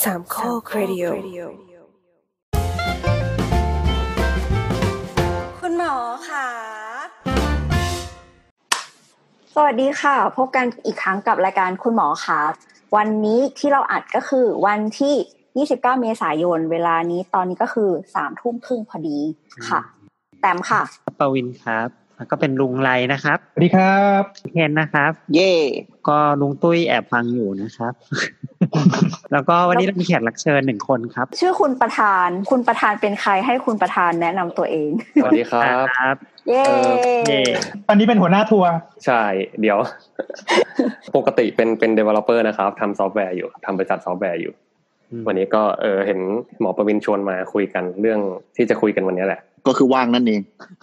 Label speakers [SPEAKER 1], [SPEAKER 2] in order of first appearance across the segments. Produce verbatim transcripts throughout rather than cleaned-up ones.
[SPEAKER 1] สามข้อครดิโอคุณหมอค่ะ
[SPEAKER 2] สวัสดีค่ะพบกันอีกครั้งกับรายการคุณหมอค่ะวันนี้ที่เราอัดก็คือวันที่ยี่สิบเก้าเมษายนเวลานี้ตอนนี้ก็คือ สามทุ่มครึ่งพอดีค่ะแต้มค่ะ
[SPEAKER 3] ปวินครับแล้วก็เป็นลุงไรนะครับ
[SPEAKER 4] สวัสดีครับ
[SPEAKER 3] เคนนะครับ
[SPEAKER 5] เย่
[SPEAKER 3] ก็ลุงตุ้ยแอบฟังอยู่นะครับ แล้วก็วันนี้เรามีแขกรับเชิญหนึ่งคนครับ
[SPEAKER 2] ชื่อคุณประธานคุณประธานเป็นใครให้คุณประธานแนะนำตัวเอง
[SPEAKER 5] สวัสดีครับ
[SPEAKER 2] เย้
[SPEAKER 4] ตอนนี้เป็นหัวหน้าทัวร์
[SPEAKER 5] ใช่เดี๋ยว ปกติเป็นเป็น developer นะครับทำซอฟต์แวร์อยู่ทำบริษัทซอฟต์แวร์อยู่วันนี้ก็เออเห็นหมอประวินชวนมาคุยกันเรื่องที่จะคุยกันวันนี้แหละ
[SPEAKER 6] ก็คือว่างนั่นเอง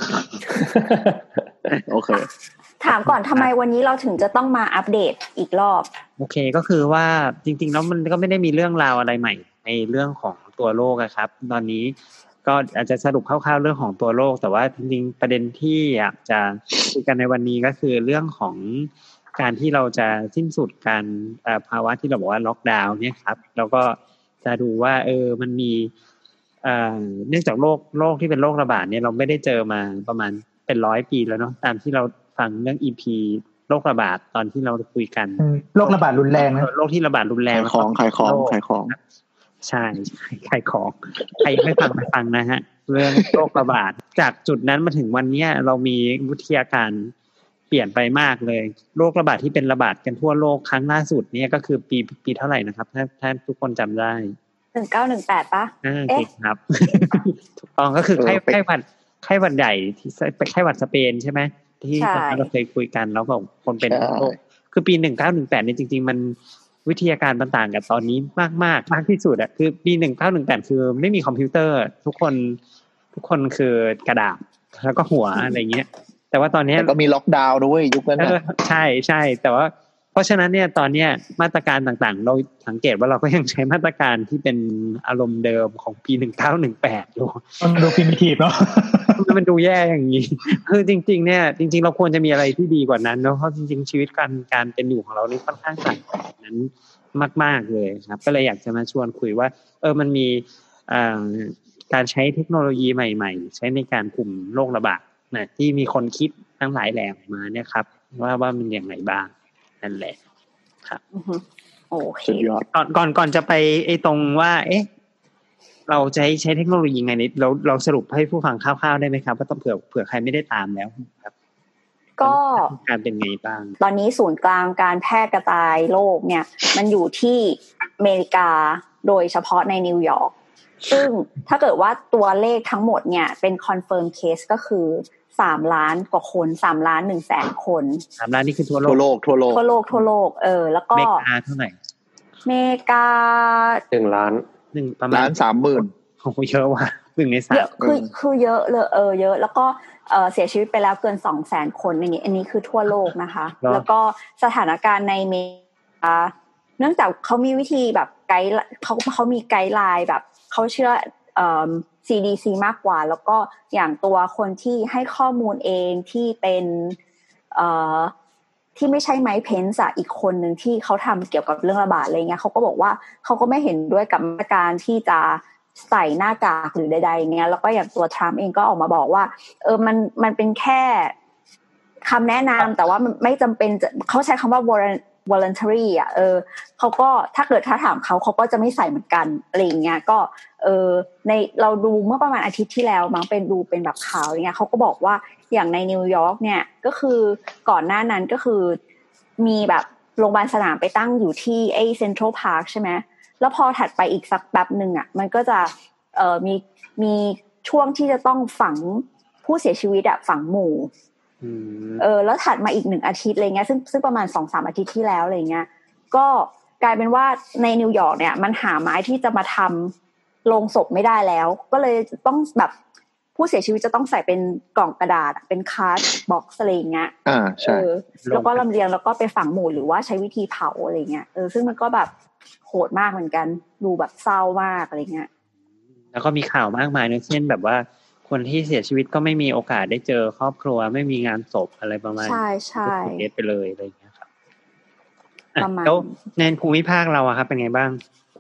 [SPEAKER 6] โอเค
[SPEAKER 2] ถามก่อนทำไมวันนี้เราถึงจะต้องมาอัปเดตอีกรอบ
[SPEAKER 3] โอเคก็คือว่าจริงๆแล้วมันก็ไม่ได้มีเรื่องราวอะไรใหม่ในเรื่องของตัวโลกครับตอนนี้ก็อาจจะสรุปคร่าวๆเรื่องของตัวโลกแต่ว่าจริงๆประเด็นที่อยากจะคุยกันในวันนี้ก็คือเรื่องของการที่เราจะสิ้นสุดการภาวะที่เราบอกว่าล็อกดาวน์เนี่ยครับแล้วก็จะดูว่าเออมันมีเนื่องจากโรคโรคที่เป็นโรคระบาดเนี่ยเราไม่ได้เจอมาประมาณเป็นร้อยปีแล้วเนาะตามที่เราฟังเรื่อง อี พี โรคระบาดตอนที่เราคุยกัน
[SPEAKER 4] โรคระบาดรุนแรงนะ
[SPEAKER 3] โรคที่ระบาดรุนแรง
[SPEAKER 6] ขายของขายของขายของ
[SPEAKER 3] ใช่ขายของใครไม่ฟังไปฟังนะฮะเรื่องโรคระบาดจากจุดนั้นมาถึงวันนี้เรามีวิทยาการเปลี่ยนไปมากเลยโรคระบาดที่เป็นระบาดกันทั่วโลกครั้งล่าสุดเนี่ยก็คือปีปีเท่าไหร่นะครับถ้าถ้าทุกคนจำได้
[SPEAKER 2] หนึ่งเก้าหนึ่งแปดป่ะ
[SPEAKER 3] อ่าถูกครับ ถูกต้องก็คือไข้ไข้หวัดไข้หวัดใหญ่ที่ไข้หวัดสเปนใช่ไหมที่เราเคยคุยกันแล้วก็คนเป็นโรคคือปีหนึ่งเก้าหนึ่งแปดเนี่ยจริงๆมันวิทยาการมันต่างกับตอนนี้มากๆ มากที่สุดอ่ะคือปีหนึ่งเก้าหนึ่งแปดคือไม่มีคอมพิวเตอร์ทุกคนทุกคนคือกระดาษแล้วก็หัวอะไรเงี้ยแต่ว่าตอนนี้
[SPEAKER 6] ก็มีล็อกดาวน์ด้วยยุคนั้นนะ
[SPEAKER 3] ใช่ใช่แต่ว่าเพราะฉะนั้นเนี่ยตอนเนี้ยมาตรการต่างๆเราสังเกตว่าเราก็ยังใช้มาตรการที่เป็นอารมณ์เดิมของปีหนึ่งเก้าหนึ่งแปดอยู่
[SPEAKER 4] มันดูพรีมิทีฟเนาะ
[SPEAKER 3] มันดูแย่อย่างนี้คือจริงๆเนี่ยจริงๆเราควรจะมีอะไรที่ดีกว่านั้นเนาะเพราะจริงๆชีวิตการการเป็นอยู่ของเรานี่ค่อนข้างต่างจากนั้นมากๆเลยครับก็เลยอยากจะมาชวนคุยว่าเออมันมีการใช้เทคโนโลยีใหม่ๆใช้ในการคุมโรคระบาดนะที่มีคนคิดทั้งหลายแหล่มาเนี่ยครับว่าว่ามันอย่างไรบ้างนั่นแหละครับ
[SPEAKER 2] โอเค
[SPEAKER 3] ก่อนก่อนก่อนจะไปไอ้ตรงว่าเอ๊ะเราใช้ใช้เทคโนโลยีไงนี่เราเราสรุปให้ผู้ฟังคร่าวๆได้ไหมครับว่าต้องเผื่อเผื่อใครไม่ได้ตามแล้วครับ
[SPEAKER 2] ก็
[SPEAKER 3] การเป็นไงบ้าง
[SPEAKER 2] ตอนนี้ศูนย์กลางการแพร่กระจายโรคเนี่ยมันอยู่ที่อเมริกาโดยเฉพาะในนิวยอร์กซึ่งถ้าเกิดว่าตัวเลขทั้งหมดเนี่ยเป็นคอนเฟิร์มเคสก็คือสามล้านกว่าคนสามล้านหนึ่งแสนคน
[SPEAKER 3] สามล้านนี่คือทั่วโลก
[SPEAKER 6] ทั่วโลกทั่วโลก
[SPEAKER 2] ทั่วโลกทั่วโลกเออแล้วก็
[SPEAKER 3] อเมริกาเท่าไหร่
[SPEAKER 2] อเมริกา
[SPEAKER 5] หนึ่งล้าน
[SPEAKER 3] หนึ่งประมาณ
[SPEAKER 6] ล้านสามหมื่น
[SPEAKER 3] โอ้โหเยอะว่ะหนึ่งในสาม
[SPEAKER 2] คือคือเยอะเลยเออเยอะแล้วก็เอ่อเสียชีวิตไปแล้วเกิน สองแสน คนอันนี้อันนี้คือทั่วโลกนะคะแล้วก็สถานการณ์ในอเมริกาเนื่องจากเขามีวิธีแบบไกด์เขาเขามีไกด์ไลน์แบบเขาเชื่อเอ่อ ซี ดี ซี มากกว่าแล้วก็อย่างตัวคนที่ให้ข้อมูลเองที่เป็นเอ่อที่ไม่ใช่ไมค์เพนส์อ่ะอีกคนนึงที่เขาทำเกี่ยวกับเรื่องระบาดอะไรเงี้ยเขาก็บอกว่าเขาก็ไม่เห็นด้วยกับมาตรการที่จะใส่หน้ากากหรือใดๆเงี้ยแล้วก็อย่างตัวทรัมป์เองก็ออกมาบอกว่าเออมันมันเป็นแค่คำแนะนำแต่ว่ามันไม่จำเป็นจะเขาใช้คำว่า voluntary อ่ะเออเขาก็ถ้าเกิดถ้าถามเขาเขาก็จะไม่ใส่เหมือนกันอะไรอย่างเงี้ยก็เออในเราดูเมื่อประมาณอาทิตย์ที่แล้วมั้งเป็นดูเป็นแบบข่าวอย่างเงี้ยเขาก็บอกว่าอย่างในนิวยอร์กเนี่ยก็คือก่อนหน้านั้นก็คือมีแบบโรงพยาบาลสนามไปตั้งอยู่ที่ไอ้เซ็นทรัลพาร์คใช่ไหมแล้วพอถัดไปอีกสักแป๊บนึงอ่ะมันก็จะเอ่อมีมีช่วงที่จะต้องฝังผู้เสียชีวิตอ่ะฝังหมู่เออแล้วถัดมาอีกหนึ่งอาทิตย์อะไรเงี้ยซึ่งซึ่งประมาณ สองสาม อาทิตย์ที่แล้วอะไรเงี้ยก็กลายเป็นว่าในนิวยอร์กเนี่ยมันหาไม้ที่จะมาทำโลงศพไม่ได้แล้วก็เลยต้องแบบผู้เสียชีวิตจะต้องใส่เป็นกล่องกระดาษเป็นคาร์ดบ็อกซ์อะไรเงี้ย
[SPEAKER 6] อ่าใช่
[SPEAKER 2] แล้วก็ลำเลียงแล้วก็ไปฝังหมู่หรือว่าใช้วิธีเผาอะไรเงี้ยเออซึ่งมันก็แบบโหดมากเหมือนกันดูแบบเศร้ามากอะไรเงี้ย
[SPEAKER 3] แล้วก็มีข่าวมากมายนะเช่นแบบว่าคนที่เสียชีวิตก็ไม่มีโอกาสได้เจอครอบครัวไม่มีงานศพอะไรประมาณ
[SPEAKER 2] ใช่ใช่
[SPEAKER 3] เสียไปเลยอะไรอย่างเงี้ยครับแล้วในภูมิภาคเราอะครับเป็นไงบ้าง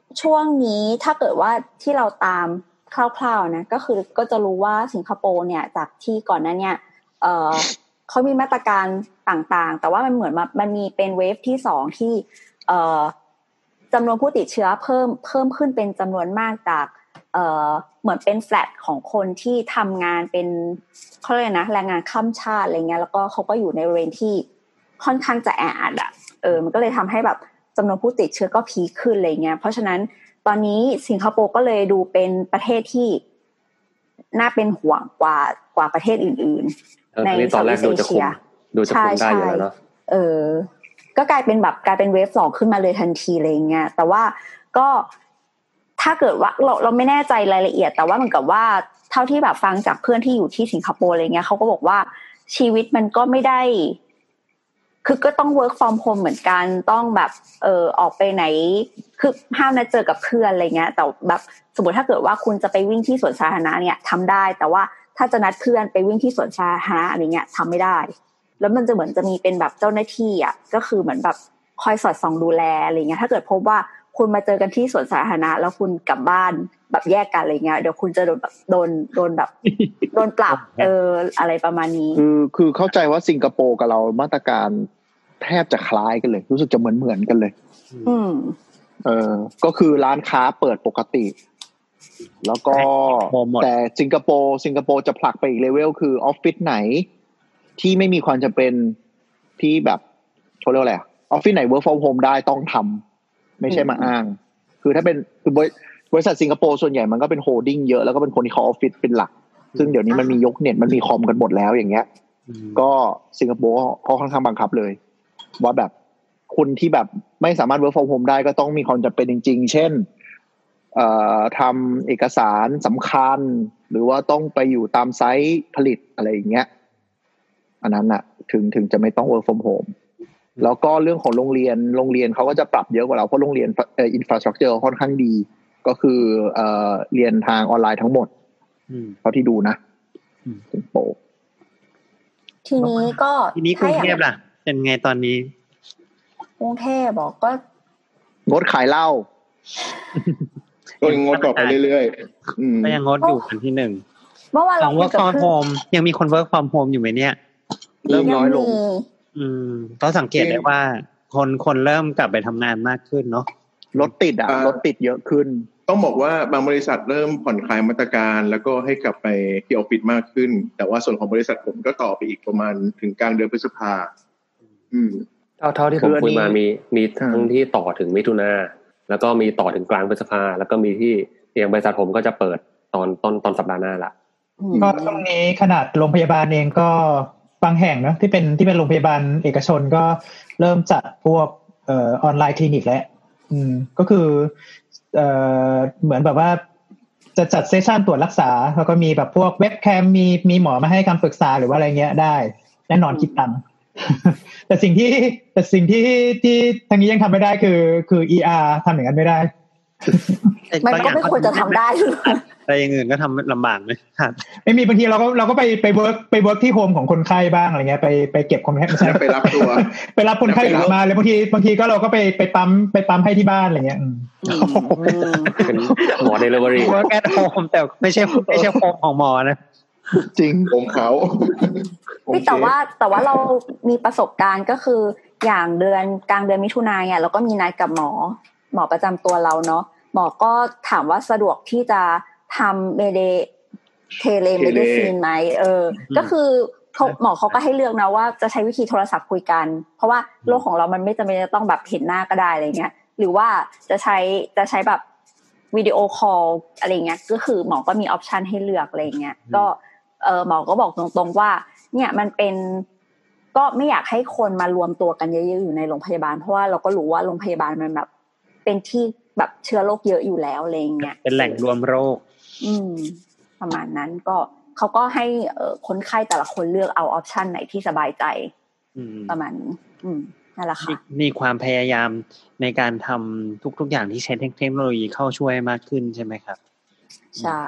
[SPEAKER 2] ช่วงนี้ถ้าเกิดว่าที่เราตามคร่าวๆนะก็คือก็จะรู้ว่าสิงคโปร์เนี่ยจากที่ก่อนหน้าเนี่ยเอ่อเขามีมาตรการต่างๆแต่ว่ามันเหมือนมันมีเป็นเวฟที่สองที่เอ่อจำนวนผู้ติดเชื้อเพิ่มเพิ่มขึ้นเป็นจำนวนมากจากเอ่อเหมือนเป็นแฟลตของคนที่ทำงานเป็นเขาเรียกนะแรงงานข้ามชาติอะไรเงี้ยแล้วก็เขาก็อยู่ในเรนที่ค่อนข้างจะแออัดอ่ะเออมันก็เลยทำให้แบบจำนวนผู้ติดเชื้อก็พีคขึ้นอะไรเงี้ยเพราะฉะนั้นตอนนี้สิงคโปร์ก็เลยดูเป็นประเทศที่น่าเป็นห่วงกว่ากว่าประเทศอื่นๆในเซาท์อีสต์เอเชีย
[SPEAKER 5] ดูจะคุมได้อยู่แล้วเนาะ
[SPEAKER 2] เออก็กลายเป็นแบบกลายเป็นเวฟสองขึ้นมาเลยทันทีอะไรเงี้ยแต่ว่าก็ถ้าเกิดว่าเราเราไม่แน่ใจรายละเอียดแต่ว่าเหมือนกับว่าเท่าที่แบบฟังจากเพื่อนที่อยู่ที่สิงคโปร์อะไรเงี้ยเขาก็บอกว่าชีวิตมันก็ไม่ได้คือก็ต้อง work from home เหมือนกันต้องแบบเออออกไปไหนคือห้ามนัดเจอกับเพื่อนอะไรเงี้ยแต่แบบสมมติถ้าเกิดว่าคุณจะไปวิ่งที่สวนสาธารณะเนี่ยทำได้แต่ว่าถ้าจะนัดเพื่อนไปวิ่งที่สวนสาธารณะอะไรเงี้ยทำไม่ได้แล้วมันจะเหมือนจะมีเป็นแบบเจ้าหน้าที่อ่ะก็คือเหมือนแบบคอยสอดส่องดูแลอะไรเงี้ยถ้าเกิดพบว่าคุณมาเจอกันที่สวนสาธารณะแล้วคุณกลับบ้านแบบแยกกันอะไรเงี้ยเดี๋ยวคุณจะโดนแบบโดนโดนแบบโดนปรับเอออะไรประมาณนี้
[SPEAKER 6] คือคือเข้าใจว่าสิงคโปร์กับเรามาตรการแทบจะคล้ายกันเลยรู้สึกจะเหมือนเหมือนกันเลย
[SPEAKER 2] อืม
[SPEAKER 6] เออก็คือร้านค้าเปิดปกติแล้วก็แต่สิงคโปร์สิงคโปร์จะผลักไปอีกเลเวลคือออฟฟิศไหนที่ไม่มีความจำเป็นที่แบบเขาเรียกอะไรออฟฟิศไหน work from home ได้ต้องทำไม่ใช่มาอ้างคือถ้าเป็นคือบริษัทสิงคโปร์ส่วนใหญ่มันก็เป็นโฮลดิ้งเยอะแล้วก็เป็นคนที่เขาออฟฟิศเป็นหลักซึ่งเดี๋ยวนี้มันมียกเน็ตมันมีคอมกันหมดแล้วอย่างเงี้ยก็สิงคโปร์เขาค่อนข้างบังคับเลยว่าแบบคุณที่แบบไม่สามารถ work from home ได้ก็ต้องมีความจำเป็นจริงๆเช่นเอ่อทำเอกสารสำคัญหรือว่าต้องไปอยู่ตามไซต์ผลิตอะไรอย่างเงี้ยอันนั้นน่ะถึงถึงจะไม่ต้อง work from home แล้วก็เรื่องของโรงเรียนโรงเรียนเขาก็จะปรับเยอะกว่าเราเพราะโรงเรียนเอ่อ infrastructure ค่อนข้างดีก็คือเอ่อเรียนทางออนไลน์ทั้งหมดเท่าที่ดูนะสิงคโปร์
[SPEAKER 2] ทีนี้ก็
[SPEAKER 3] ทีนี้กรุงเทพล่ะเป็นไงตอนนี้
[SPEAKER 2] กรุงเทพบอกก็
[SPEAKER 6] งดขายเหล้า
[SPEAKER 7] ก็งดต่อไปเรื่อย
[SPEAKER 3] ๆก็ยังงดอยู่อันที่หนึ่ง
[SPEAKER 2] เมื่อวานเรา
[SPEAKER 3] work from home ยังมีคน work from home อยู่ไหมเนี่ย
[SPEAKER 6] เริ่มน้อยลง
[SPEAKER 3] อืมก็สังเกตได้ว่าคนคนเริ่มกลับไปทำงานมากขึ้นเนาะ
[SPEAKER 6] รถติดอ่ะรถติดเยอะขึ้น
[SPEAKER 7] ต้องบอกว่าบางบริษัทเริ่มผ่อนคลายมาตรการแล้วก็ให้กลับไปที่ออฟฟิศมากขึ้นแต่ว่าส่วนของบริษัทผมก็ต่อไปอีกประมาณถึงกลางเดือนพฤษภาอืม
[SPEAKER 5] เท่าเท่าที่ผมคุยมามีมีทั้งที่ต่อถึงมิถุนาแล้วก็มีต่อถึงกลางพฤษภาแล้วก็มีที่อย่างบริษัทผมก็จะเปิดตอนต้นตอนสัปดาห์หน้าละ
[SPEAKER 4] ก็ช่วงนี้ขนาดโรงพยาบาลเองก็บางแห่งนะที่เป็นที่เป็นโรงพยาบาลเอกชนก็เริ่มจัดพวกเอ่อออนไลน์คลินิกแล้วอืมก็คือเอ่อเหมือนแบบว่าจะจัดเซสชั่นตรวจรักษาแล้วก็มีแบบพวกเว็บแคมมีมีหมอมาให้คำปรึกษาหรือว่าอะไรเงี้ยได้แน่นอนคิดตังค์แต่สิ่งที่แต่สิ่งที่ที่ทางนี้ยังทำไม่ได้คือคือ อี อาร์ ทำอย่างนั้นไม่ได้
[SPEAKER 2] มันก็ไม่ควรจะทำได้
[SPEAKER 3] แต่อย่างอื่นก็ทำลำบากเลยครับ
[SPEAKER 4] ไม่มีบางทีเราก็เราก็ไปไปเวิร์กไปเวิร์กที่โฮมของคนไข้บ้างอะไรเงี้ยไปไปเก็บคนไข้ไม่ใช่
[SPEAKER 7] ไปรับตัว
[SPEAKER 4] ไปรับคนไข้กลับมาเลยบางทีบางทีก็เราก็ไปไปปั๊มไปปั๊มให้ที่บ้านอะไรเงี้ย
[SPEAKER 5] เป็นหมอเดลิเวอรี่
[SPEAKER 3] เวิร์กแอทโฮมแต่ไม่ใช่ไม่ใช่โฮมของหมอนะ
[SPEAKER 6] จริง
[SPEAKER 7] ของเขา
[SPEAKER 2] แต่ว่าแต่ว่าเรามีประสบการณ์ก็คืออย่างเดือนกลางเดือนมิถุนายนเนี่ยเราก็มีนัดกับหมอหมอประจำตัวเราเนาะหมอก็ถามว่าสะดวกที่จะทำเมเดเทเลเมดิซินไหมเออก็คือเขาหมอเขาก็ให้เลือกนะว่าจะใช้วิธีโทรศัพท์คุยกันเพราะว่าโลกของเรามันไม่จำเป็นจะต้องแบบเห็นหน้าก็ได้อะไรเงี้ยหรือว่าจะใช้จะใช้แบบวิดีโอคอลอะไรเงี้ยก็คือหมอก็มีออปชันให้เลือกอะไรเงี้ยก็เออหมอก็บอกตรงๆว่าเนี่ยมันเป็นก็ไม่อยากให้คนมารวมตัวกันเยอะๆอยู่ในโรงพยาบาลเพราะว่าเราก็รู้ว่าโรงพยาบาลมันแบบเป็นที่แบบเชื้อโรคเยอะอยู่แล้วอะไรเงี้ย
[SPEAKER 3] เป็นแหล่งรวมโรค
[SPEAKER 2] อืมประมาณนั้นก็เขาก็ให้เอ่อคนไข้แต่ละคนเลือกเอาออปชันไหนที่สบายใจประมาณนี้อืมนั่นแหละค่ะ
[SPEAKER 3] มีความพยายามในการทำทุกๆอย่างที่ใช้เทคโนโลยีเข้าช่วยมากขึ้นใช่ไหมครับ
[SPEAKER 2] ใช่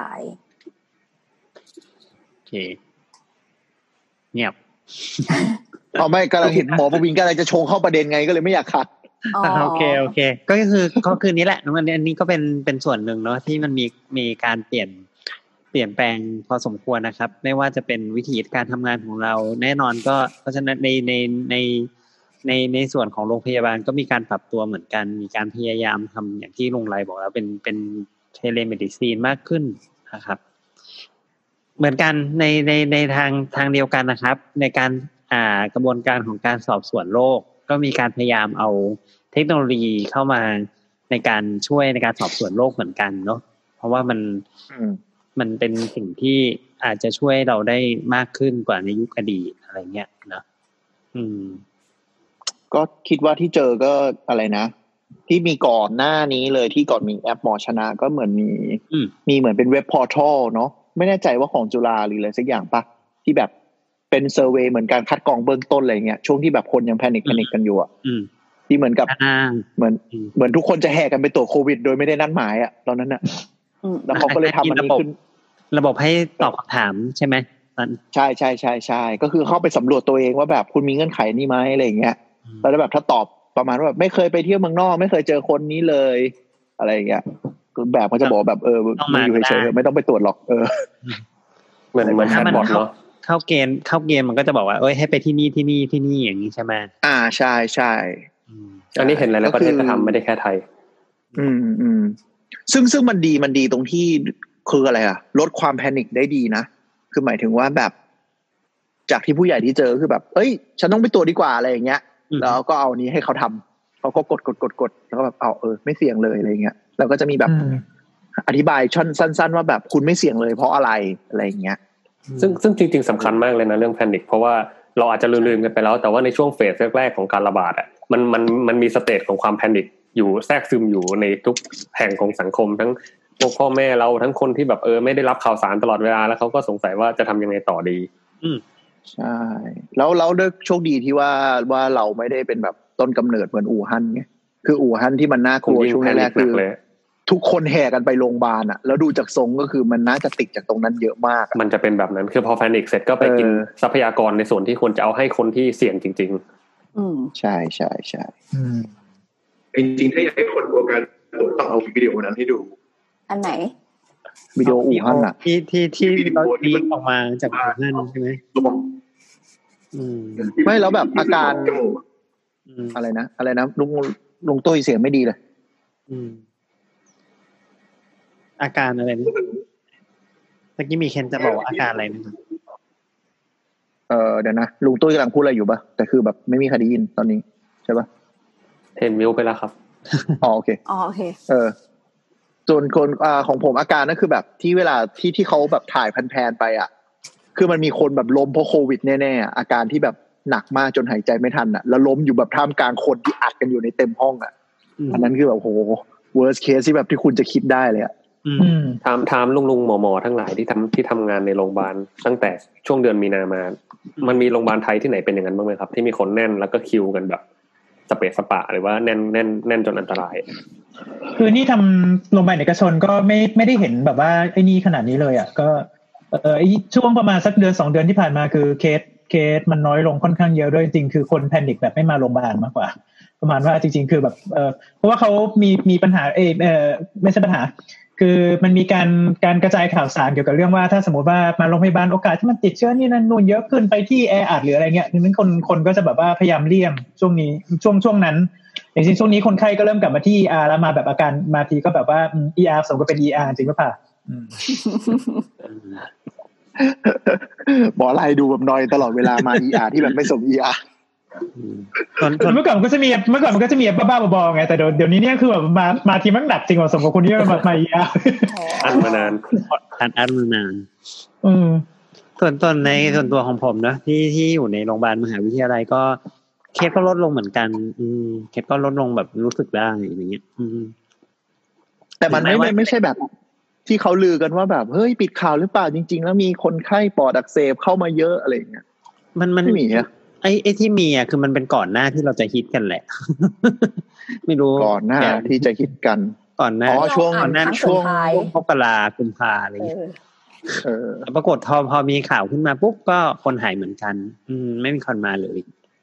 [SPEAKER 3] โอเคเงียบ
[SPEAKER 6] เอาไม่กำลังเห็นหมอประวินกำลังจะชงเข้าประเด็นไงก็เลยไม่อยากขัด
[SPEAKER 3] โอเคโอเคก็คือก็คือนี้แหละอันนี้ก็เป็นเป็นส่วนหนึ่งเนาะที่มันมีมีการเปลี่ยนเปลี่ยนแปลงพอสมควรนะครับไม่ว่าจะเป็นวิธีการทำงานของเราแน่นอนก็เพราะฉะนั้นในในในในในส่วนของโรงพยาบาลก็มีการปรับตัวเหมือนกันมีการพยายามทำอย่างที่ลุงไรบอกแล้วเป็นเป็นเทเลเมดิซีนมากขึ้นนะครับเหมือนกันในในในทางทางเดียวกันนะครับในการอ่ากระบวนการของการสอบสวนโรคก็มีการพยายามเอาเทคโนโลยีเข้ามาในการช่วยในการสอบสวนโรคเหมือนกันเนาะเพราะว่ามันมันเป็นสิ่งที่อาจจะช่วยเราได้มากขึ้นกว่าในยุคอดีตอะไรเงี้ยนะอืม
[SPEAKER 6] ก็คิดว่าที่เจอก็อะไรนะที่มีก่อนหน้านี้เลยที่ก่อนมีแอปหมอชนะก็เหมือนมีมีเหมือนเป็นเว็บพอร์ทัลเนาะไม่แน่ใจว่าของจุฬาหรืออะไรสักอย่างปะที่แบบเป็นเซอร์เวย์เหมือนการคัดกรองเบื้องต้นอะไรเงี้ยช่วงที่แบบคนยังแพนิคแพนิคกันอยู่อ่ะที่เหมือนกับเหมือนเหมือนทุกคนจะแห่กันไปตรวจโควิดโดยไม่ได้นัดหมายอ่ะตอนนั้นอ่ะแล้วเขาก็เลยทำอันนี้ขึ้น
[SPEAKER 3] ระบบให้ตอบคำถามใช่ไหม
[SPEAKER 6] ใช่ใช่ใช่ใช่ก็คือเข้าไปสำรวจตัวเองว่าแบบคุณมีเงื่อนไขนี้ไหมอะไรอย่างเงี้ยแล้วแบบถ้าตอบประมาณว่าแบบไม่เคยไปเที่ยวเมืองนอกไม่เคยเจอคนนี้เลยอะไรอย่างเงี้ยแบบมันจะบอกแบบเออมึงอยู่เฉยๆไม่ต้องไปตรวจหรอกเออ
[SPEAKER 5] เหมือนเหมือนแชทบอทเนาะ
[SPEAKER 3] เข้าเกณฑ์เข้าเกณฑ์มันก็จะบอกว่าเอ้ยให้ไปที่นี่ที่นี่ที่นี่อย่างนี้ใช่ไหม
[SPEAKER 6] อ่าใช่ใช่
[SPEAKER 5] อันนี้เห็นหลายๆประเทศก็ทำไม่ได้แค่ไทย
[SPEAKER 6] อืมอืมซึ่งซึ่งมันดีมันดีตรงที่คืออะไรอะลดความแพนิคได้ดีนะคือหมายถึงว่าแบบจากที่ผู้ใหญ่ที่เจอคือแบบเอ้ยฉันต้องไปตรวจดีกว่าอะไรอย่างเงี้ยแล้วก็เอานี้ให้เขาทำเขาก็กดกดกดกดแล้วก็แบบเอาเออไม่เสี่ยงเลยอะไรเงี้ยแล้วก็จะมีแบบอธิบายช่อนสั้นๆว่าแบบคุณไม่เสี่ยงเลยเพราะอะไรอะไรอย่างเงี้ย
[SPEAKER 5] ซึ่งซึ่งจริงๆสำคัญมากเลยนะเรื่องแพนิคเพราะว่าเราอาจจะลืมๆกันไปแล้วแต่ว่าในช่วงเฟสแรกๆของการระบาดอ่ะมันมันมันมีสเตจของความแพนิคอยู่แทรกซึมอยู่ในทุกแห่งของสังคมทั้งพวกพ่อแม่เราทั้งคนที่แบบเออไม่ได้รับข่าวสารตลอดเวลาแล้วเขาก็สงสัยว่าจะทำยังไงต่อดี
[SPEAKER 3] อืม
[SPEAKER 6] ใช่แล้วแล้วด้วยโชคดีที่ว่าว่าเราไม่ได้เป็นแบบต้นกำเนิดเหมือนอู่ฮั่นไงคืออู่ฮั่นที่มันน่ากลัวช่วงแรกคือทุกคนแห่กันไปโรงพยาบาลอ่ะแล้วดูจากทรงก็คือมันน่าจะติดจากตรงนั้นเยอะมาก
[SPEAKER 5] มันจะเป็นแบบนั้นคือพอแพนิคเสร็จก็ไปกินทรัพยากรในส่วนที่ควรจะเอาให้คนที่เสี่ยงจริง
[SPEAKER 6] ๆอืมใช่ใช่ใช่
[SPEAKER 7] อืมจริงๆถ้าอยากให้คนกลัวกันผมต้องเอาวิดีโอนั้นให้ดู
[SPEAKER 2] อันไหน
[SPEAKER 6] วิดีโออู่ฮั่นอ่ะ
[SPEAKER 3] ที่ที่ที่เราดีออกมาจากอู่ฮั่นใช่ไหม
[SPEAKER 6] อืมไม่แล้วแบบอาการอะไรนะอะไรนะลุงลุงตุ้ยเสียงไม่ดีเลย
[SPEAKER 3] อืมอาการอะไรนี่เมื่อกี้มีเคนจะบอกว่าอาการอะไรนะครับ
[SPEAKER 6] เออเดี๋ยวนะลุงตุ้ยกำลังพูดอะไรอยู่ปะแต่คือแบบไม่มีใครได้ยินตอนนี้ใช่ปะ
[SPEAKER 5] เห็นมิวไปแล้วครับ
[SPEAKER 6] อ๋อโอเค
[SPEAKER 2] อ๋อโอเค
[SPEAKER 6] เออส่วนคนอ่าของผมอาการนั่นคือแบบที่เวลาที่ที่เขาแบบถ่ายแพนๆไปอ่ะคือมันมีคนแบบล้มเพราะโควิดแน่ๆอาการที่แบบหนักมากจนหายใจไม่ทันอ่ะแล้วล้มอยู่แบบท่ามกลางคนที่อัดกันอยู่ในเต็มห้องอ่ะอันนั้นคือแบบโห worst case ที่แบบที่คุณจะคิดได้เลยอ่ะ
[SPEAKER 5] ถามถามลุงๆหมอๆทั้งหลายที่ทำที่ทำงานในโรงพยาบาลตั้งแต่ช่วงเดือนมีนามามันมีโรงพยาบาลไทยที่ไหนเป็นอย่างนั้นบ้างไหมครับที่มีคนแน่นแล้วก็คิวกันแบบสเปซสปะหรือว่าแน่นแน่นแน่นจนอันตราย
[SPEAKER 4] คือนี่ทำโรงพยาบาลเอกชนก็ไม่ไม่ได้เห็นแบบว่าไอ้นี่ขนาดนี้เลยอ่ะก็เออไอ้ช่วงประมาณสักเดือนสองเดือนที่ผ่านมาคือเคสเคสมันน้อยลงค่อนข้างเยอะด้วยจริงคือคนแพนิคแบบไม่มาโรงพยาบาลมากกว่าประมาณว่าจริงๆคือแบบเออเพราะว่าเขามีมีปัญหาเออเออไม่ใช่ปัญหาคือมันมีการการกระจายข่าวสารเกี่ยวกับเรื่องว่าถ้าสมมติว่ามาโรงพยาบาลโอกาสที่มันติดเชื้อนี่นั่นนู่นเยอะขึ้นไปที่แออัดหรืออะไรเงี้ยดังนั้นคนคนก็จะแบบว่าพยายามเลี่ยงช่วงนี้ช่วงช่วงนั้นอย่างเช่นช่วงนี้คนไข้ก็เริ่มกลับมาที่ อี อาร์ แล้วมาแบบอาการมาทีก็แบบว่า อี อาร์ สมก็เป็น อี อาร์ จริงหรือเปล่า
[SPEAKER 6] หมอไล่ดูแบบนอยตลอดเวลามา อี อาร์ ที่แบบไม่สม อี อาร์
[SPEAKER 4] เมื่อก่อนมันก็จะมีเมื่อก่อนมันก็จะมีบ้าๆบอๆไงแต่เดี๋ยวนี้เนี่ยคือแบบมามาทีมันหนักจริงกว่าสมกับคนที่มามา อี อาร์
[SPEAKER 5] อันมานาน
[SPEAKER 3] อันอันมานาน
[SPEAKER 4] อืม
[SPEAKER 3] ส่วนต้นในส่วนตัวของผมนะที่ที่อยู่ในโรงพยาบาลมหาวิทยาลัยก็เคสก็ลดลงเหมือนกันอืมเคสก็ลดลงแบบรู้สึกได้อย่างเงี้ยอืม
[SPEAKER 6] แต่มันไม่ไม่ใช่แบบที่เขาลือกันว่าแบบเฮ้ยปิดข่าวหรือเปล่าจริงๆแล้วมีคนไข้ปอดอักเสบเข้ามาเยอะอะไรอย่างเงี้ย
[SPEAKER 3] มันมัน
[SPEAKER 6] ไม่มีอ่ะ
[SPEAKER 3] ไอ้ไอ้ที่มีอ่ะคือมันเป็นก่อนหน้าที่เราจะฮิตกันแหละไม่รู้
[SPEAKER 6] ก่อนหน้าที่จะฮิตกัน
[SPEAKER 3] ก่อนหน้า
[SPEAKER 6] อ๋อช่วง
[SPEAKER 3] นั้นช่วงมกราคมกุมภาอะไรอย่างเงี้ยเออปรากฏพอพอมีข่าวขึ้นมาปุ๊บก็คนหายเหมือนกันอืมไม่มีคนมาเลย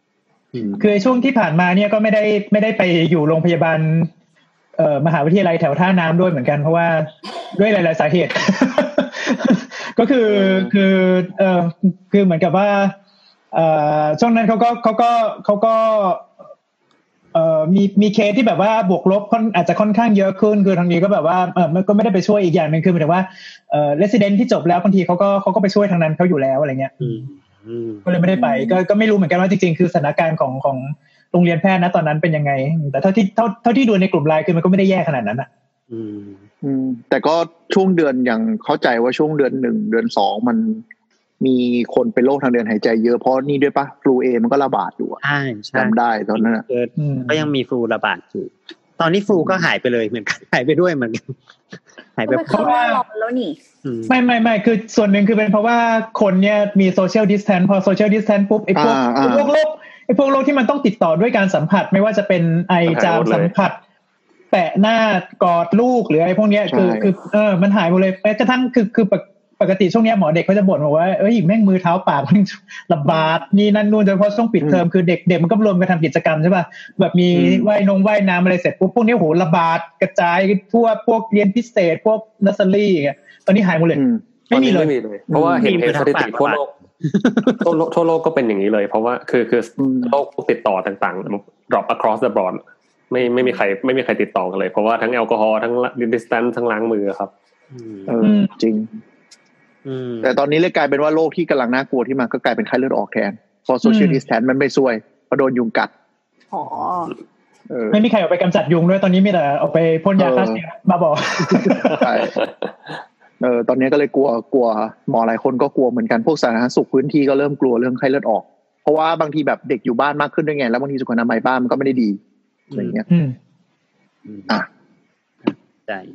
[SPEAKER 4] คือช่วงที่ผ่านมาเนี่ยก็ไม่ได้ไม่ได้ไปอยู่โรงพยาบาลเอ่อมหาวิทยาลัยแถวท่าน้ำด้วยเหมือนกันเพราะว่าด้วยหลายๆสาเหตุ ก็คือคือเอ่อคือเหมือนกับว่าเอ่อช่วงนั้นเขาก็เขาก็เขาก็เอ่อมีมีเคสที่แบบว่าบวกลบค่อนอาจจะค่อนข้างเยอะขึ้นคือทางนี้ก็แบบว่าเออมันก็ไม่ได้ไปช่วยอีกอย่างนึงคือหมายถึงว่าเอ่อ resident ที่จบแล้วบางทีเขาก็เขาก็ไปช่วยทางนั้นเขาอยู่แล้วอะไรเงี้ยก็เลยไม่ได้ไปก็ก็ไม่รู้เหมือนกันว่าจริงๆคือสถานการณ์ของของโรงเรียนแพทย์นะตอนนั้นเป็นยังไงแต่เท่าที่เท่าเท่าที่ดูในกลุ่มไลน์คือมันก็ไม่ได้แย่ขนาดนั้นอ่ะ
[SPEAKER 6] อืมอืมแต่ก็ช่วงเดือนยังเข้าใจว่าช่วงเดือนหนึ่งเดือนสองมันมีคนเป็นโรคทางเดินหายใจเยอะเพราะนี่ด้วยปะฟลูเอมันก็ระบาดอยู่ใช่จำได้ตอนนั้น
[SPEAKER 3] ก็ยังมีฟลูระบาดอยู่ตอนนี้ฟลูก็หายไปเลยเหมือนกันหายไปด้วยเหมือนกันหายไป
[SPEAKER 2] เพราะว่าแล้วนี่
[SPEAKER 4] ไม่ไม่ไม่คือส่วนหนึ่งคือเป็นเพราะว่าคนเนี่ยมีโซเชียลดิสแทนซ์พอโซเชียลดิสแทนซ์ปุ๊บไอ้พวกไอ้พวกโรคไอ้พวกโรคที่มันต้องติดต่อด้วยการสัมผัสไม่ว่าจะเป็นไอจามสัมผัสแปะหน้ากอดลูกหรืออะไรพวกเนี้ยคือคือเออมันหายหมดเลยแม้กระทั่งคือคือปกติช่วงนี้หมอเด็กเขาจะบ่นบอกว่าเอ้ยแม่งมือเท้าปากมันระบาดนี่นั่นนู่นโดยเฉพาะช่วงปิดเทอมคือเด็กเด็กมันก็รวมกันทำกิจกรรมใช่ป่ะแบบมีว่ายนงว่ายน้ำอะไรเสร็จปุ๊บพวกนี้โหระบาดกระจายทั่วพวกเรียนพิเศษพวกเนอร์เซอรี่อย่างเงี้ยตอนนี้หายหมดเลย
[SPEAKER 5] ไม่มีเลยเพราะว่าเห็นเห็นสถิติทั่วโลกทั่วโลกทั่วโลกก็เป็นอย่างนี้เลยเพราะว่าคือคือโรคติดต่อต่างๆ drop across the board ไม่ไม่มีใครไม่มีใครติดต่อกันเลยเพราะว่าทั้งแอลกอฮอล์ทั้ง distance ทั้งล้างมือครับ
[SPEAKER 6] เออจริงแต่ตอนนี้เลยกลายเป็นว่าโรคที่กำลังน่ากลัวที่มาก็กลายเป็นไข้เลือดออกแทน for social distance มันไม่ช่วยเพราะโดนยุงกัด
[SPEAKER 2] อ๋อ
[SPEAKER 4] ไม่มีใครออกไปกำจัดยุงด้วยตอนนี้มีแต่ออกไปพ่นยาฆ่าเชื้อบ้าบอใช่
[SPEAKER 6] เออตอนนี้ก็เลยกลัวกลัวหมอหลายคนก็กลัวเหมือนกันพวกสาธารณสุขพื้นที่ก็เริ่มกลัวเรื่องไข้เลือดออกเพราะว่าบางทีแบบเด็กอยู่บ้านมากขึ้นด้วยไงแล้วบางทีสุขอนามัยบ้านมันก็ไม่ได้ดีอะไรเงี้ยอ่ะ
[SPEAKER 3] ใช่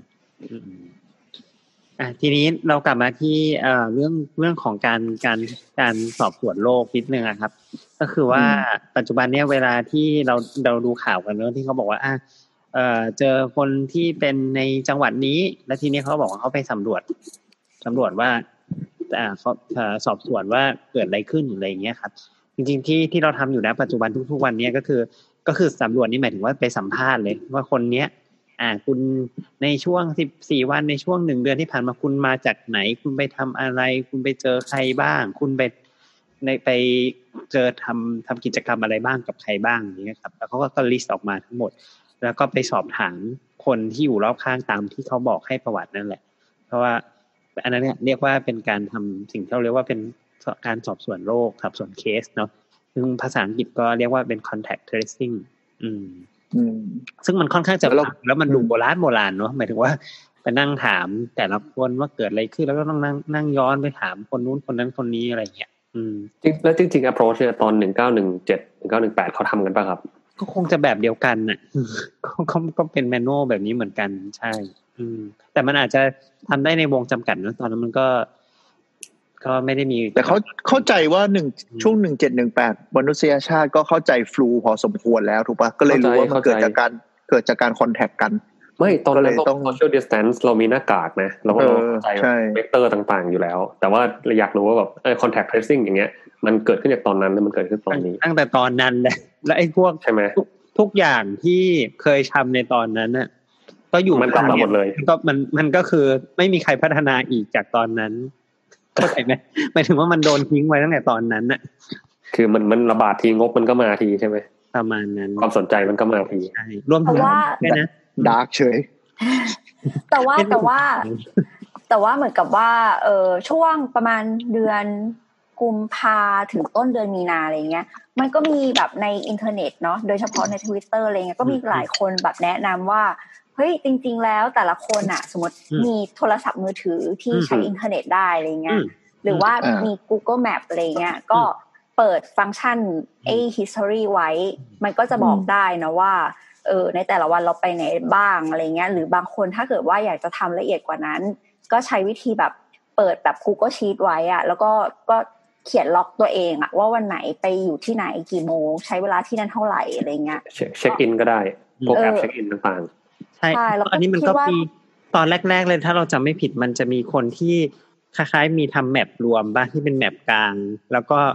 [SPEAKER 3] อ่ะทีนี้เรากลับมาที่เอ่อเรื่องเรื่องของการการการสอบสวนโรคนิดนึงนะครับก็คือว่าปัจจุบันเนี้ยเวลาที่เราเราดูข่าวกันเนอะที่เขาบอกว่าอ่ะเอ่อเจอคนที่เป็นในจังหวัดนี้แล้วทีนี้เขาบอกว่าเขาไปสำรวจสำรวจว่าอ่าเขาสอบสวนว่าเกิดอะไรขึ้นอะไรอย่างเงี้ยครับจริงๆที่ที่เราทำอยู่นะปัจจุบันทุกๆวันนี้ก็คือก็คือสำรวจนี่หมายถึงว่าไปสัมภาษณ์เลยว่าคนเนี้ยอ่าคุณในช่วงสิบสี่วันในช่วงหนึ่งเดือนที่ผ่านมาคุณมาจากไหนคุณไปทำอะไรคุณไปเจอใครบ้างคุณไปในไปเจอทำทำกิจกรรมอะไรบ้างกับใครบ้างอย่างเงี้ยครับแล้วเขาก็ลิสต์ออกมาทั้งหมดแล้วก็ไปสอบถามคนที่อยู่รอบข้างตามที่เขาบอกให้ประวัตินั่นแหละเพราะว่าอันนั้นเนี่ยเรียกว่าเป็นการทำสิ่งที่เราเรียกว่าเป็นการสอบสวนโรคสอบสวนเคสเนาะซึ่งภาษาอังกฤษก็เรียกว่าเป็น contact tracing อืมซึ่งมันค่อนข้างจะแล้วมันดูโบราณโบราณเนาะหมายถึงว่าไปนั่งถามแต่ละคนว่าเกิดอะไรขึ้นแล้วก็ต้องนั่งนั่งย้อนไปถามคนนู้นคนนั้นคนนี้อะไรอย่างเงี้ยอืม
[SPEAKER 5] จริงแล้วจริงๆ approach เนี่ยตอนหนึ่งเก้าหนึ่งเจ็ด หนึ่งเก้าหนึ่งแปดเขาทำกันป่ะครับ
[SPEAKER 3] ก็คงจะแบบเดียวกันน่ะก็ก็ก็เป็นแมนนวลแบบนี้เหมือนกันใช่อืมแต่มันอาจจะทำได้ในวงจำกัดนะตอนนั้นมันก็ก็ไม่ได้มี
[SPEAKER 6] แต่เขาเข้าใจว่าหนึ่งช่วงหนึ่งเจ็ดหนึ่งแปดมนุษยชาติก็เข้าใจฟลูพอสมควรแล้วถูกป่ะก็เลยรู้ว่ามันเกิดจากการเกิดจากการคอนแทคกัน
[SPEAKER 5] ไม่ตอนนั้นต้อง social distance เรามีหน้ากากนะเราก็เข้าใจเวกเตอร์ต่างๆอยู่แล้วแต่ว่าอยากรู้ว่าแบบเออ contact tracing อย่างเงี้ยมันเกิดขึ้นจากตอนนั้นมันเกิดขึ้นตอนนี้
[SPEAKER 3] ตั้งแต่ตอนนั้นเลยแล้วไอ้พวก
[SPEAKER 5] ใช่ไหม
[SPEAKER 3] ทุกอย่างที่เคยทำในตอนนั้นน่ะก็อยู่
[SPEAKER 5] มันกลับมาหมดเลย
[SPEAKER 3] ก็มันมันก็คือไม่มีใครพัฒนาอีกจากตอนนั้นเข้าใจไหมหมายถึงว่ามันโดนทิ้งไว้ตั้งแต่ตอนนั้นน่ะ
[SPEAKER 5] คือมันมันระบาดทีงบมันก็มาทีใช่ไหม
[SPEAKER 3] ประมาณนั้น
[SPEAKER 5] ความสนใจมันก็มาที
[SPEAKER 3] ใช่รวมถึงด้วยนะ
[SPEAKER 6] ดาร์กเฉย
[SPEAKER 2] แต่ว่าแต่ว่าแต่ว่าเหมือนกับว่าเออช่วงประมาณเดือนกุมภาถึงต้นเดือนมีนาอะไรเงี้ยมันก็มีแบบในอินเทอร์เน็ตเนาะโดยเฉพาะใน Twitter อะไรเงี้ยก็มีหลายคนแบบแนะนำว่าเฮ้ยจริงๆแล้วแต่ละคนอ่ะสมมติมีโทรศัพท์มือถือที่ใช้อินเทอร์เน็ตได้อะไรเงี้ยหรือว่ามี Google Map อะไรเงี้ยก็เปิดฟังก์ชันไอ้ history ไว้มันก็จะบอกได้นะว่าเออในแต่ละวันเราไปไหนบ้างอะไรเงี้ยหรือบางคนถ้าเกิดว่าอยากจะทำละเอียดกว่านั้นก็ใช้วิธีแบบเปิดแบบ Google Sheet ไว้อ่ะแล้วก็ก็เขียนล็อกตัวเองอ่ะว่าวันไหนไปอยู่ที่ไหนกี่โมงใช้เวลาที่นั่นเท่าไหร่อะไรเงี้ย
[SPEAKER 5] เช็คอินก็ได้พวกแอปเช็คอินต่าง
[SPEAKER 3] ๆใช่อันนี้มันก็มีตอนแรกๆเลยถ้าเราจำไม่ผิดมันจะมีคนที่คล้ายๆมีทำแมปรวมบ้างที่เป็นแมปกลางแล้วก็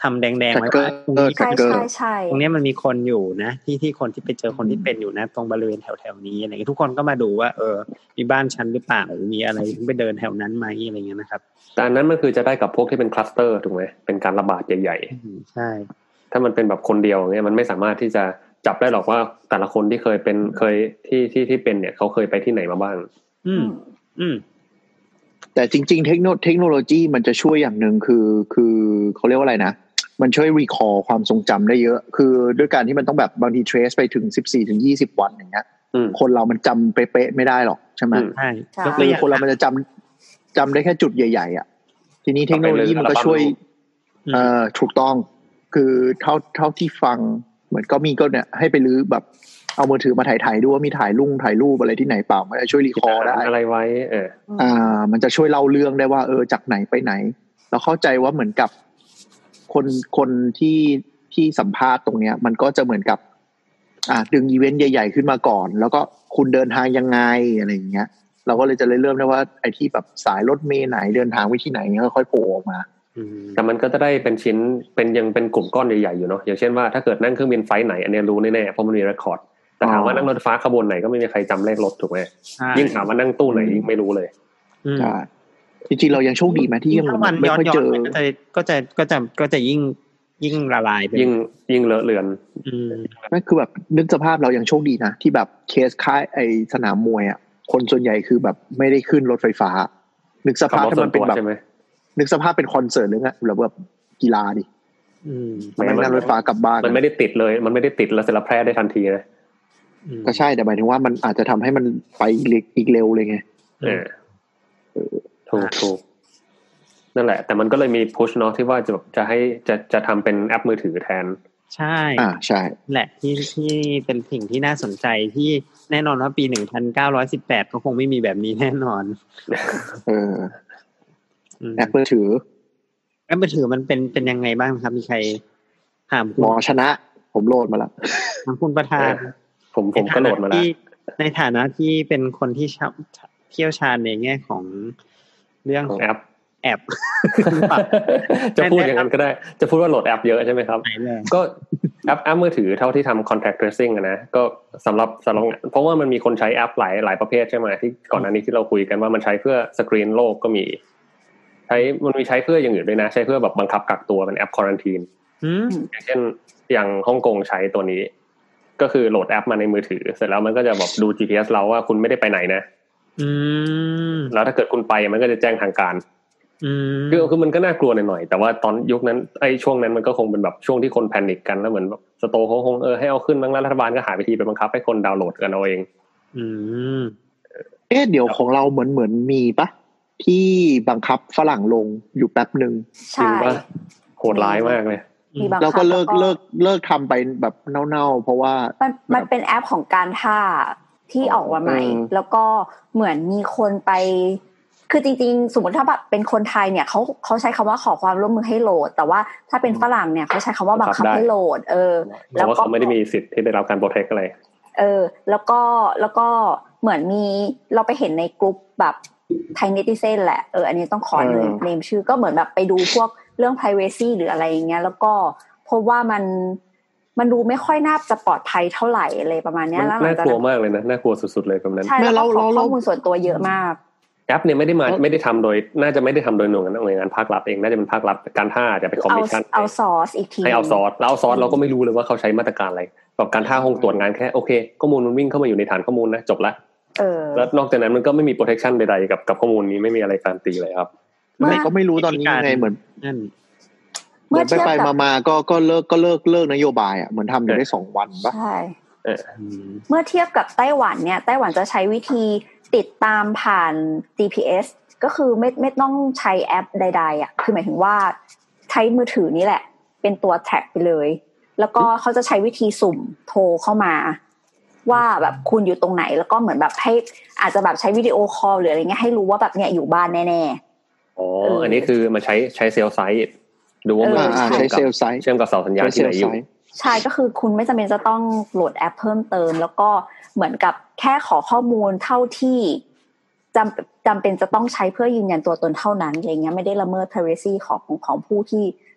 [SPEAKER 3] ทำแดงๆไว้ว่าตรงนี้
[SPEAKER 2] ใช่ใช่ใช่
[SPEAKER 3] ตรงนี้มันมีคนอยู่นะที่ที่คนที่ไปเจอคนที่เป็นอยู่นะตรงบริเวณแถวๆนี้อะไรเงี้ยทุกคนก็มาดูว่าเออมีบ้านชั้นหรือเปล่ามีอะไรไปเดินแถวนั้นไหมอะไรเงี้ยนะครับ
[SPEAKER 5] แต่อันนั้นมันคือจะได้กับพวกที่เป็นคลัสเตอร์ถูกไหมเป็นการระบาดใหญ่
[SPEAKER 3] ๆใช่
[SPEAKER 5] ถ้ามันเป็นแบบคนเดียวเงี้ยมันไม่สามารถที่จะจับได้หรอกว่าแต่ละคนที่เคยเป็นเคยที่ที่ที่เป็นเนี่ยเขาเคยไปที่ไหนมาบ้าง
[SPEAKER 3] อืมอืม
[SPEAKER 6] แต่จริงๆเทคโนเทคโนโลยีมันจะช่วยอย่างหนึ่งคือคือเขาเรียกว่าอะไรนะมันช่วยรีคอร์ความทรงจำได้เยอะคือด้วยการที่มันต้องแบบบางที trace ไปถึงสิบสี่ถึงยี่สิบวันอย่างเงี้ยคนเรามันจำเป๊ะๆไม่ได้หรอกใช่ไหม
[SPEAKER 3] ใช่
[SPEAKER 6] คือคนเรามันจะจำจำได้แค่จุดใหญ่ๆอ่ะทีนี้เทคโนโลยีมันก็ช่วยเอ่อถูกต้องคือเท่าเท่าที่ฟังเหมือนก็มีก็เนี่ยให้ไปรื้อแบบเอามือถือมาถ่ายๆดูว่ามีถ่ายลุงถ่ายรูปอะไรที่ไหนเปล่ามันจะช่วยรีคอร์ได้
[SPEAKER 5] อะไรไว้เออ
[SPEAKER 6] อ่ามันจะช่วยเล่าเรื่องได้ว่าเออจากไหนไปไหนแล้วเข้าใจว่าเหมือนกับคนคนที่ที่สัมภาษณ์ตรงเนี้ยมันก็จะเหมือนกับอ่าดึงอีเวนต์ใหญ่ๆขึ้นมาก่อนแล้วก็คุณเดินทางยังไงอะไรอย่างเงี้ยเราก็เลยจะเริ่มได้ว่าไอ้ที่แบบสายรถเมล์ไหนเดินทางไปที่ไหนเงี้ยค่อยๆโผล่ออกมา
[SPEAKER 5] แต่มันก็จะได้เป็นชิ้นเป็นยังเป็นกลุ่มก้อนใหญ่ๆอยู่เนาะอย่างเช่นว่าถ้าเกิดนั่งเครื่องบินไฟล์ไหนอันนี้รู้แน่ๆเพราะมันมีเรคคอร์ดแต่ถามว่านั่งรถไฟฟ้าขบวนไหนก็ไม่มีใครจำเลขรถถูกไหมยิ่งถามว่านั่งตู้ไหนยิ่งไม่รู้เลย
[SPEAKER 6] ใช่จริงๆเรายังโชคดีไหมที่ยังไม่ค่อยเจอ
[SPEAKER 3] ก็จะก็จะก็จะยิ่งยิ่งละลายไป
[SPEAKER 5] ยิ่งยิ่งเลอะเลือน
[SPEAKER 6] นั่นคือแบบนึกสภาพเรายังโชคดีนะที่แบบเคสค่ายไอสนามมวยอ่ะคนส่วนใหญ่คือแบบไม่ได้ขึ้นรถไฟฟ้านึกสภาพถ้ามันเป็นแบบนึกสภาพเป็นคอนเสิร์ตหรือไงหรือแบบกีฬาดิมันนั่งรถไฟฟ้ากลับบ้าน
[SPEAKER 5] มันไม่ได้ติดเลยมันไม่ได้ติดแล้วเสร็จแล้วแพร่ได้ทันทีนะ
[SPEAKER 6] ก็ใช่แต่หมายถึงว่ามันอาจจะทำให้มันไปอีกเร็วเลยไง
[SPEAKER 5] เออถูกถูกนั่นแหละแต่มันก็เลยมีพุชเนาะที่ว่าจะจะให้จะจะทำเป็นแอปมือถือแทน
[SPEAKER 3] ใช่
[SPEAKER 6] อ่าใช่
[SPEAKER 3] แหละที่ที่เป็นสิ่งที่น่าสนใจที่แน่นอนว่าปีหนึ่งพันเก้าร้อยสิบแปดก็คงไม่มีแบบนี้แน่นอน
[SPEAKER 6] เออแอปมือถือ
[SPEAKER 3] แอปมือถือมันเป็นเป็นยังไงบ้างครับมีใครถาม
[SPEAKER 6] หมอชนะผมโหลดมาแล้ว
[SPEAKER 3] ถามคุณประธาน
[SPEAKER 5] ผมผมก็โหลดมาแล้ว
[SPEAKER 3] ในฐานะที่เป็นคนที่เชี่ยวชาญในแง่ของเรื่อง
[SPEAKER 5] ของแอป
[SPEAKER 3] แอป
[SPEAKER 5] จะพูดอย่างนั้นก็ได้จะพูดว่าโหลดแอปเยอะใช่ไหมครับก็แอปแอปมือถือเท่าที่ทำ contact tracing นะก็สำหรับสำหรับเพราะว่ามันมีคนใช้แอปหลายหลายประเภทใช่ไหมที่ก่อนหน้านี้ที่เราคุยกันว่ามันใช้เพื่อสกรีนโรคก็มีใช้มันมีใช้เพื่ออย่างอื่นด้วยนะใช้เพื่อแบบบังคับกักตัวเป็นแอปควอรันทีนอย่างเช่นอย่างฮ่องกงใช้ตัวนี้ก็คือโหลดแอปมาในมือถือเสร็จแล้วมันก็จะบอกดู จี พี เอส เราว่าคุณไม่ได้ไปไหนนะแล้วถ้าเกิดคุณไปมันก็จะแจ้งทางการคือคือมันก็น่ากลัวหน่อยๆแต่ว่าตอนยุคนั้นไอ้ช่วงนั้นมันก็คงเป็นแบบช่วงที่คนแพนิคกันแล้วเหมือนแบบสโตร์เขาคงเออให้เอาขึ้นบ้างแล้วรัฐบาลก็หาวิธีไปบังคับให้คนดาวน์โหลดกันเอาเอง
[SPEAKER 3] อืม
[SPEAKER 6] เอ๊ะเดี๋ยวของเราเหมือนเหมือนมีปะที่บังคับฝรั่งลงอยู่แป๊บนึง
[SPEAKER 2] จริงป่ะ
[SPEAKER 5] โหดร้ายมากเลย
[SPEAKER 6] แล้วก็เลิกเลิกเลิกทำไปแบบเน่าๆเพราะว่า
[SPEAKER 2] มันมันเป็นแอปของการท่าที่ออกมาใหม่แล้วก็เหมือนมีคนไปคือจริงๆสมมติถ้าแบบเป็นคนไทยเนี่ยเขาเขาใช้คำว่าขอความร่วมมือให้โหลดแต่ว่าถ้าเป็นฝรั่งเนี่ยเขาใช้คำว่าบังคับให้โหลดเออ
[SPEAKER 5] แล้วก็เขาไม่ได้มีสิทธิ์ที่ได้รับการโปรเทคอะไร
[SPEAKER 2] เออแล้วก็แล้วก็เหมือนมีเราไปเห็นในกลุ่มแบบไทยเนติเซนแหละเอออันนี้ต้องขอเนมชื่อก็เหมือนแบบไปดูพวกเรื่อง privacy หรืออะไรอย่างเงี้ยแล้วก็พบว่ามันมันดูไม่ค่อยน่าจะปลอดภัยเท่าไหร่อะไรประมาณนี้
[SPEAKER 5] แล้วน่ากลัวมากเลยนะน่ากลัวสุดๆเลยแบบนั้น
[SPEAKER 2] ใช่แล้วก็ข้อมูลส่วนตัวเยอะมาก
[SPEAKER 5] แอปเนี่ยไม่ได้มาไม่ได้ทำโดยน่าจะไม่ได้ทำโดยหน่วยงานหน่วยงานภาครัฐเองน่าจะเป็นภาครัฐการท่าจะไปคอมมิชชั่น
[SPEAKER 2] เอาซอร์สอีกที
[SPEAKER 5] ให้เอาซอร์สแล้วเอาซอร์สเราก็ไม่รู้เลยว่าเขาใช้มาตรการอะไรแบบการท่าคงตรวจงานแค่โอเคข้อมูลมันวิ่งเข้ามาอยู่ในฐานข้อมูลนะจบละแล้วนอกจากนั้นมันก็ไม่มี protection ใดๆกับกับข้อมูลนี้ไม่มีอะไรการันตีเลยครับ
[SPEAKER 6] ไม่ก็ไม่รู้ตอนนี้ยังไงเหมือนนั่นเมื่อไปๆมาๆก็ก็เลิกก็เลิกเลิกนโยบายอ่ะเหมือนทำอยู่ได้สองวันป่ะ
[SPEAKER 2] ใช่เมื่อเทียบกับไต้หวันเนี่ยไต้หวันจะใช้วิธีติดตามผ่าน จี พี เอส ก็คือไม่ไม่ต้องใช้แอปใดๆอ่ะคือหมายถึงว่าใช้มือถือนี่แหละเป็นตัวแท็กไปเลยแล้วก็เขาจะใช้วิธีสุ่มโทรเข้ามาว่าแบบคุณอยู่ตรงไหนแล้วก็เหมือนแบบให้อาจจะแบบใช้วิดีโอคอลหรืออะไรเงี้ยให้รู้ว่าแบบเนี้ยอยู่บ้านแน่
[SPEAKER 5] ๆอ๋ออันนี้คือมาใช้ใช้เซลล์ไซต์ดูว่ามัน
[SPEAKER 6] ใช้เซลล์ไซต์
[SPEAKER 5] เชื่อมกับเสาสัญญาณที่ไหนอยู่
[SPEAKER 2] ใช่ก็คือคุณไม่จำเป็นจะต้องโหลดแอปเพิ่มเติมแล้วก็เหมือนกับแค่ขอข้อมูลเท่าที่จำจำเป็นจะต้องใช้เพื่อยืนยันตัวตนเท่านั้นอะไรเงี้ยไม่ได้ละเมิด privacy ของของผู้ที่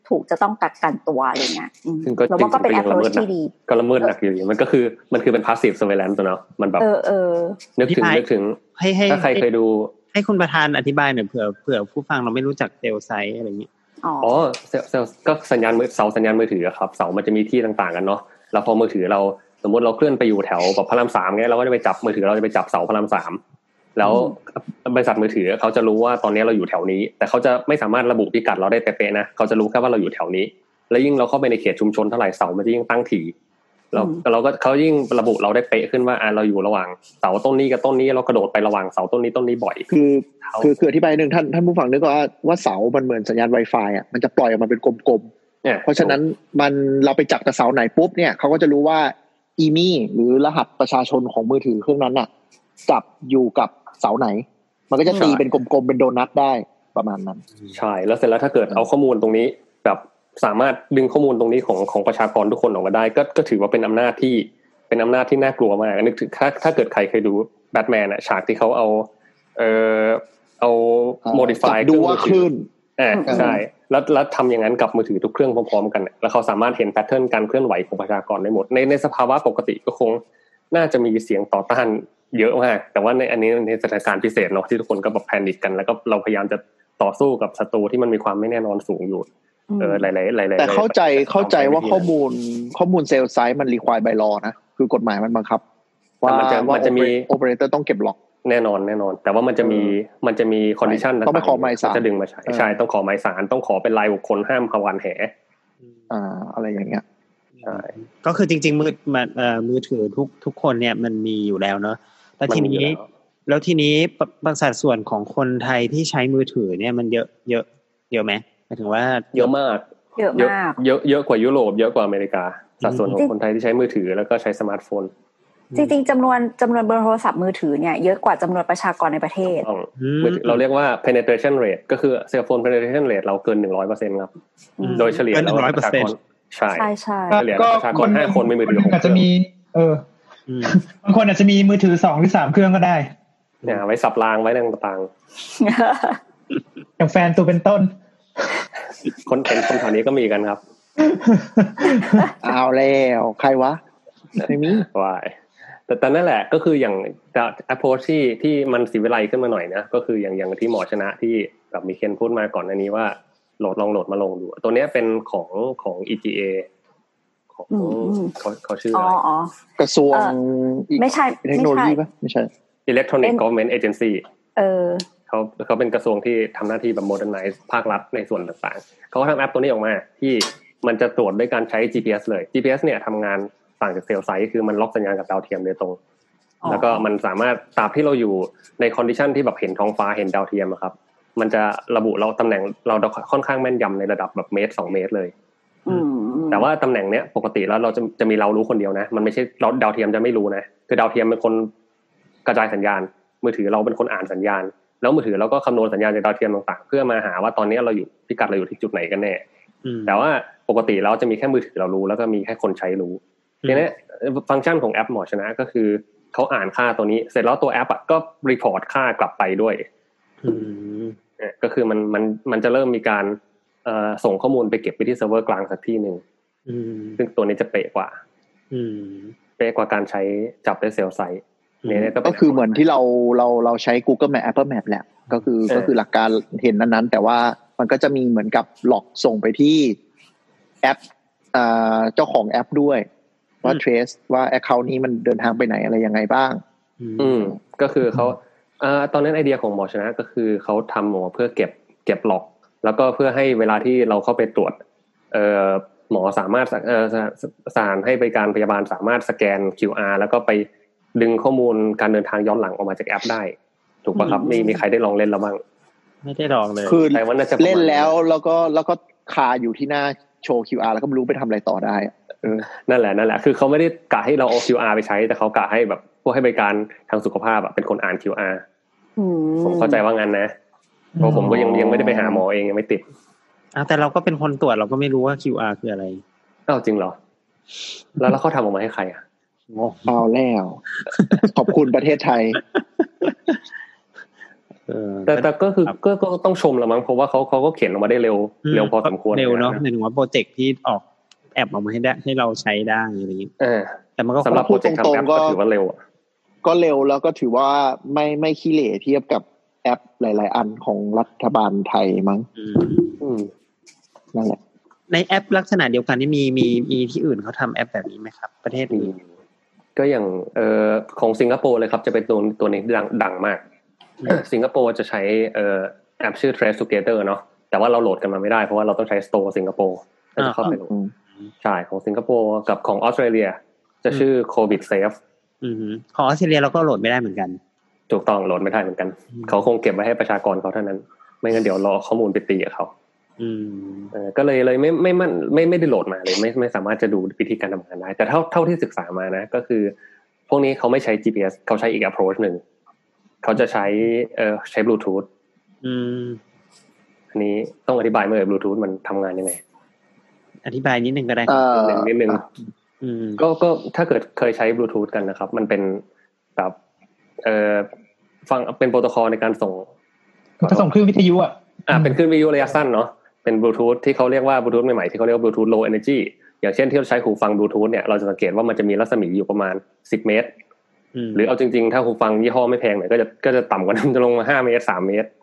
[SPEAKER 2] ถูกจะต้องกักกันตัวอะไรเงี้ยแล้วว่าก็เป็น approach ที่ดี
[SPEAKER 5] ก็ละเมิดหนักอยู่มันก็คือมันคือเป็น passive surveillance ตัวเนาะมันแบบ
[SPEAKER 2] เออเออ
[SPEAKER 5] นึกถึงนึกถึงถ้าใครเคยดู
[SPEAKER 3] ให้คุณประธานอธิบายหน่อยเผื่อเผื่อผู้ฟังเราไม่รู้จักเซลล์ไซต์อะไรอย่างงี้
[SPEAKER 5] อ๋อเซลล์เซลล์ก็สัญญาณมือเสาสัญญาณมือถือครับเสามันจะมีที่ต่างๆกันเนาะแล้วพอมือถือเราสมมติเราเคลื่อนไปอยู่แถวแบบพระรามสามเงี้ยเราก็จะไปจับมือถือเราจะไปจับเสาพระรามสามแล้วบริษัทมือถือเขาจะรู้ว่าตอนนี้เราอยู่แถวนี้แต่เขาจะไม่สามารถระบุพิกัดเราได้เป๊ะๆนะเขาจะรู้แค่ว่าเราอยู่แถวนี้แล้วยิ่งเราเข้าไปในเขตชุมชนเท่าไหร่เสามันจะยิ่งตั้งถี่แล้วเราก็เขายิ่งระบุเราได้เป๊ะขึ้นว่าอ่าเราอยู่ระหว่างเสาต้นนี้กับต้นนี้เรากระโดดไประหว่างเสาต้นนี้ต้นนี้บ่อย
[SPEAKER 6] คือคือคืออธิบายนึงท่านท่านผู้ฟังนึกว่าว่าเสามันเหมือนสัญญาณ Wi-Fi อ่ะมันจะปล่อยออกมาเป็นกลมๆเพราะฉะนั้นมันเราไปจับกับเสาไหนปุ๊บเนี่ยเขาก็จะรู้ว่าอีมี่หรือรหัสประชาชนของมือถือเครื่องนั้นน่ะจับอยู่กับเสาไหนมันก็จะตีเป็นกลมๆเป็นโดนัทได้ประมาณนั้น
[SPEAKER 5] ใช่แล้วเสร็จแล้วถ้าเกิดเอาข้อมูลตรงนี้แบบสามารถดึงข้อมูลตรงนี้ของของประชากรทุกคนออกมาได้ก็ก็ถือว่าเป็นอำนาจที่เป็นอำนาจที่น่ากลัวมากนึกถึงถ้าถ้าเกิดใครเคยดูแบทแมนอ่ะฉากที่เขาเอาเอ่อเอา modify
[SPEAKER 6] ดูว่าคลื่น
[SPEAKER 5] อ่าใช่แล้วแล้วทำอย่างนั้นกับมือถือทุกเครื่องพร้อมๆกันแล้วเขาสามารถเห็นแพทเทิร์นการเคลื่อนไหวของประชากรได้หมดในในสภาวะปกติก็คงน่าจะมีเสียงต่อต้านเยอะมากแต่ว่าในอันนี้ในสถานการณ์พิเศษเนาะที่ทุกคนก็แบบแพนิคกันแล้วก็เราพยายามจะต่อสู้กับศัตรูที่มันมีความไม่แน่นอนสูงอยู่เออหลายๆหลายๆ
[SPEAKER 6] แต่เข้าใจเข้าใจว่าข้อมูลข้อมูลเซลล์ไซต์มัน require by law นะคือกฎหมายมันบังคับว่า
[SPEAKER 5] มันจะมันจะมี
[SPEAKER 6] operator ต้องเก็บล็อก
[SPEAKER 5] แน่นอนแน่นอนแต่ว่ามันจะมีมันจะมี condition
[SPEAKER 6] ต้องไปขอหมายศาล
[SPEAKER 5] จะดึงมาใช้ใช่ต้องขอหมายศาลต้องขอเป็นรายบุคคลห้ามขวานแห
[SPEAKER 6] อ่าอะไรอย่างเงี้ย
[SPEAKER 5] ใช่
[SPEAKER 3] ก็คือจริงๆมือเอ่อมือถือทุกทุกคนเนี่ยมันมีอยู่แล้วเนาะแล้วทีนี้แล้วทีนี้ประสัดส่วนของคนไทยที่ใช้มือถือเนี่ยมันเยอะเยอะเยอะไหมหมายถึงว่า
[SPEAKER 5] เยอะมาก
[SPEAKER 2] เยอะมาก
[SPEAKER 5] เยอะเยอะกว่ายุโรปเยอะกว่าอเมริกาสัดส่วนของคนไทยที่ใช้มือถือแล้วก็ใช้สมาร์ทโฟน
[SPEAKER 2] จริงๆจำนวนจำนวนเบอร์โทรศัพท์มือถือเนี่ยเยอะกว่าจำนวนประชากรในประเทศ
[SPEAKER 5] เราเรียกว่า penetration rate ก็คือ cell phone penetration rate เราเกิน หนึ่งร้อยเปอร์เซ็นต์ ครับโดยเฉลี่ยแล้วประชากรใช่
[SPEAKER 2] ใช่
[SPEAKER 5] เฉลี่ยประชากรห้าคนมีมือถือหก
[SPEAKER 4] อาจจะมีเออบางคนอาจจะมีมือถือสองหรือสามเครื่องก็ได้
[SPEAKER 5] เนี่ยไว้สับรางไว้ต่าง
[SPEAKER 4] ๆอย่างแฟนตัวเป็นต้น
[SPEAKER 5] คนเป็นคนแถวนี้ก็มีกันครับ
[SPEAKER 6] เอาแล้วใครวะไม่มี
[SPEAKER 5] วายแต่ตอนนั่นแหละก็คืออย่าง approach ที่ที่มันศิวิไลซ์ขึ้นมาหน่อยนะก็คืออย่างอย่างที่หมอชนะที่แบบมีเคนพูดมาก่อนอันนี้ว่าโหลดลองโหลดมาลงดูตัวนี้เป็นของของ อี จี เอ ของเขาเขาชื่ออะไร
[SPEAKER 6] กระทรวง
[SPEAKER 2] ไม่ใช่
[SPEAKER 6] เทคโนโลยีป่ะไม่ใช่
[SPEAKER 5] Electronic Government Agency
[SPEAKER 2] เออ
[SPEAKER 5] เขาเขาเป็นกระทรวงที่ทำหน้าที่แบบ modernize ภาครัฐในส่วนต่างๆเขาก็ทำแอปตัวนี้ออกมาที่มันจะตรวจด้วยการใช้ จี พี เอส เลย จี พี เอส เนี่ยทำงานต่างจากเซลล์ไซต์คือมันล็อกสัญญาณกับดาวเทียมโดยตรงแล้วก็มันสามารถตราบที่เราอยู่ในคอนดิชันที่แบบเห็นท้องฟ้าเห็นดาวเทียมครับมันจะระบุเราตำแหน่งเราค่อนข้างแม่นยำในระดับแบบเมตรสองเมตรเลยแต่ว่าตำแหน่งเนี้ยปกติแล้วเราจะจะมีเรารู้คนเดียวนะมันไม่ใช่เราดาวเทียมจะไม่รู้นะคือดาวเทียมเป็นคนกระจายสัญญาณมือถือเราเป็นคนอ่านสัญญาณแล้วมือถือเราก็คำนวณสัญญาณจากดาวเทียมต่างๆเพื่อมาหาว่าตอนนี้เราอยู่พิกัดเราอยู่ที่จุดไหนกันแน่แต่ว่าปกติเราจะมีแค่มือถือเรารู้แล้วก็มีแค่คนใช้รู้ทีนี้ฟังก์ชันของแอปหมอชนะก็คือเขาอ่านค่าตัวนี้เสร็จแล้วตัวแอปก็รีพอร์ตค่ากลับไปด้วยก็คือมันมันมันจะเริ่มมีการส่งข้อมูลไปเก็บไปที่เซิร์ฟเวอร์กลางสักที่นึงซึ่งตัวนี้จะเป๊ะกว่าเป๊ะกว่าการใช้จับด้วยเซลล์ไซต์
[SPEAKER 6] ก็คือเหมือนที่เราเราเราใช้ Google Map Apple Map แหละก็คือก็คือหลักการเห็นนั้นๆแต่ว่ามันก็จะมีเหมือนกับหลอกส่งไปที่แอปเจ้าของแอปด้วยว่า trace ว่า account นี้มันเดินทางไปไหนอะไรยังไงบ้าง
[SPEAKER 5] อืมก็คือเขาอ่าตอนนั้นไอเดียของหมอชนะก็คือเขาทำหมอเพื่อเก็บเก็บหลอกแล้วก็เพื่อให้เวลาที่เราเข้าไปตรวจเอ่อหมอสามารถเอ่อสถานให้บริการพยาบาลสามารถสแกน คิว อาร์ แล้วก็ไปดึงข้อมูลการเดินทางย้อนหลังออกมาจากแอปได้ถูกป่ะครับมีมีใครได้ลองเล่นแล้วบ้าง
[SPEAKER 3] ไม่ได้ลองเลย
[SPEAKER 6] คือเล่นแล้วแล้วก็แล้วก็คาอยู่ที่หน้าโชว์ คิว อาร์ แล้วก็ไม่รู้ไปทำอะไรต่อได้
[SPEAKER 5] เออนั่นแหละนั่นแหละคือเขาไม่ได้กะให้เราเอา คิว อาร์ ไปใช้แต่เขากะให้แบบพวกให้บริการทางสุขภาพอ่ะเป็นคนอ่าน คิว อาร์ ผมเข้าใจว่างั้นนะเพราะผมก็ยังยังไม่ได้ไปหาหมอเองยังไม่ติด
[SPEAKER 3] อ้าวแต่เราก็เป็นคนตรวจเราก็ไม่รู้ว่า คิว อาร์ คืออะไร
[SPEAKER 5] อ้าวจริงเหรอแล้วแล้วเขาทำออกมาให้ใครอ่ะ
[SPEAKER 6] เอาแล้วขอบคุณประเทศไทย
[SPEAKER 3] เออ
[SPEAKER 5] แต่แต่ก็คือก็ก็ต้องชมละมั้งเพราะว่าเขาเขาก็เขียนออกมาได้เร็วเร็วพอสมควร
[SPEAKER 3] เร็วเนาะหมายถึงว่าโปรเจกต์ที่ออกแอปออกมาให้ได้ให้เราใช้ได้อะไรอย่างงี้เออแต่มันก็
[SPEAKER 5] สำหรับโปรเจกต์ทำแอปก็ถือว่าเร็ว
[SPEAKER 6] ก็เร็วแล้วก็ถือว่าไม่ไม่ขี้เหร่เทียบกับแอปหลายๆอันของรัฐบาลไทยมั้งอืมนั่นแหละ
[SPEAKER 3] ในแอปลักษณะเดียวกันนี่มีมีมีที่อื่นเขาทำแอปแบบนี้ไหมครับประเทศอื่น
[SPEAKER 5] ก็อย่างเอ่อของสิงคโปร์เลยครับจะเป็นตัวตัวนี้ดังดังมากสิงคโปร์จะใช้เอ่อแอปชื่อ Trace Together เนาะแต่ว่าเราโหลดกันมาไม่ได้เพราะว่าเราต้องใช้ Store สิงคโปร์ก็จะเข้าไปโหลดใช่ของสิงคโปร์กับของออสเตรเลียจะชื่อ COVID Safe
[SPEAKER 3] อือของออสเตรเลียเราก็โหลดไม่ได้เหมือนกัน
[SPEAKER 5] ถูกต้องโหลดไม่ได้เหมือนกันเขาคงเก็บไว้ให้ประชากรเขาเท่านั้นไม่งั้นเดี๋ยวรอข้อมูลไปตีกับเขาอืมเออก็เลยเลยไม่ไม่ไม่ไม่ไม่ได้โหลดมาเลยไม่ไม่สามารถจะดูวิธีการทำงานได้แต่เท่าเท่าที่ศึกษามานะก็คือพวกนี้เขาไม่ใช้ จี พี เอส เขาใช้อีก approach นึงเขาจะใช้เอ่อใช้ Bluetooth อืมอันนี้ต้องอธิบายเมื่อ Bluetooth มันทำงานยังไง
[SPEAKER 3] อธิบายนิดนึงก็ได้
[SPEAKER 5] นิดนึงนิดนึงอืมก็ก็ถ้าเกิดเคยใช้ Bluetooth กันนะครับมันเป็นแบบเอ่อฟังเป็นโปรโตคอลในการส่ง
[SPEAKER 4] จะส่งคลื่นวิทยุอ่ะ
[SPEAKER 5] อ่าเป็นคลื่นวิทยุระยะสั้นเนาะเป็นบลูทูธที่เขาเรียกว่าบลูทูธใหม่ๆที่เขาเรียกว่าบลูทูธ low energy อย่างเช่นที่เราใช้หูฟังบลูทูธเนี่ยเราจะสังเกตว่ามันจะมีรัศมีอยู่ประมาณสิบเมตรหรือเอาจริงๆถ้าหูฟังยี่ห้อไม่แพงหน่อยก็จะก็จะต่ำกว่านั้นจะลงมาห้าเมตรสามเมตร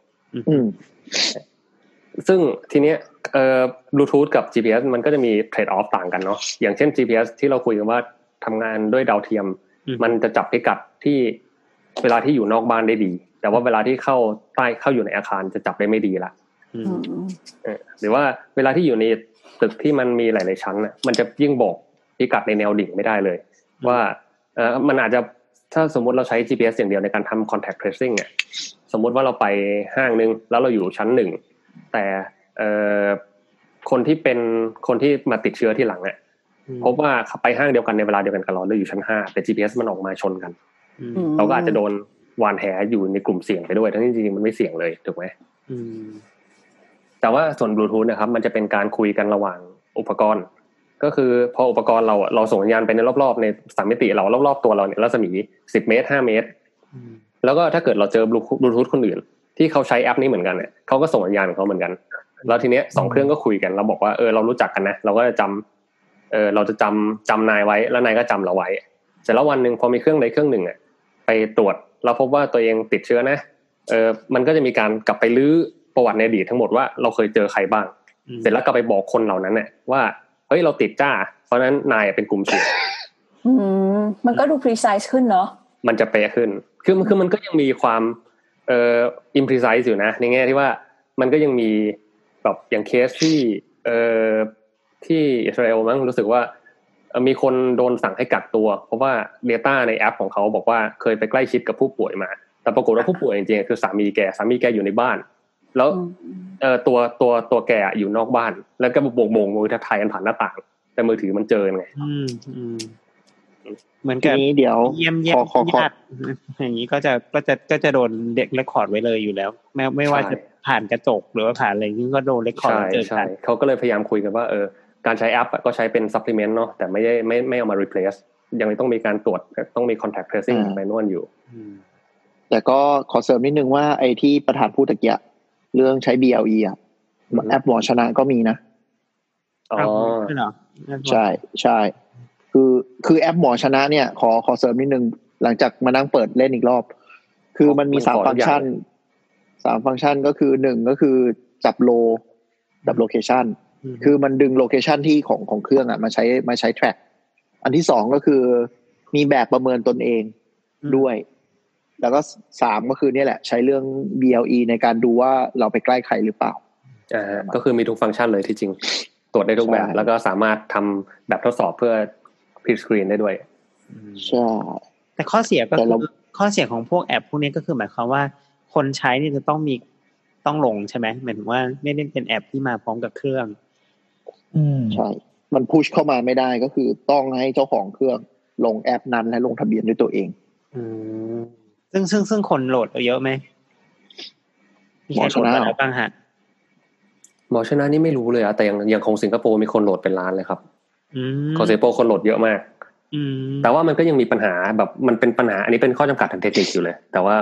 [SPEAKER 5] ซึ่งทีเนี้ยเอ่อบลูทูธกับ จี พี เอส มันก็จะมีเทรดออฟต่างกันเนาะอย่างเช่น จี พี เอส ที่เราคุยกันว่าทำงานด้วยดาวเทียมมันจะจับพิกัดที่เวลาที่อยู่นอกบ้านได้ดีแต่ว่าเวลาที่เข้าใต้เข้าอยู่ในอาคารจะจับได้ไม่ดีละหรือว่าเวลาที่อยู่ในตึกที่มันมีหลายๆชั้นน่ะมันจะยิ่งบอกพิกัดในแนวดิ่งไม่ได้เลยว่าเอ่อมันอาจจะถ้าสมมุติเราใช้ จี พี เอส อย่างเดียวในการทำ contact tracing เนี่ยสมมุติว่าเราไปห้างนึงแล้วเราอยู่ชั้นหนึ่งแต่เอ่อคนที่เป็นคนที่มาติดเชื้อที่หลังเนี่ยพบว่าไปห้างเดียวกันในเวลาเดียวกันกับเราเราอยู่ชั้นห้าแต่ จี พี เอส มันออกมาชนกันเราก็อาจจะโดนวานแหอยู่ในกลุ่มเสี่ยงไปด้วยทั้งที่จริงๆมันไม่เสี่ยงเลยถูกไหมแต่ว่าส่วน Bluetooth นะครับมันจะเป็นการคุยกันระหว่างอุปกรณ์ก็คือพออุปกรณ์เราเราส่งสัญญาณไปในรอบๆในสามมิติเรารอบๆตัวเราเนี่ยรัศมีสิบเมตรห้าเมตรแล้วก็ถ้าเกิดเราเจอบลูทูธคนอื่นที่เขาใช้แอปนี้เหมือนกันเนี่ยเขาก็ส่งสัญญาณของเขาเหมือนกันแล้วทีเนี้ยสองเครื่องก็คุยกันเราบอกว่าเออเรารู้จักกันนะเราก็จะจำเออเราจะจำจำนายไว้แล้วนายก็จำเราไว้เสร็จแล้ววันนึงพอมีเครื่องใดเครื่องหนึ่งอ่ะไปตรวจเราพบว่าตัวเองติดเชื้อนะเออมันก็จะมีการกลับไปลื้อประวัติในอดีตทั้งหมดว่าเราเคยเจอใครบ้างเสร็จแล้วก็ไปบอกคนเหล่านั้นเนี่ยว่าเฮ้ยเราติดจ้าเพราะนั้นนายเป็นกลุ่มเสี่ยง
[SPEAKER 2] อืมมันก็ดู precise ขึ้นเนาะ
[SPEAKER 5] มันจะเป๊ะขึ้นคือคือมันก็ยังมีความเอ่อ imprecise อยู่นะในแง่ที่ว่ามันก็ยังมีแบบอย่างเคสที่เอ่อที่อิสราเอลมั้งรู้สึกว่ามีคนโดนสั่งให้กักตัวเพราะว่า data ในแอปของเขาบอกว่าเคยไปใกล้ชิดกับผู้ป่วยมาแต่ปรากฏว่าผู้ป่วยจริงๆคือสามีแกสามีแกอยู่ในบ้านแล้วเอ่อตัวตัวตัวแกอยู่นอกบ้านแล้วก็โบกๆมือทักทายกันผ่านหน้าต่างแต่มือถือมันเจอไงอืมอืม
[SPEAKER 3] เหมือนกับ
[SPEAKER 6] เดี๋ยว
[SPEAKER 3] เยี่ยมเยี่ยมญาติอย่างนี้ก็จะก็จะก็จะโดนเด็กเรคคอร์ดไว้เลยอยู่แล้วแม้ไม่ว่าจะผ่านกระจกหรือว่าผ่านอะไรนี่ก็โดนเรคคอร์ดเจอกัน
[SPEAKER 5] เขาก็เลยพยายามคุยกันว่าเออการใช้แอปก็ใช้เป็นซัพพลีเมนต์เนาะแต่ไม่ได้ไม่ไม่เอามา replace ยังต้องมีการตรวจต้องมี contact tracing แมนนวลอยู่
[SPEAKER 6] แต่ก็ขอเสริมนิดนึงว่าไอ้ที่ประธานพูดตะเกียเรื่องใช้ บี แอล อี อ่ะแอปหมอชนะก็มีนะ
[SPEAKER 5] อ๋อ
[SPEAKER 6] ใช่ใช่คือคือแอปหมอชนะเนี่ยขอขอเสริมนิดนึงหลังจากมานั่งเปิดเล่นอีกรอบคือมันมีสามฟังก์ชันสามฟังก์ชันก็คือหนึ่งก็คือจับโลจับโลเคชั่นคือมันดึงโลเคชั่นที่ของของเครื่องอ่ะมาใช้มาใช้แทร็กอันที่สองก็คือมีแบบประเมินตนเองด้วยแล้วก็สามก็คือเนี่ยแหละใช้เรื่อง บี แอล อี ในการดูว่าเราไปใกล้ใครหรือเปล่า
[SPEAKER 5] อ่าก็คือมีทุกฟังก์ชันเลยที่จริงตรวจได้ทุกแบบแล้วก็สามารถทำแบบทดสอบเพื่อพิมพ์สกรีนได้ด้วย
[SPEAKER 6] ใช่
[SPEAKER 3] แต่ข้อเสียก็คือข้อเสียของพวกแอปพวกนี้ก็คือหมายความว่าคนใช้นี่จะต้องมีต้องลงใช่ไหมหมายถึงว่าไม่ได้เป็นแอปที่มาพร้อมกับเครื่อง
[SPEAKER 6] อืมใช่มันพุชเข้ามาไม่ได้ก็คือต้องให้เจ้าของเครื่องลงแอปนั้นและลงทะเบียนด้วยตัวเอง
[SPEAKER 3] อืมซึ่งซึ่งซึ่งคนโหลดเยอะไหม
[SPEAKER 6] หมอชนะ
[SPEAKER 3] บ้างฮะ
[SPEAKER 5] หมอชนะนี่ไม่รู้เลยอะแต่อย่างอย่างของสิงคโปร์มีคนโหลดเป็นล้านเลยครับของสิงคโปร์คนโหลดเยอะมากแต่ว่ามันก็ยังมีปัญหาแบบมันเป็นปัญหาอันนี้เป็นข้อจำกัดทางเทคนิคอยู่เลยแต่ว่า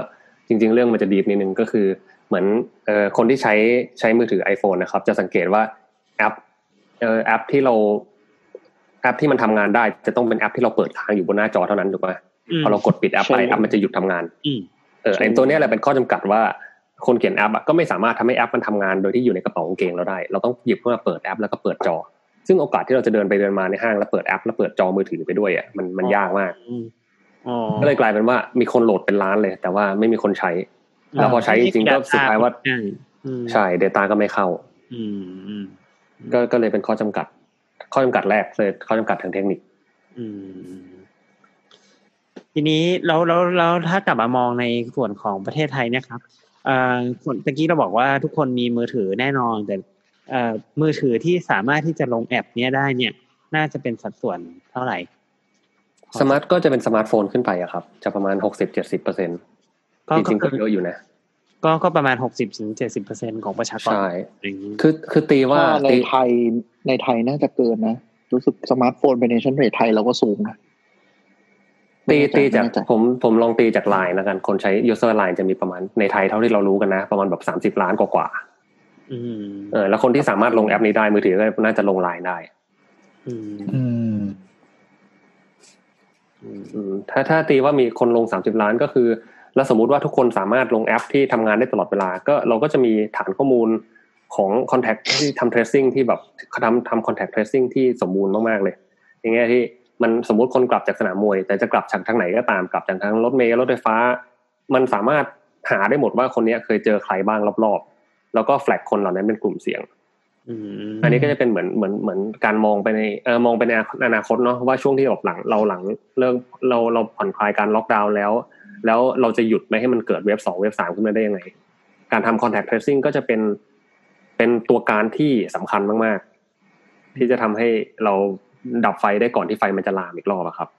[SPEAKER 5] จริงๆเรื่องมันจะดีฟนิดนึงก็คือเหมือนเอ่อคนที่ใช้ใช้มือถือ iPhone นะครับจะสังเกตว่าแอปเอ่อแอปที่เราแอปที่มันทำงานได้จะต้องเป็นแอปที่เราเปิดค้างอยู่บนหน้าจอเท่านั้นถูกป่ะพอเรากดปิดแอปไปแอปมันจะหยุดทำงานเออไอ้ตัวเนี้ยแหละเป็นข้อจำกัดว่าคนเขียนแอปก็ไม่สามารถทำให้แอปมันทำงานโดยที่อยู่ในกระเป๋ากางเกงเราได้เราต้องหยิบขึ้นมาเปิดแอปแล้วก็เปิดจอซึ่งโอกาสที่เราจะเดินไปเดินมาในห้างแล้วเปิดแอปแล้วเปิดจอมือถือไปด้วยอ่ะมันมันยากมากก็เลยกลายเป็นว่ามีคนโหลดเป็นล้านเลยแต่ว่าไม่มีคนใช้แล้วพอใช้จริงๆก็สุดท้ายว่าใช่ data ก็ไม่เข้าก็ก็เลยเป็นข้อจำกัดข้อจำกัดแรกเลยข้อจำกัดทางเทคนิค
[SPEAKER 3] ทีนี้แล้วแล้วแล้วถ้ากลับมามองในส่วนของประเทศไทยเนี่ยครับอ่าส่วนตะกี้เราบอกว่าทุกคนมีมือถือแน่นอนแต่เอ่อมือถือที่สามารถที่จะลงแอปเนี้ยได้เนี่ยน่าจะเป็นสัดส่วนเท่าไหร่
[SPEAKER 5] สมาร์ทก็จะเป็นสมาร์ทโฟนขึ้นไปอะครับจะประมาณ หกสิบถึงเจ็ดสิบเปอร์เซ็นต์ จริงๆก็เยอะอยู่นะ
[SPEAKER 3] ก็ก็ประมาณ หกสิบถึงเจ็ดสิบเปอร์เซ็นต์ ของประชากร
[SPEAKER 5] ใช่คือคือตีว่า
[SPEAKER 6] ในไทยในไทยน่าจะเกินนะรู้สึกสมาร์ทโฟน penetration rate ไทยเราก็สูงนะ
[SPEAKER 5] ตีตีจากผมผมลองตีจาก ไลน์ แล้วกันคนใช้ user ไลน์ จะมีประมาณในไทยเท่าที่เรารู้กันนะประมาณแบบสามสิบล้านกว่าๆอืมเออแล้วคนที่สามารถลงแอปนี้ได้มือถือก็น่าจะลง ไลน์ ได้อืมอืมอืมถ้าถ้าตีว่ามีคนลงสามสิบล้านก็คือแล้วสมมุติว่าทุกคนสามารถลงแอปที่ทำงานได้ตลอดเวลาก็เราก็จะมีฐานข้อมูลของ contact ที่ทำ tracing ที่แบบทำทำ contact tracing ที่สมบูรณ์มากๆเลยอย่างเงี้ยที่มันสมมุติคนกลับจากสนามมวยแต่จะกลับจากทางไหนก็ตามกลับจากทางรถเมล์รถไฟฟ้ามันสามารถหาได้หมดว่าคนนี้เคยเจอใครบ้างรอบๆแล้วก็แฟลกคนเหล่านั้นเป็นกลุ่มเสี่ยงอันนี้ก็จะเป็นเหมือนเหมือนเหมือนการมองไปในเออมองไปในอนาคตเนาะว่าช่วงที่หลังเราหลังเลิกเราเราผ่อนคลายการล็อกดาวน์แล้วแล้วเราจะหยุดไม่ให้มันเกิดเวฟสองเวฟสามขึ้นมาได้ยังไงการทำ contact tracing ก็จะเป็นเป็นตัวการที่สำคัญมากๆที่จะทำให้เราดับไฟได้ก่อนที่ไฟมันจะลามอีกรอบอะครับ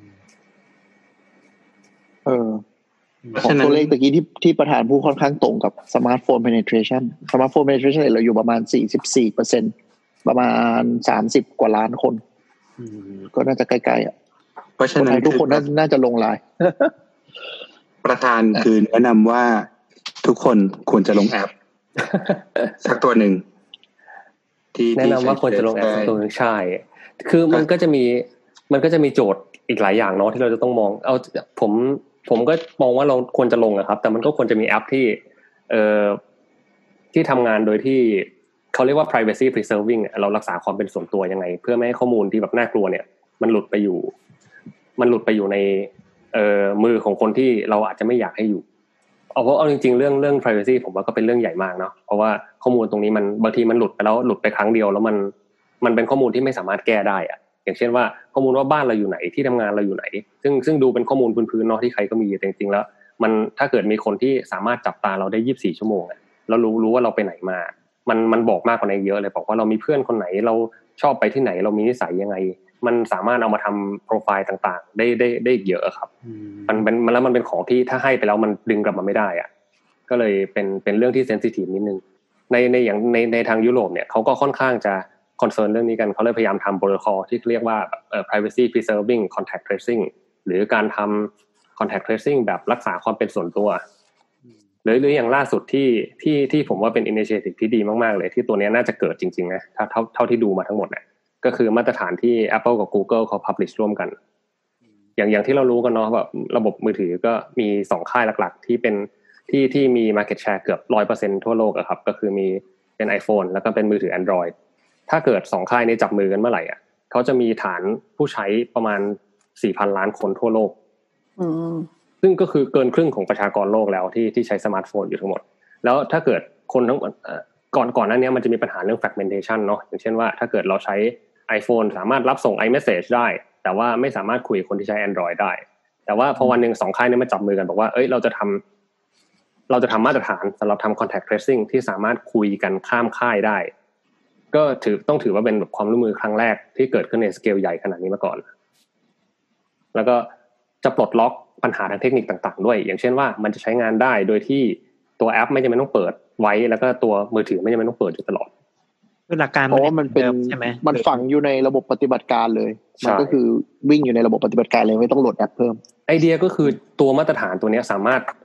[SPEAKER 6] เออของตัวเลขตะกี้ที่ที่ประธานผู้ค่อนข้างตรงกับสมาร์ทโฟน penetration สมาร์ทโฟน penetration เราอยู่ประมาณ สี่สิบสี่เปอร์เซ็นต์ ประมาณสามสิบกว่าล้านคนก็น่าจะใกล้ๆอ่ะเพราะฉะนั้นทุกคนน่าจะลงไลน์
[SPEAKER 8] ประธานคือแนะนำว่าทุกคนควรจะลงแอปสักตัวหนึ่ง
[SPEAKER 5] ที่แนะนำว่าควรจะลงแอปสักตัวนึงใช่คือมันก็จะมีมันก็จะมีโจทย์อีกหลายอย่างเนาะที่เราจะต้องมองเอาผมผมก็มองว่าเราควรจะลงอะครับแต่มันก็ควรจะมีแอปที่เอ่อที่ทำงานโดยที่เขาเรียกว่า privacy preserving เรารักษาความเป็นส่วนตัวยังไงเพื่อไม่ให้ข้อมูลที่แบบน่ากลัวเนี่ยมันหลุดไปอยู่มันหลุดไปอยู่ในเอ่อมือของคนที่เราอาจจะไม่อยากให้อยู่เอาเพราะเอาจริงๆเรื่องเรื่อง privacy ผมว่าก็เป็นเรื่องใหญ่มากเนาะเพราะว่าข้อมูลตรงนี้มันบางทีมันหลุดไปแล้วหลุดไปครั้งเดียวแล้วมันมันเป็นข้อมูลที่ไม่สามารถแก้ได้อะอย่างเช่นว่าข้อมูลว่าบ้านเราอยู่ไหนที่ทำงานเราอยู่ไหนซึ่งซึ่งดูเป็นข้อมูลพื้นๆเนาะที่ใครก็มีแต่จริงๆแล้วมันถ้าเกิดมีคนที่สามารถจับตาเราได้ยี่สิบสี่ชั่วโมงอ่ะแล้วรู้รู้ว่าเราไปไหนมามันมันบอกมากกว่านั้นเยอะเลยบอกว่าเรามีเพื่อนคนไหนเราชอบไปที่ไหนเรามีนิสัยยังไงมันสามารถเอามาทำโปรไฟล์ต่างๆได้ได้ได้เยอะครับมันเป็นมันแล้วมันเป็นของที่ถ้าให้ไปแล้วมันดึงกลับมาไม่ได้อ่ะก็เลยเป็นเป็นเรื่องที่เซนซิทีฟนิดนึงในในอย่างในในทางยุโรปเนี่ยเขาก็ค่อนข้างจะคอนเซิร์นเรื่องนี้กันเขาเลยพยายามทำโปรโตคอลที่เรียกว่าเอ่อ privacy preserving contact tracing หรือการทำ contact tracing แบบรักษาความเป็นส่วนตัวหรือหรืออย่างล่าสุดที่ที่ที่ผมว่าเป็น initiative ที่ดีมากๆเลยที่ตัวนี้น่าจะเกิดจริงๆนะถ้าเท่าเท่าที่ดูมาทั้งหมดเนี่ยก็คือมาตรฐานที่ Apple กับ Google เขา publish ร่วมกันอย่างอย่างที่เรารู้กันเนาะว่าระบบมือถือก็มีสองค่ายหลักๆที่เป็นที่ที่มี market share เกือบ หนึ่งร้อยเปอร์เซ็นต์ ทั่วโลกอะครับก็คือมีเป็น iPhone แล้วก็เป็นมือถือ Androidถ้าเกิดสองค่ายนี้จับมือกันเมื่อไหร่อ่ะเขาจะมีฐานผู้ใช้ประมาณ สี่พัน ล้านคนทั่วโลกอืมซึ่งก็คือเกินครึ่งของประชากรโลกแล้วที่ที่ใช้สมาร์ทโฟนอยู่ทั้งหมดแล้วถ้าเกิดคนทั้งก่อนก่อนหน้านี้มันจะมีปัญหาเรื่อง fragmentation เนาะอย่างเช่นว่าถ้าเกิดเราใช้ iPhone สามารถรับส่ง iMessage ได้แต่ว่าไม่สามารถคุยกับคนที่ใช้ Android ได้แต่ว่าพอวันนึงสองค่ายนี้มาจับมือกันบอกว่าเอ้ยเราจะทำเราจะทำมาตรฐานสำหรับทำ contact tracing ที่สามารถคุยกันข้ามค่ายได้ก็ถือต้องถือว่าเป็นแบบความร่วมมือครั้งแรกที่เกิดขึ้นในสเกลใหญ่ขนาดนี้มาก่อนแล้วก็จะปลดล็อกปัญหาทางเทคนิคต่างๆด้วยอย่างเช่นว่ามันจะใช้งานได้โดยที่ตัวแอปไม่จำเป็นต้องเปิดไว้แล้วก็ตัวมือถือไม่จำเป็นต้องเปิดอยู่ตลอด
[SPEAKER 3] คือหลักการ
[SPEAKER 6] เพราะว่ามันเป็นมันฝังอยู่ในระบบปฏิบัติการเลยมันก็คือวิ่งอยู่ในระบบปฏิบัติการเลยไม่ต้องโหลดแอปเพิ่ม
[SPEAKER 5] ไอเดียก็คือตัวมาตรฐานตัวนี้สามารถ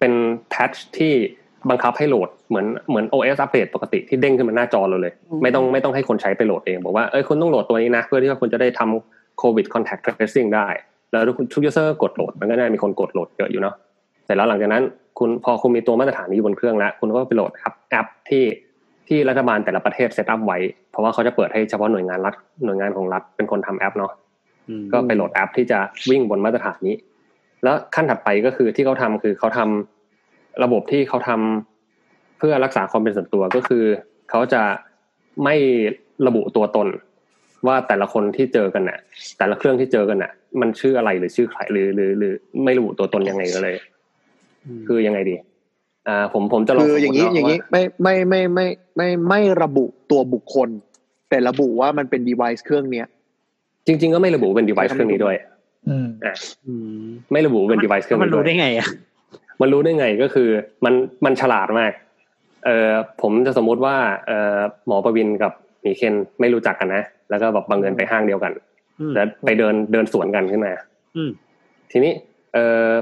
[SPEAKER 5] เป็นแพทช์ที่บังคับให้โหลดเหมือนเหมือน โอ เอส อัปเดตปกติที่เด้งขึ้นมาหน้าจอเราเลยไม่ต้องไม่ต้องให้คนใช้ไปโหลดเองบอกว่าเอ้ยคุณต้องโหลดตัวนี้นะเพื่อที่ว่าคุณจะได้ทำ COVID contact tracing ได้แล้วทุกทุก user กดโหลดมันก็น่ามีคนกดโหลดเยอะอยู่เนาะเสร็จแล้วหลังจากนั้นคุณพอคุณมีตัวมาตรฐานนี้อยู่บนเครื่องแล้วคุณก็ไปโหลดครับแอปที่ที่รัฐบาลแต่ละประเทศเซตอัพไว้เพราะว่าเขาจะเปิดให้เฉพาะหน่วยงานรัฐหน่วยงานของรัฐเป็นคนทำแอปเนาะก็ไปโหลดแอปที่จะวิ่งบนมาตรฐานนี้แล้วขั้นถัดไปก็คือที่เขาทำคือเขาทำระบบที่เขาทำเพื่อรักษาความเป็นส่วนตัวก็คือเขาจะไม่ระบุตัวตนว่าแต่ละคนที่เจอกันน่ะแต่ละเครื่องที่เจอกันน่ะมันชื่ออะไรหรือชื่อใครหรือหรือหรือไม่ระบุตัวตนยังไงก็เลยคือยังไงดีอ่าผมผมจะลอง
[SPEAKER 6] คืออย่างนี้อย่างนี้ไม่ไม่ไม่ไม่ไม่ไม่ระบุตัวบุคคลแต่ระบุว่ามันเป็น device เครื่องเนี้ย
[SPEAKER 5] จริงๆก็ไม่ระบุเป็น device เครื่องนี้ด้วยอืมอ่าไม่ระบุเป็น device เครื่องนี้ด้วย
[SPEAKER 3] มันรู้ได้ไงอ่ะ
[SPEAKER 5] มันรู้ได้ไงก็คือมันมันฉลาดมากเอ่อผมจะสมมุติว่าเอ่อหมอประวินกับหมีเคนไม่รู้จักกันนะแล้วก็แบบบังเอิญไปห้างเดียวกันแล้วไปเดินเดินสวนกันขึ้นมาทีนี้เอ่อ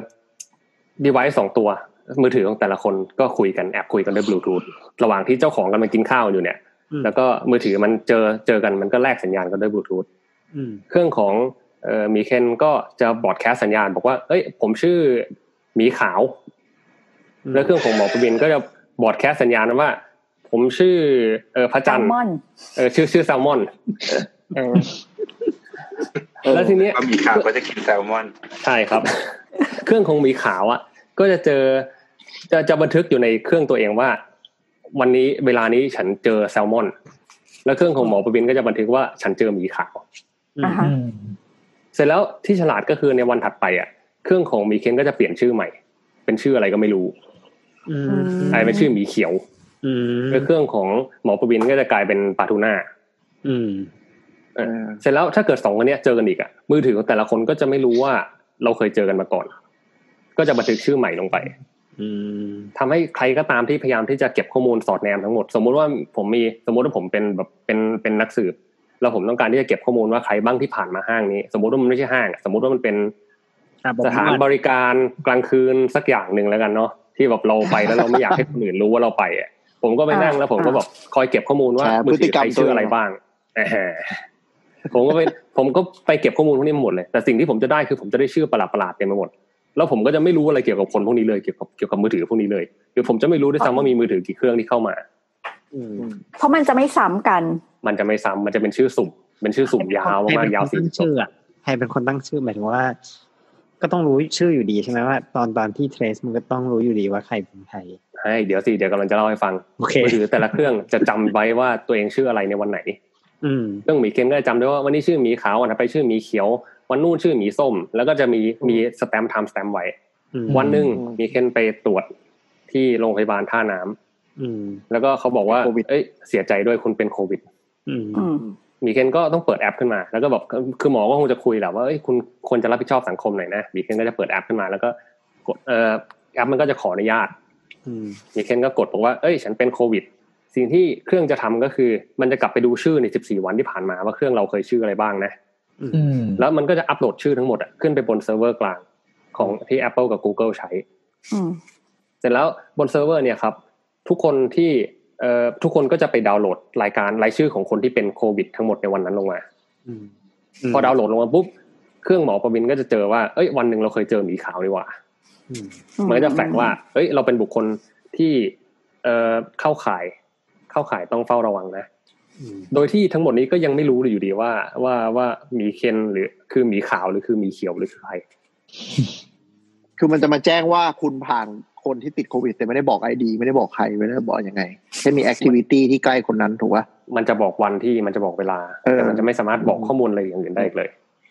[SPEAKER 5] device สองตัวมือถือของแต่ละคนก็คุยกันแอบคุยกันด้วยบลูทูธระหว่างที่เจ้าของกำลังกินข้าวอยู่เนี่ยแล้วก็มือถือมันเจอเจอกันมันก็แลกสัญญาณกันด้วยบลูทูธเครื่องของเอ่อหมีเคนก็จะบอดแคสต์สัญญาณบอกว่าเอ้ยผมชื่อหมีขาวแล้วเครื่องของหมอประวินก็จะบอดแคสต์สัญญาณว่าผมชื่อเอ่อพระจันทร์เออชื่อชื่อแซลมอนเออแล้วทีนี้
[SPEAKER 8] หมีขาวก็จะกินแซลมอน
[SPEAKER 5] ใช่ครับเครื่องของหมีขาวอ่ะก็จะเจอจะจะบันทึกอยู่ในเครื่องตัวเองว่าวันนี้เวลานี้ฉันเจอแซลมอนแล้วเครื่องของหมอประวินก็จะบันทึกว่าฉันเจอหมีขาว
[SPEAKER 2] อ่าฮะ
[SPEAKER 5] เสร็จแล้วที่ฉลาดก็คือในวันถัดไปอ่ะเครื่องของหมีเคนก็จะเปลี่ยนชื่อใหม่เป็นชื่ออะไรก็ไม่รู้อืมอะไรเป็นชื่อหมีเขียวอืมแล้วเครื่องของหมอประวินก็จะกลายเป็นปลาทูน่าอืมเออเสร็จแล้วถ้าเกิดสองคนเนี้ยเจอกันอีกอ่ะมือถือของแต่ละคนก็จะไม่รู้ว่าเราเคยเจอกันมาก่อนก็จะบันทึกชื่อใหม่ลงไปทำให้ใครก็ตามที่พยายามที่จะเก็บข้อมูลสอดแนมทั้งหมดสมมุติว่าผมมีสมมุติว่าผมเป็นแบบเป็นเป็นนักสืบแล้วผมต้องการที่จะเก็บข้อมูลว่าใครบ้างที่ผ่านมาห้างนี้สมมุติว่ามันไม่ใช่ห้างสมมุติว่ามันเป็นสถานบริการกลางคืนสักอย่างนึงแล้วกันเนาะที่แบบเราไปแล้วเราไม่อยากให้คนอื่นรู้ว่าเราไปอ่ะผมก็ไปนั่งแล้วผมก็แบบคอยเก็บข้อมูลว่ามือถือใครชื่ออะไรบ้างผมก็ไปผมก็ไปเก็บข้อมูลพวกนี้หมดเลยแต่สิ่งที่ผมจะได้คือผมจะได้ชื่อประหลาดๆเต็มไปหมดแล้วผมก็จะไม่รู้อะไรเกี่ยวกับคนพวกนี้เลยเกี่ยวกับเกี่ยวกับมือถือพวกนี้เลยหรือผมจะไม่รู้ด้วยซ้ำว่ามีมือถือกี่เครื่องที่เข้ามา
[SPEAKER 2] เพราะมันจะไม่ซ้ำกัน
[SPEAKER 5] มันจะไม่ซ้ำมันจะเป็นชื่อสุ่มเป็นชื่อสุ่มยาวมากยาวสี่
[SPEAKER 3] ชื่ออ่ะใครเป็นคนตั้งชื่อหมายถึงว่าก็ต้องรู้ชื่ออยู่ดีใช่ไหมว่าตอนตอนที่เทรสมันก็ต้องรู้อยู่ดีว่าใครเป็นใคร
[SPEAKER 5] ใช่เดี๋ยวสิเดี๋ยวกำลังจะเล่าให้ฟังมือถือแต่ละเครื่องจะจำไว้ว่าตัวเองชื่ออะไรในวันไหนเครื่องหมีเคนก็จะจำได้ว่าวันนี้ชื่อหมีขาววันถัดไปชื่อหมีเขียววันนู่นชื่อหมีส้มแล้วก็จะมีมีสแตมป์ไทม์สแตมป์ไว้วันนึงมีเคนไปตรวจที่โรงพยาบาลท่าน้ำแล้วก็เขาบอกว่าเอ้ยเสียใจด้วยคุณเป็นโควิดมีเคนก็ต้องเปิดแอปขึ้นมาแล้วก็แบบคือหมอก็คงจะคุยแหละว่าเอ้ยคุณควรจะรับผิดชอบสังคมหน่อยนะมีเคนก็จะเปิดแอปขึ้นมาแล้วก็กดเอ่อแอปมันก็จะขออนุญาตมีเคนก็กดบอกว่าเอ้ยฉันเป็นโควิดสิ่งที่เครื่องจะทำก็คือมันจะกลับไปดูชื่อในสิบสี่วันที่ผ่านมาว่าเครื่องเราเคยชื่ออะไรบ้างนะแล้วมันก็จะอัปโหลดชื่อทั้งหมดอ่ะขึ้นไปบนเซิร์ฟเวอร์กลางของที่ Apple กับ Google ใช้เสร็จแล้วบนเซิร์ฟเวอร์เนี่ยครับทุกคนที่เอ่อทุกคนก็จะไปดาวน์โหลดรายการรายชื่อของคนที่เป็นโควิดทั้งหมดในวันนั้นลงมาพอดาวน์โหลดลงมาปุ๊บเครื่องหมอประวินก็จะเจอว่าเอ้ยวันนึงเราเคยเจอหมีขาวนี่หว่ามันก็จะแฝงว่าเอ้ยเราเป็นบุคคลที่เอ่อเข้าข่ายเข้าข่ายต้องเฝ้าระวังนะโดยที่ทั้งหมดนี้ก็ยังไม่รู้เลยอยู่ดีว่าว่าว่าหมีเคนหรือคือหมีขาวหรือคือหมีเขียวหรือคือใคร
[SPEAKER 6] คือมันจะมาแจ้งว่าคุณผ่านคนที่ติดโควิดแต่ไม่ได้บอก ไอ ดี ไม่ได้บอกใครไม่ได้บอกยังไงแค่มีแอคทิวิตี้ที่ใกล้คนนั้นถูกป่ะ
[SPEAKER 5] มันจะบอกวันที่มันจะบอกเวลาแต่มันจะไม่สามารถบอกข้อมูลอะไรอย่างอื่นได้อีกเลย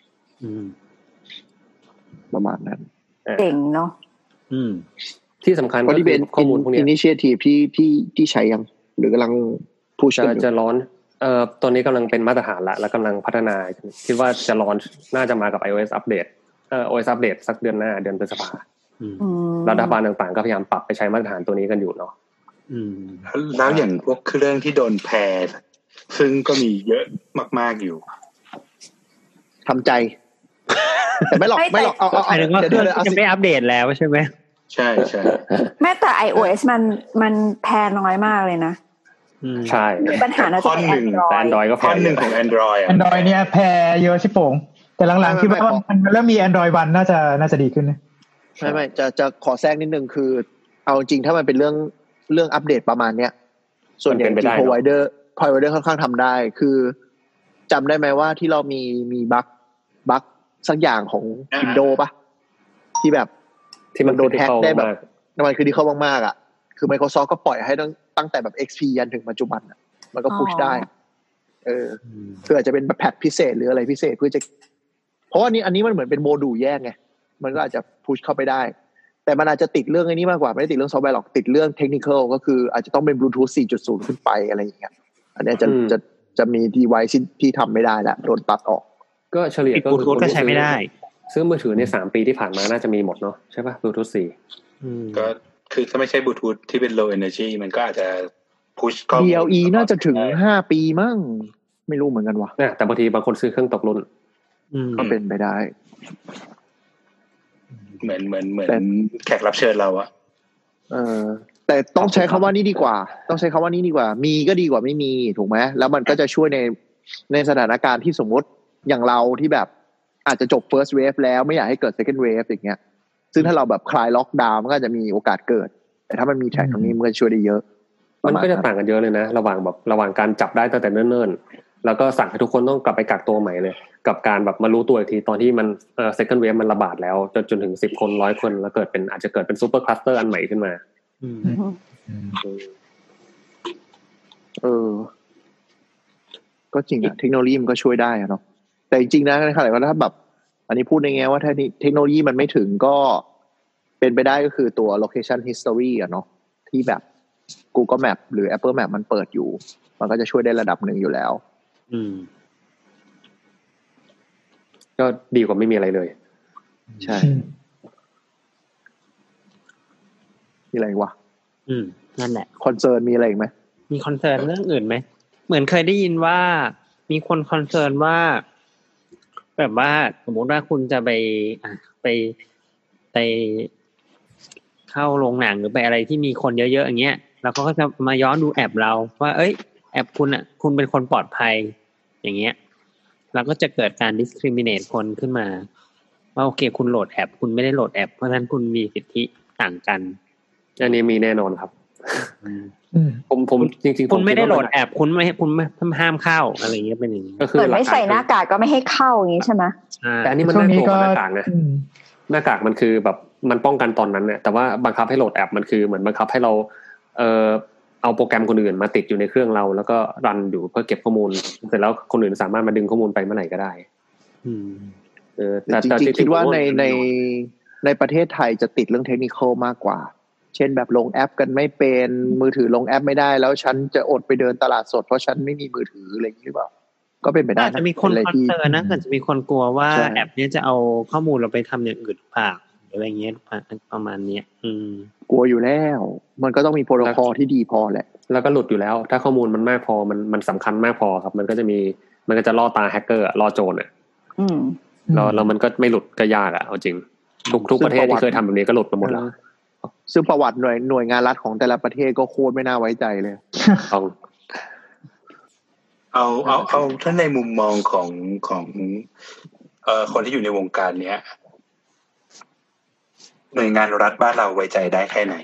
[SPEAKER 6] ประมาณนั้น
[SPEAKER 2] เก่งเนาะ
[SPEAKER 5] ที่สำคัญก็คือข้อมูลพวกนี้
[SPEAKER 6] initiative ที่ที่ที่ใช้ยังหรือกำลังpush
[SPEAKER 5] จะจะร้อนเอ่อตอนนี้กำลังเป็นมาตรฐานละแล้วกำลังพัฒนาคิดว่าจะร้อนน่าจะมากับ iOS อัปเดตเอ่อ โอ เอส อัปเดตสักเดือนหน้าเดือนพฤษภาคมรัฐบาลต่างๆก็พยายามปรับไปใช้มาตรฐานตัวนี้กันอยู่เนาะ
[SPEAKER 8] แล้วอย่างพวกเครื่องที่โดนแพร์ซึ่งก็มีเยอะมากๆอยู่
[SPEAKER 6] ทำใจแต่ไม่หรอกไม่หรอกเอาเอา
[SPEAKER 3] เดี๋ยวเดี๋ยวจะไม่อัปเดตแล้วใช่ไหม
[SPEAKER 8] ใช่ใช่
[SPEAKER 2] แม้แต่ iOS มันมันแพรน้อยมากเลยนะ
[SPEAKER 5] ใช่
[SPEAKER 2] ปัญหาน่าจะเป็น
[SPEAKER 5] Android แต่ Android ก็แพร
[SPEAKER 8] หนึ่งของ Android อ่ะ
[SPEAKER 4] Android เนี่ยแพรเยอะชิบโป่งแต่หลังๆคิดว่ามันเริ่มมี Android วันน่าจะน่าจะดีขึ้นนะ
[SPEAKER 6] ไม่ไม่จะจะขอแทรกนิดนึงคือเอาจริงถ้ามันเป็นเรื่องเรื่องอัปเดตประมาณเนี้ยส่วนใหญ่จริง provider provider ค่อนข้างทำได้คือจำได้ไหมว่าที่เรามีมีบั๊กบั๊กสักอย่างของ Windows ป่ะที่แบบ
[SPEAKER 5] ที่มัน
[SPEAKER 6] โดนแฮกได้แบบมันคือที่เข้ามากๆอ่ะคือ Microsoft ก็ปล่อยให้ตั้งตั้งแต่แบบ เอ็กซ์ พี ยันถึงปัจจุบันอ่ะมันก็พุชได้เออคืออาจจะเป็นแบบแพทพิเศษหรืออะไรพิเศษเพื่อจะเพราะว่านี้อันนี้มันเหมือนเป็นโมดูลแยกไงมันก็อาจจะพุชเข้าไปได้แต่มันอาจจะติดเรื่องไอ้นี้มากกว่าไม่ได้ติดเรื่องซอฟต์แวร์หรอกติดเรื่องเทคนิคอลก็คืออาจจะต้องเป็น Bluetooth สี่จุดศูนย์ ขึ้นไปอะไรอย่างเงี้ยอันนี้จะจะจะมี device ที่ทำไม่ได้แล้วโดนตัดออก
[SPEAKER 5] ก็เฉลี่ย
[SPEAKER 3] ก็ Bluetooth ก็ใช้ไม่ได้
[SPEAKER 5] ซึ่งมือถือในสามปีที่ผ่านมาน่าจะมีหมดเนาะใช่ป่ะ Bluetooth สี่
[SPEAKER 8] อืมก็คือถ้าไม่ใช่ Bluetooth ที่เป็น low energy มันก็อาจจะ push เข้า
[SPEAKER 6] ดี แอล อี น่าจะถึงห้าปีมั้งไม่รู้เหมือนกันว่ะ
[SPEAKER 5] เนี่ยแต่บางทีบางคนซื้อเครื่องตกรุ่น
[SPEAKER 6] ก็เป็นไปได้
[SPEAKER 8] เหมือนเหมือนเหมือนแขกรับเชิญเราอะ
[SPEAKER 6] เออแต่ต้องใช้คำว่านี้ดีกว่าต้องใช้คำว่านี้ดีกว่ามีก็ดีกว่าไม่มีถูกไหมแล้วมันก็จะช่วยในในสถานการณ์ที่สมมติอย่างเราที่แบบอาจจะจบ first wave แล้วไม่อยากให้เกิด second wave อย่างเงี้ยซึ่งถ้าเราแบบคลายล็อกดาวน์มันก็จะมีโอกาสเกิดแต่ถ้ามันมีแท็กตรงนี้มันก็ช่วยได้เยอะ
[SPEAKER 5] มันก็จะต่างกันเยอะเลยนะระหว่างแบบระหว่างการจับได้ตั้งแต่เนิ่นๆแล้วก็สั่งให้ทุกคนต้องกลับไปกักตัวใหม่เลยกับการแบบมารู้ตัวอีกทีตอนที่มันเอ่อ second wave มันระบาดแล้วจนจนถึงสิบคนร้อยคนแล้วเกิดเป็นอาจจะเกิดเป็น super cluster อันใหม่ขึ้นมา
[SPEAKER 6] อืมเออก็จริงอ่ะเทคโนโลยีมันก็ช่วยได้อ่ะเนาะแต่จริงๆนะในขณะเดียวกันถ้าแบบอันนี้พูดในแง่ว่าถ้าเทคโนโลยีมันไม่ถึงก็เป็นไปได้ก็คือตัว location history อ่ะเนาะที่แบบ Google Map หรือ Apple Map มันเปิดอยู่มันก็จะช่วยได้ระดับหนึ่งอยู่แล้ว
[SPEAKER 5] อืมก็ดีกว่าไม่มีอะไรเลย
[SPEAKER 6] ใช่มีอะไรวะ
[SPEAKER 3] อืมนั่นแหละ
[SPEAKER 6] คอนเซิร์นมีอะไรอีกไหม
[SPEAKER 3] มีคอนเซิร์นเรื่องอื่นไหมเหมือนเคยได้ยินว่ามีคนคอนเซิร์นว่าแบบว่าสมมติว่าคุณจะไปอ่ะไปไปเข้าโรงหนังหรือไปอะไรที่มีคนเยอะๆอย่างเงี้ยแล้วเขาก็จะมาย้อนดูแอปเราว่าเอ้ยแอปคุณอ่ะคุณเป็นคนปลอดภัยอย่างเงี้ยแล้วก็จะเกิดการ discriminate คนขึ้นมาว่าโอเคคุณโหลดแอปคุณไม่ได้โหลดแอปเพราะฉะนั้นคุณมีสิทธิต่างกัน
[SPEAKER 5] อันนี้มีแน่นอนครับผมผมจริงๆ
[SPEAKER 3] คุณไม่ได้โหลดแอปคุณไม่คุณไม่ห้ามเข้าอะไรอย่างเงี้ยเป็นอย่างนี้
[SPEAKER 2] ก็คือไม่ใส่หน้ากากก็ไม่ให้เข้าอย่างนี้ใช่ไหม
[SPEAKER 5] แต่อันนี้มันน่ากลัวหน้ากากนะหน้ากากมันคือแบบมันป้องกันตอนนั้นเนี่ยแต่ว่าบังคับให้โหลดแอปมันคือเหมือนบังคับให้เราเอ่อเอาโปรแกรมคนอื่นมาติดอยู่ในเครื่องเราแล้วก็รันอยู่เพื่อเก็บข้อมูลเสร็จแล้วคนอื่นสามารถมาดึงข้อมูลไปเมื่อไหร่ก็ได้
[SPEAKER 6] เออแต่จริงๆคิดว่าในในในประเทศไทยจะติดเรื่องเทคนิคอลมากกว่าเช่นแบบลงแอปกันไม่เป็นมือถือลงแอปไม่ได้แล้วฉันจะอดไปเดินตลาดสดเพราะฉันไม่มีมือถืออะไรอย่างนี้หรือเปล่าก็เป็นไปได้
[SPEAKER 3] จะมีคนคอนเซิร์นนะจะมีคนกลัวว่าแอปนี้จะเอาข้อมูลเราไปทำอย่างอื่นหรือเปล่าอะไรเงี้ยประมาณนี้อืม
[SPEAKER 6] กลัวอยู่แล้วมันก็ต้องมีโปรโตคอลที่ดีพอแหละ
[SPEAKER 5] แล้วก็หลุดอยู่แล้วถ้าข้อมูลมันมากพอมันมันสำคัญมากพอครับมันก็จะมีมันก็จะล่อตาแฮกเกอร์ล่อโจรอ่ะ
[SPEAKER 2] อืม
[SPEAKER 5] แล้วแล้วมันก็ไม่หลุดก็ยากอ่ะเอาจริงทุกทุกประเทศที่เคยทำแบบนี้ก็หลุดมาหมดแล้ว
[SPEAKER 6] ซึ่งประวัติหน่วยหน่วยงานรัฐของแต่ละประเทศก็โคตรไม่น่าไว้ใจเลย
[SPEAKER 5] ต้อง
[SPEAKER 8] เอาเอาเอาถ้าในมุมมองของของเอ่อคนที่อยู่ในวงการเนี้ยหน่วยงานรัฐบ้านเราไว้ใจได้แค่ไหน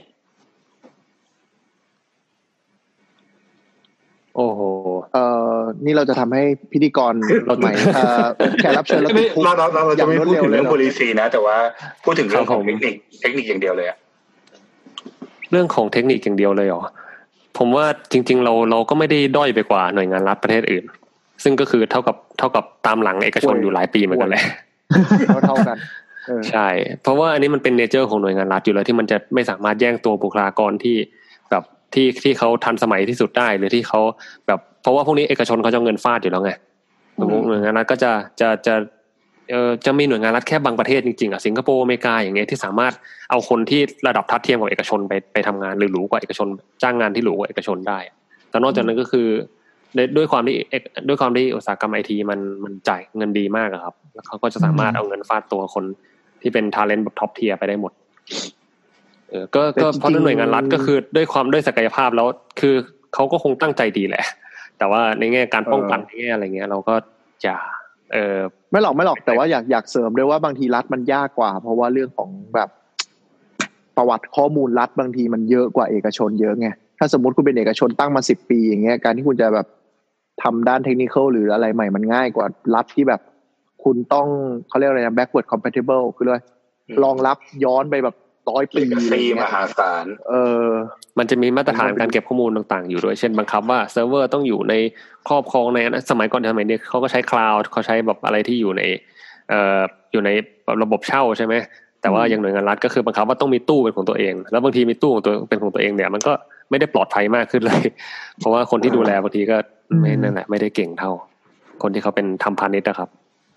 [SPEAKER 5] โอ้โห
[SPEAKER 6] เอ่อนี่เราจะทำให้พิธีกรใหม่เอ่อแขกรับเชิญเรา
[SPEAKER 8] เราเราเราจะไม่พูดถึงเรื่อง policy นะแต่ว่าพูดถึงเรื่องของเทคนิคเทคนิคอย่างเดียวเลยอะ
[SPEAKER 5] เรื่องของเทคนิคอย่างเดียวเลยเหรอผมว่าจริงๆเราเราก็ไม่ได้ด้อยไปกว่าหน่วยงานรัฐประเทศอื่นซึ่งก็คือเท่ากับเท่ากับตามหลังเอกชนอยู่หลายปีเหมือนกันแหละ
[SPEAKER 6] เท่ากัน
[SPEAKER 5] ใช่เพราะว่าอันนี้มันเป็นเนเจอร์ของหน่วยงานรัฐอยู่แล้วที่มันจะไม่สามารถแย่งตัวบุคลากรที่แบบที่ที่เขาทันสมัยที่สุดได้หรือที่เขาแบบเพราะว่าพวกนี้เอกชนเขาจะเงินฟาดอยู่แล้วไงหน่วยงานรัฐก็จะจะจะเออจะมีหน่วยงานรัฐแค่บางประเทศจริงๆอ่ะสิงคโปร์อเมริกาอย่างเงี้ยที่สามารถเอาคนที่ระดับทัดเทียมกับเอกชนไปไปทำงานหรือหรูกว่าเอกชนจ้างงานที่หรูกว่าเอกชนได้แต่นอกจากนั้นก็คือด้วยความที่ด้วยความที่อุตสาหกรรมไอทีมันมันจ่ายเงินดีมากครับแล้วเขาก็จะสามารถเอาเงินฟาดตัวคนที่เป็นทาเลนต์แบบท็อปเทียร์ไปได้หมดเออก็ก็เพราะหน่วยงานรัฐก็คือด้วยความด้วยศักยภาพแล้วคือเขาก็คงตั้งใจดีแหละแต่ว่าในแง่การป้องกันในแง่อะไรเงี้ยเราก็จะเออ
[SPEAKER 6] ไม่หรอกไม่หรอกแต่ว่าอยากอยากเสริมด้วยว่าบางทีรัฐมันยากกว่าเพราะว่าเรื่องของแบบประวัติข้อมูลรัฐบางทีมันเยอะกว่าเอกชนเยอะไงถ้าสมมติคุณเป็นเอกชนตั้งมาสิบปีอย่างเงี้ยการที่คุณจะแบบทำด้านเทคนิคหรืออะไรใหม่มันง่ายกว่ารัฐที่แบบคุณต้องเขาเรียกอะไรนะ backward compatible คือเลยรองรับย้อนไปแบบร้อยปีอะไรอย่างเงี้ย
[SPEAKER 8] มหาศาล
[SPEAKER 6] เออ
[SPEAKER 5] มันจะมีมาตรฐานการเก็บข้อมูลต่างๆอยู่ด้วยเช่นบังคับว่าเซิร์ฟเวอร์ต้องอยู่ในครอบครองในสมัยก่อนสมัยนี้เขาก็ใช้คลาวด์เขาใช้แบบอะไรที่อยู่ในเอ่ออยู่ในระบบเช่าใช่ไหมแต่ว่าอย่างหน่วยงานรัฐก็คือบังคับว่าต้องมีตู้เป็นของตัวเองแล้วบางทีมีตู้ของตัวเป็นของตัวเองเนี่ยมันก็ไม่ได้ปลอดภัยมากขึ้นเลยเพราะว่าคนที่ดูแลบางทีก็ไม่นั่นแหละไม่ได้เก่งเท่าคนที่เขาเป็นทำพาณิชย์นะครับ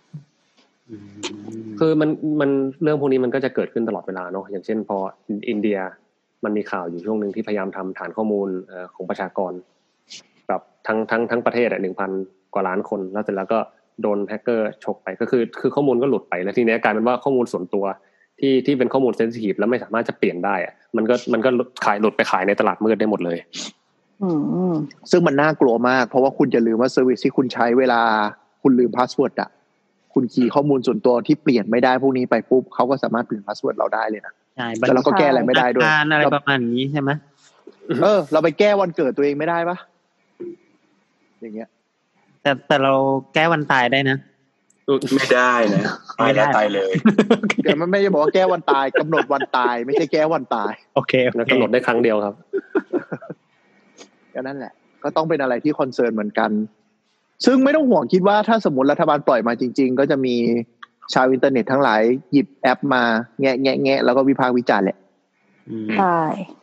[SPEAKER 5] คือมันมันเรื่องพวกนี้มันก็จะเกิดขึ้นตลอดเวลาเนาะอย่างเช่นพออินเดียมันมีข่าวอยู่ช่วงนึงที่พยายามทำฐานข้อมูลเอ่อของประชากรแบบทั้งทั้งทั้งประเทศอ่ะ หนึ่งพัน กว่าล้านคนแล้วเสร็จแล้วก็โดนแฮกเกอร์ฉกไปก็คือคือข้อมูลก็หลุดไปแล้วทีนี้กลายเป็นว่าข้อมูลส่วนตัวที่ที่เป็นข้อมูลเซนซิทีฟแล้วไม่สามารถจะเปลี่ยนได้อ่ะมันก็มันก็ขายหลุดไปขายในตลาดมืดได้หมดเลย
[SPEAKER 6] อืมซึ่งมันน่ากลัวมากเพราะว่าคุณจะลืมว่าเซอร์วิสที่คุณใช้เวลาคุณลืมพาสเวิร์ดอ่ะคุณคีย์ข้อมูลส่วนตัวที่เปลี่ยนไม่ได้พวกนี้ไปปุ๊บเขาก็สามารถเปลี่ยนพาสเวิร์ดเราได้เลยนะ
[SPEAKER 3] ใช่
[SPEAKER 6] แต่เราก็แก้อะไรไม่ได้ด้วย
[SPEAKER 3] อะไรประมาณนี้ใช่ไหม
[SPEAKER 6] เออเราไปแก้วันเกิดตัวเองไม่ได้ปะอย่างเงี้ย
[SPEAKER 3] แต่แต่เราแก้วันตายได้นะ
[SPEAKER 8] ไม่ได้นะไม่ได้ตายเลย
[SPEAKER 6] เดี๋ยวมันไม่ได้บอกว่าแก้วันตายกำหนดวันตายไม่ใช่แก้วันตาย
[SPEAKER 3] โอเค
[SPEAKER 5] แล้วกำหนดได้ครั้งเดียวครับ
[SPEAKER 6] ก็นั่นแหละก็ต้องเป็นอะไรที่คอนเซิร์นเหมือนกันซึ่งไม่ต้องห่วงคิดว่าถ้าสมมติรัฐบาลปล่อยมาจริงๆก็จะมีชาวอินเทอร์เน็ตทั้งหลายหยิบแอปมาแงะแงะแงะแล้วก็วิพากษ์วิจารณ์แหละ
[SPEAKER 2] ใช่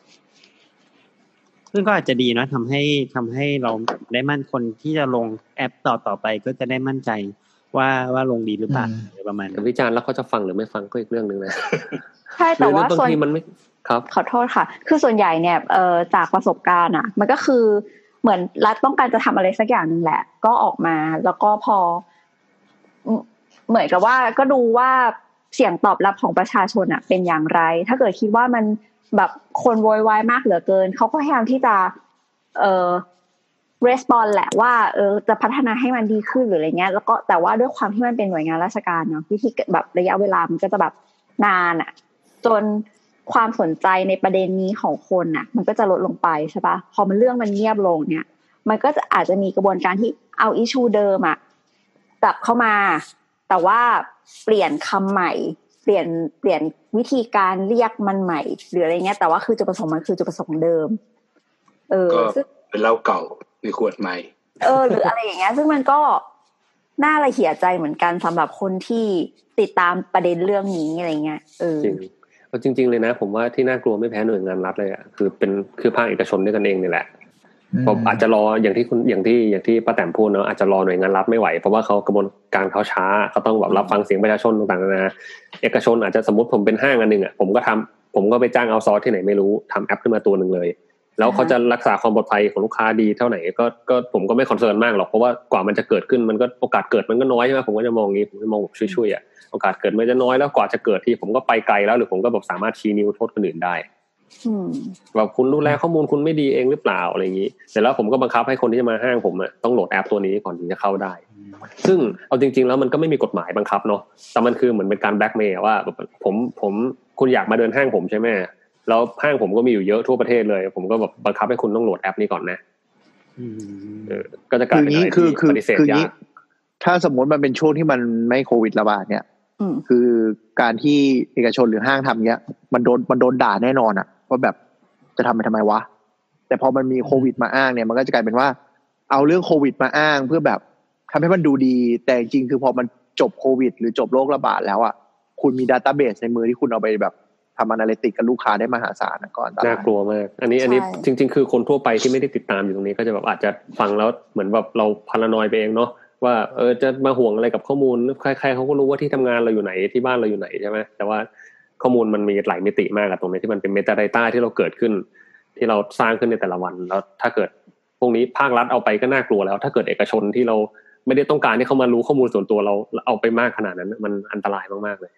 [SPEAKER 3] ซึ่งก็อาจจะดีนะทำให้ทำให้เราได้มั่นคนที่จะลงแอปต่อต่อไปก็จะได้มั่นใจว่าว่าลงดีหรือเปล่าประมาณ
[SPEAKER 5] วิจารณ์แล้วเขาจะฟังหรือไม่ฟังก็อีกเรื่องนึงนะ
[SPEAKER 2] ใช่แต่ว่า
[SPEAKER 5] บางทีมันไม่ครับ
[SPEAKER 2] ขอโทษค่ะคือส่วนใหญ่เนี่ยเอ่อจากประสบการณ์อ่ะมันก็คือเหมือนรัฐต้องการจะทำอะไรสักอย่างนึงแหละก็ออกมาแล้วก็พอเหมือนกับว่าก็ดูว่าเสียงตอบรับของประชาชนอ่ะเป็นอย่างไรถ้าเกิดคิดว่ามันแบบคนโวยวายมากเหลือเกินเขาก็พยายามที่จะเอ่อresponse แหละว่าเออจะพัฒนาให้มันดีขึ้นหรืออะไรเงี้ยแล้วก็แต่ว่าด้วยความที่มันเป็นหน่วยงานราชการเนาะวิธีแบบระยะเวลามันก็จะแบบนานอ่ะจนความสนใจในประเด็นนี้ของคนน่ะมันก็จะลดลงไปใช่ปะพอมันเรื่องมันเงียบลงเนี่ยมันก็จะอาจจะมีกระบวนการที่เอาอิชชูเดิมอ่ะกลับเข้ามาแต่ว่าเปลี่ยนคำใหม่เปลี่ยนเปลี่ยนวิธีการเรียกมันใหม่หรืออะไรเงี้ยแต่ว่าคือจุดประสงค์มันคือจุดประสงค์เดิมเออ
[SPEAKER 8] เป็นเหล้าเก่าในขวดใหม่
[SPEAKER 2] เออหรืออะไรอย่างเงี้ยซึ่งมันก็น่าละเหี่ยใจเหมือนกันสำหรับคนที่ติดตามประเด็นเรื่องนี้อะไรเงี้ยเออ
[SPEAKER 5] จริงจริงๆเลยนะผมว่าที่น่ากลัวไม่แพ้หน่วยงานรัฐเลยอ่ะคือเป็นคือภาคเอกชนด้วยกันเองนี่แหละผมอาจจะรออย่างที่คุณอย่างที่อย่างที่ป้าแต้มพูดเนาะอาจจะรอหน่วยงานรัฐไม่ไหวเพราะว่าเขากระบวนการเขาช้าเขาต้องแบบรับฟังเสียงประชาชนต่างๆนานาเอกชนอาจจะสมมติผมเป็นห้างอันนึงอ่ะผมก็ทำผมก็ไปจ้างเอาซอร์สที่ไหนไม่รู้ทำแอปขึ้นมาตัวนึงเลยแล้วเขาจะรักษาความปลอดภัยของลูกค้าดีเท่าไหร่ก็ก็ผมก็ไม่คอนเซิร์นมากหรอกเพราะว่ากว่ามันจะเกิดขึ้นมันก็โอกาสเกิดมันก็น้อยใช่ไหมผมก็จะมองงี้ผมจะมองแบบช่วยๆอ่ะโอกาสเกิดมันจะน้อยแล้วกว่าจะเกิดที่ผมก็ไปไกลแล้วหรือผมก็แบบสามารถชี้นิ้วโทษคนอื่นได้แบบคุณดูแลข้อมูลคุณไม่ดีเองหรือเปล่าอะไรอย่างนี้เสร็จแล้วผมก็บังคับให้คนที่จะมาห้างผมอ่ะต้องโหลดแอปตัวนี้ก่อนถึงจะเข้าได้ซึ่งเอาจริงๆแล้วมันก็ไม่มีกฎหมายบังคับเนาะแต่มันคือเหมือนเป็นการแบล็กเมย์ว่าผมผมคุณอยากมาเดินห้างผมใช่ไหมแล้วห้างผมก็มีอยู่เยอะทั่วประเทศเลยผมก็แบบบังคับให้คุณต้องโหลดแอปนี้ก่อนนะเออก็จะกลายเป็นอะไรที่ปฏิเสธยาก
[SPEAKER 6] ถ้าสมมติมันเป็นช่วงที่มันไม่โควิดระบาดเนี่ยคือการที่เอกชนหรือห้างทำเงี้ยมันโดนมันโดนด่าแน่นอนอ่ะว่าแบบจะทำไปทำไมวะแต่พอมันมีโควิดมาอ้างเนี่ยมันก็จะกลายเป็นว่าเอาเรื่องโควิดมาอ้างเพื่อแบบทำให้มันดูดีแต่จริงคือพอมันจบโควิดหรือจบโรคระบาดแล้วอ่ะคุณมีดัตต้าเบสในมือที่คุณเอาไปแบบทำ analytics กับลูกค้าได้มหาศาลก่อน
[SPEAKER 5] น่ากลัวมากอันนี้อันนี้จริงๆคือคนทั่วไปที่ไม่ได้ติดตามอยู่ตรงนี้ก็จะแบบอาจจะฟังแล้วเหมือนแบบเราพารานอยไปเองเนาะว่าเออจะมาห่วงอะไรกับข้อมูลใครๆเขาก็รู้ว่าที่ทำงานเราอยู่ไหนที่บ้านเราอยู่ไหนใช่ไหมแต่ว่าข้อมูลมันมีหลายมิติมากอะตรงนี้ที่มันเป็นเมตาไดต้าที่เราเกิดขึ้นที่เราสร้างขึ้นในแต่ละวันแล้วถ้าเกิดพวกนี้ภาครัฐเอาไปก็น่ากลัวแล้วถ้าเกิดเอกชนที่เราไม่ได้ต้องการให้เขามารู้ข้อมูลส่วนตัวเราเอาไปมากขนาดนั้นมันอันตรายมากๆเลย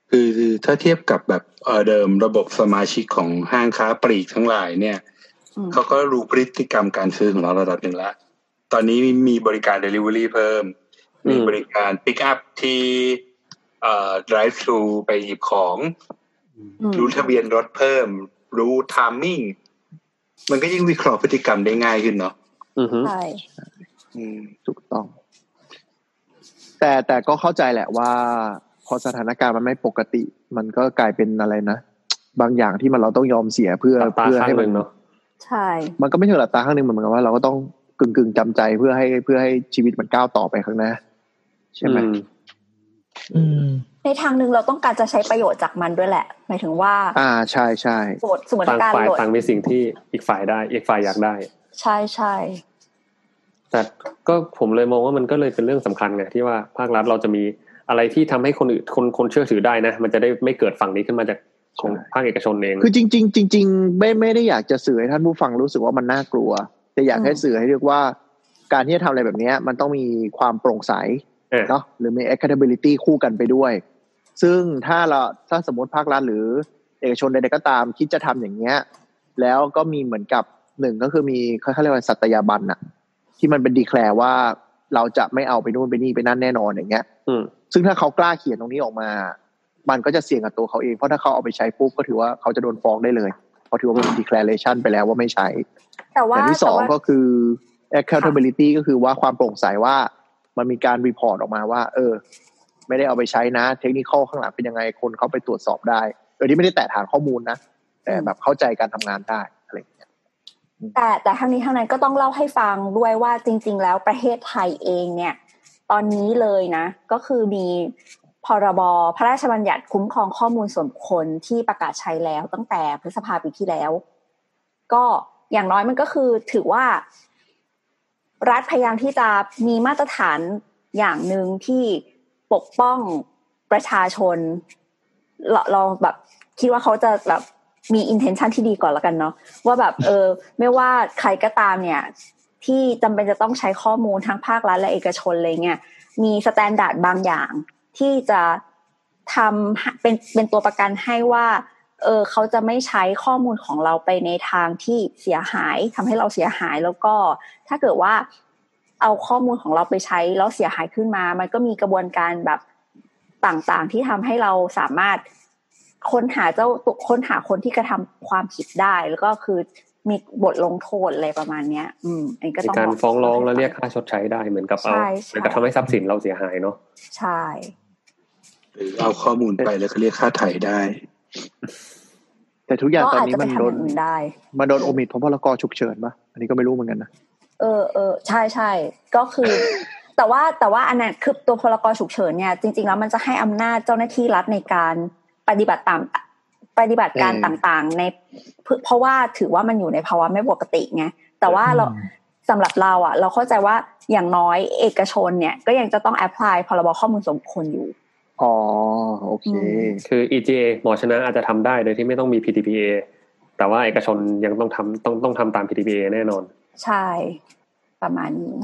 [SPEAKER 8] คือถ้าเทียบกับแบบเออเดิมระบบสมาชิกของห้างค้าปลีกทั้งหลายเนี่ยเขาก็รู้พฤติกรรมการซื้อของเราระดับหนึ่งแล้วตอนนี้มีบริการ delivery เพิ่มมีบริการ pick up ที่เอ่อ drive thru ไปหยิบของรู้ทะเบียนรถเพิ่มรู้ timing มันก็ยิ่งวิเคราะห์พฤติกรรมได้ง่ายขึ้นเนาะ
[SPEAKER 2] ใช่
[SPEAKER 6] ถูกต้องแต่แต่ก็เข้าใจแหละว่าพอสถานการณ์มันไม่ปกติมันก็กลายเป็นอะไรนะบางอย่างที่มันเราต้องยอมเสียเพื่อเพื่อให้มัน
[SPEAKER 5] เนาะ
[SPEAKER 2] ใช่
[SPEAKER 6] มันก็ไม่ใช่หลับตาข้างนึงเหมือนกับว่าเราก็ต้องกึ่งๆจำใจเพื่อให้เพื่อให้ชีวิตมันก้าวต่อไปข้างหน้าใช่ไหม
[SPEAKER 2] อืมในทางนึงเราต้องการจะใช้ประโยชน์จากมันด้วยแหละหมายถึงว่า
[SPEAKER 6] อ่าใช่ใช่
[SPEAKER 2] โหลดสมมติการโหลด
[SPEAKER 5] ต่างมีสิ่งที่อีกฝ่ายได้อีกฝ่ายอยากได้
[SPEAKER 2] ใช่ใช่
[SPEAKER 5] แต่ก็ผมเลยมองว่ามันก็เลยเป็นเรื่องสำคัญไงที่ว่าภาครัฐเราจะมีอะไรที่ทำให้คนอื่นคนคนเชื่อถือได้นะมันจะได้ไม่เกิดฝั่งนี้ขึ้นมาจากของภาคเอกชนเอง
[SPEAKER 6] คือจริงๆจริงๆไม่ไม่ได้อยากจะสื่อให้ท่านผู้ฟังรู้สึกว่ามันน่ากลัวแต่อยากให้สื่อให้เรียกว่าการที่จะทำอะไรแบบนี้มันต้องมีความโปร่งใสเนาะหรือมี accountability คู่กันไปด้วยซึ่งถ้าเราถ้าสมมติภาครัฐหรือเอกชนใดๆก็ตามคิดจะทำอย่างเงี้ยแล้วก็มีเหมือนกับหนึ่งก็คือมีเขาเรียกว่าสัตยาบันอะที่มันเป็นดีแคลร์ว่าเราจะไม่เอาไปนู่นไปนี่ไปนั่นแน่นอนอย่างเงี้ยซึ่งถ้าเขากล้าเขียนตรงนี้ออกมามันก็จะเสี่ยงกับตัวเขาเองเพราะถ้าเขาเอาไปใช้ปุ๊บก็ถือว่าเขาจะโดนฟ้องได้เลยเพราะถือว่าเป็น declaration ไปแล้วว่าไม่ใช้
[SPEAKER 2] แต่ว่า
[SPEAKER 6] ที่สองก็คือ accountability ก็คือว่าความโปร่งใสว่ามันมีการ report ออกมาว่าเออไม่ได้เอาไปใช้นะเทคนิคข้างหลังเป็นยังไงคนเขาไปตรวจสอบได้โดยที่ไม่ได้แตะฐานข้อมูลนะแต่แบบเข้าใจการทำงานได้อะไรอย่างเงี้ย
[SPEAKER 2] แต่แต่ทั้งนี้ทั้งนั้นก็ต้องเล่าให้ฟังด้วยว่าจริงๆแล้วประเทศไทยเองเนี่ยตอนนี้เลยนะก็คือมีพรบพระราชบัญญัติคุ้มครองข้อมูลส่วนบุคคลที่ประกาศใช้แล้วตั้งแต่พฤษภาคมปีที่แล้วก็อย่างน้อยมันก็คือถือว่ารัฐพยายามที่จะมีมาตรฐานอย่างนึงที่ปกป้องประชาชนเราเราแบบคิดว่าเขาจะแบบมี intention ที่ดีก่อนแล้วกันเนาะว่าแบบเออไม่ว่าใครก็ตามเนี่ยที่จำเป็นจะต้องใช้ข้อมูลทั้งภาครัฐและเอกชนเลยเนี่ยมีสแตนดาร์ดบางอย่างที่จะทำเป็นเป็นตัวประกันให้ว่าเออเขาจะไม่ใช้ข้อมูลของเราไปในทางที่เสียหายทำให้เราเสียหายแล้วก็ถ้าเกิดว่าเอาข้อมูลของเราไปใช้แล้วเสียหายขึ้นมามันก็มีกระบวนการแบบต่างๆที่ทำให้เราสามารถค้นหาเจ้าค้นหาคนที่กระทำความผิดได้แล้วก็คือมีบทลงโทษอะไรประมาณเนี้ยอืมอันนี้ก็ต้อง
[SPEAKER 5] การฟ้องร้องแล้วเรียกค่าชดใช้ได้เหมือนกับเอาเหมือนกับทำให้ทรัพย์สินเราเสียหายเนาะ
[SPEAKER 2] ใช่
[SPEAKER 8] หรือเอาข้อมูลไปแล้วก็เรียกค่าไถ่ได้
[SPEAKER 6] แต่ทุกอย่างตอนนี้มันโดนมันโดนโอมิตเพราะพรกฉุกเฉินป่ะอันนี้ก็ไม่รู้เหมือนกันนะ
[SPEAKER 2] เออเออใช่ใช่ก็คือแต่ว่าแต่ว่าอันนั้นคือตัวพรกฉุกเฉินเนี่ยจริงๆแล้วมันจะให้อำนาจเจ้าหน้าที่รัฐในการปฏิบัติตามปฏิบัติการต่างๆในเพราะว่าถือว่ามันอยู่ในภาวะไม่ปกติไงแต่ว่าเราสำหรับเราอ่ะเราเข้าใจว่าอย่างน้อยเอกชนเนี่ยก็ยังจะต้องแอพพลายพรบข้อมูลส่วนบุคคลอยู่
[SPEAKER 6] อ๋อโอเค
[SPEAKER 5] คือ อี จี เอ หมอชนะอาจจะทำได้โดยที่ไม่ต้องมี พี ที พี เอ แต่ว่าเอกชนยังต้องทำต้องต้องทำตาม พี ที พี เอ แน่นอน
[SPEAKER 2] ใช่ประมาณนี้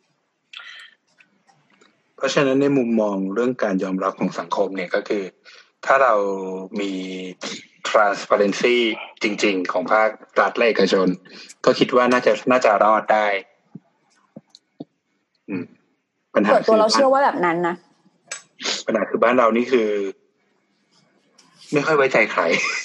[SPEAKER 8] เพราะฉะนั้นในมุมมองเรื่องการยอมรับของสังคมเนี่ยก็คือถ้าเรามี transparency จริงๆของภาครัฐและเอกชนก็คิดว่าน่าจะน่าจะรอดได้อืมปัญหา
[SPEAKER 2] ตัวเราเชื่อว่าแบบนั้นนะ
[SPEAKER 8] ปัญหาคือบ้านเรานี่คือไม่ค่อยไว้ใจใคร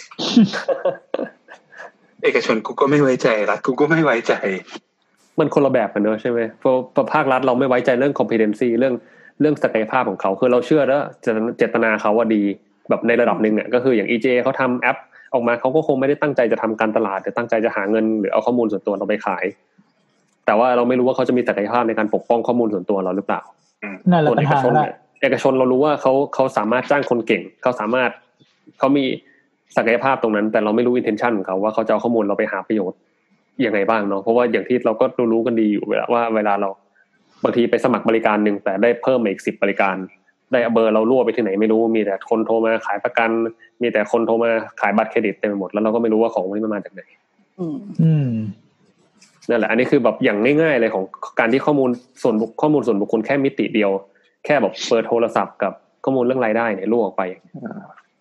[SPEAKER 8] เอกชนกูก็ไม่ไว้ใจรัฐกูก็ไม่ไว้ใจ
[SPEAKER 5] มันคนละแบบกันเนอะใช่ไหมเพราะภาครัฐเราไม่ไว้ใจเรื่อง competency เรื่องเรื่องศักยภาพของเขาคือเราเชื่อแล้วเจตนาเขาว่าดีแบบในระดับนึงอ่ะก็คืออย่าง อี เจ เขาทำแอปออกมาเขาก็คงไม่ได้ตั้งใจจะทำการตลาดแต่ตั้งใจจะหาเงินหรือเอาข้อมูลส่วนตัวเราไปขายแต่ว่าเราไม่รู้ว่าเขาจะมีศักยภาพในการปกป้องข้อมูลส่วนตัวเราหรือเปล่า
[SPEAKER 4] นั่นแหละปัญหา
[SPEAKER 5] เอกชนเรารู้ว่าเขาเขาสามารถจ้างคนเก่งเขาสามารถเขามีศักยภาพตรงนั้นแต่เราไม่รู้ intention ของเขาว่าเขาจะเอาข้อมูลเราไปหาประโยชน์ยังไงบ้างเนาะเพราะว่าอย่างที่เราก็รู้กันดีอยู่เวลาว่าเวลาเราบางทีไปสมัครบริการนึงแต่ได้เพิ่มมาอีกสิบบริการได้เบอร์เรารั่วไปที่ไหนไม่รู้มีแต่คนโทรมาขายประกันมีแต่คนโทรมาขายบัตรเครดิตเต็มไปหมดแล้วเราก็ไม่รู้ว่าของมันมาจากไหน
[SPEAKER 2] อืม
[SPEAKER 4] อืม
[SPEAKER 5] นั่นแหละอันนี้คือแบบอย่างง่ายๆเลยของการที่ข้อมูลส่วนข้อมูลส่วนบุคคลแค่มิติเดียวแค่แบบเบอร์โทรศัพท์กับข้อมูลเรื่องรายได้เนี่ยรั่วออกไป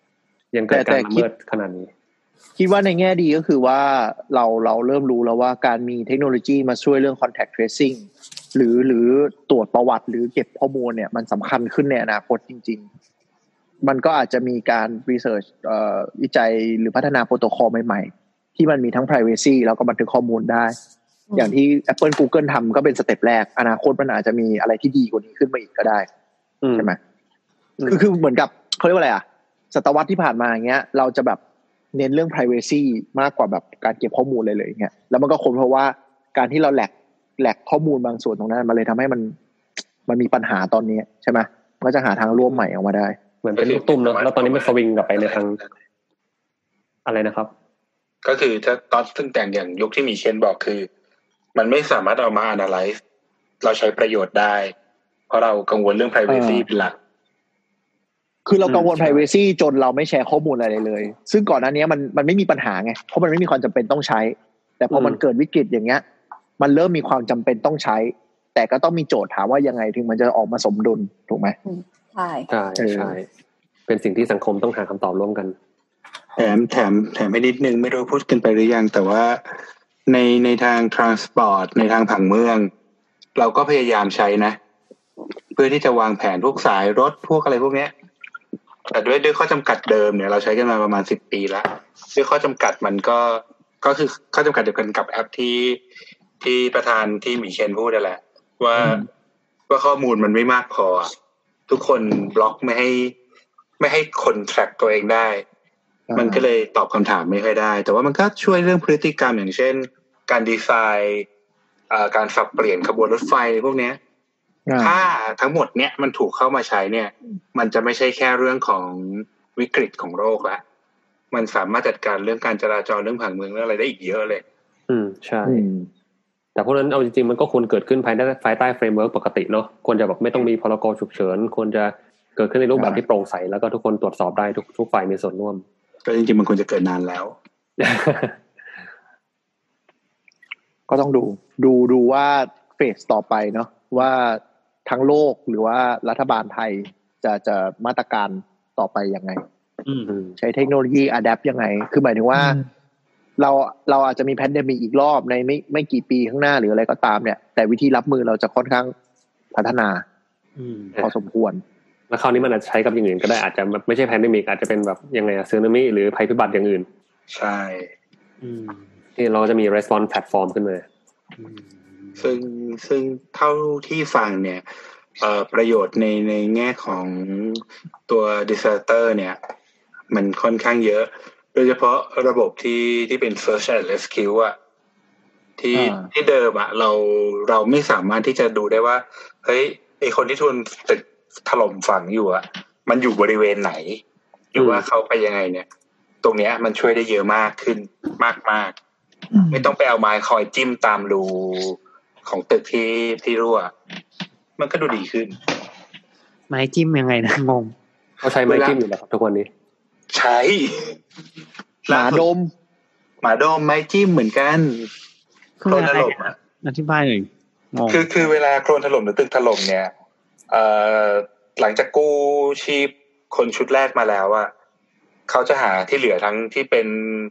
[SPEAKER 5] ยังเกิดการละเมิดขนาดนี้
[SPEAKER 6] คิดว่าในแง่ดีก็คือว่าเราเราเริ่มรู้แล้วว่าการมีเทคโนโลยีมาช่วยเรื่อง contact tracing หรือหรือตรวจประวัติหรือเก็บข้อมูลเนี่ยมันสำคัญขึ้นในอนาคตจริงๆมันก็อาจจะมีการ research เอ่อวิจัยหรือพัฒนาโปรโตคอลใหม่ๆที่มันมีทั้ง privacy แล้วก็บันทึกข้อมูลได้อย่างที่ Apple Google ทำก็เป็นสเต็ปแรกอนาคตมันอาจจะมีอะไรที่ดีกว่านี้ขึ้นมาอีกก็ได้ใช่ไหมคือคือเหมือนกับเขาเรียกว่าอะไรอ่ะศตวรรษที่ผ่านมาอย่างเงี้ยเราจะแบบเน้นเรื่อง privacy มากกว่าแบบการเก็บข้อมูลเลยเลยอย่างเงี้ยแล้วมันก็คงเพราะว่าการที่เราแหลกแหลกข้อมูลบางส่วนตรงนั้นมันเลยทำให้มันมันมีปัญหาตอนนี้ใช่ไหมก็จะหาทางร่วมใหม่ออกมาได้
[SPEAKER 5] เหมือนเป็นลูกตุ้มเนาะแล้วตอนนี้มันสวิงกลับไปในทางอะไรนะครับ
[SPEAKER 8] ก็คือถ้าตอนซึ่งแต่งอย่างยุคที่มีเชนบอกคือมันไม่สามารถเอามา analyze เราใช้ประโยชน์ได้เพราะเรากังวลเรื่อง privacy เป็นหลัก
[SPEAKER 6] คือเรากังวล privacy จนเราไม่แชร์ข้อมูลอะไรเลยซึ่งก่อนหน้านี้มันมันไม่มีปัญหาไงเพราะมันไม่มีความจำเป็นต้องใช้แต่พอมันเกิดวิกฤตอย่างเงี้ยมันเริ่มมีความจำเป็นต้องใช้แต่ก็ต้องมีโจทย์ถามว่ายังไงถึงมันจะออกมาสมดุลถูกไหม
[SPEAKER 2] ใช่
[SPEAKER 5] ใช่ใช่เป็นสิ่งที่สังคมต้องหาคำตอบร่วมกัน
[SPEAKER 8] แถมแถมแถมไปนิดนึงไม่รู้พูดกันไปหรือยังแต่ว่าในในทาง transport ในทางผังเมืองเราก็พยายามใช้นะเพื่อที่จะวางแผนพวกสายรถพวกอะไรพวกเนี้ยแต่ด้วยด้วยข้อจำกัดเดิมเนี่ยเราใช้กันมาประมาณสิบปีแล้วด้วยข้อจำกัดมันก็ก็คือข้อจำกัดเดียวกันกับแอปที่ที่ประธานที่หมีเชนพูดนั่นแหละว่าว่าข้อมูลมันไม่มากพอทุกคนบล็อกไม่ให้ไม่ให้คน track ตัวเองได้มันก็เลยตอบคำถามไม่ค่อยได้แต่ว่ามันก็ช่วยเรื่องพฤติกรรมอย่างเช่นการดีไซน์การสับเปลี่ยนขบวนรถไฟพวกนี้ถ้าทั้งหมดเนี้ยมันถูกเข้ามาใช้เนี่ยมันจะไม่ใช่แค่เรื่องของวิกฤตของโรคละมันสามารถจัดการเรื่องการจราจรเรื่องผังเมืองเรื่องอะไรได้อีกเยอะเลย
[SPEAKER 5] อืมใช่แต่พวกนั้นเอาจริงๆมันก็ควรเกิดขึ้นภายใต้ภายใต้เฟรมเวิร์คปกติเนาะควรจะแบบไม่ต้องมีพรกฉุกเฉินควรจะเกิดขึ้นในรูปแบบที่โปร่งใสแล้วก็ทุกคนตรวจสอบได้ทุกทุกฝ่ายมีส่วนร่วม
[SPEAKER 8] ก็จริงๆมันควรจะเกิดนานแล้ว
[SPEAKER 6] ก็ต้องดูดูดูว่าเฟสต่อไปเนาะว่าทั้งโลกหรือว่ารัฐบาลไทยจะจะมาตรการต่อไปยังไงใช้เทคโนโลยีอะแดปยังไงคือหมายถึงว่าเราเราอาจจะมีแพนเดมิกอีกรอบในไม่ไม่กี่ปีข้างหน้าหรืออะไรก็ตามเนี่ยแต่วิธีรับมือเราจะค่อนข้างพัฒนาพอสมควร
[SPEAKER 5] แล้วคราวนี้มันอาจจะใช้กับอย่างอื่นก็ได้อาจจะไม่ใช่แพนเดมิกอาจจะเป็นแบบยังไงอะสึนามิหรือภัยพิบัติอย่างอื่น
[SPEAKER 8] ใช่
[SPEAKER 5] ที่เราจะมี response platform ขึ้นมา
[SPEAKER 8] ซึ่งซึ่งเท่าที่ฟังเนี่ยประโยชน์ในในแง่ของตัว disaster เนี่ยมันค่อนข้างเยอะโดยเฉพาะระบบที่ที่เป็น search and rescue อ่ะที่ที่เดิมอ่ะเราเราไม่สามารถที่จะดูได้ว่าเฮ้ยไอคนที่ทุนตึกถล่มฝังอยู่อ่ะมันอยู่บริเวณไหนหรือว่าเขาไปยังไงเนี่ยตรงเนี้ยมันช่วยได้เยอะมากขึ้นมากๆไม่ต้องไปเอาไม้คอยจิ้มตามรูของตึกที่ที่รั่วมันก็ดูดีขึ้น
[SPEAKER 3] ไม้จิ้มยังไงนะงง
[SPEAKER 5] เขาใช้ไม้จิ้มอยู่แล้วครับทุกวันนี้
[SPEAKER 8] ใช้
[SPEAKER 6] หมาดม
[SPEAKER 8] หมาดมไม้จิ้มเหมือนกันโคลนถล่มอ่ะ
[SPEAKER 3] อธิบายหน่อยงง
[SPEAKER 8] คือคือเวลาโคลนถล่มหรือตึกถล่มเนี่ยเอ่อหลังจากกู้ชีพคนชุดแรกมาแล้วอ่ะเขาจะหาที่เหลือทั้งที่เป็น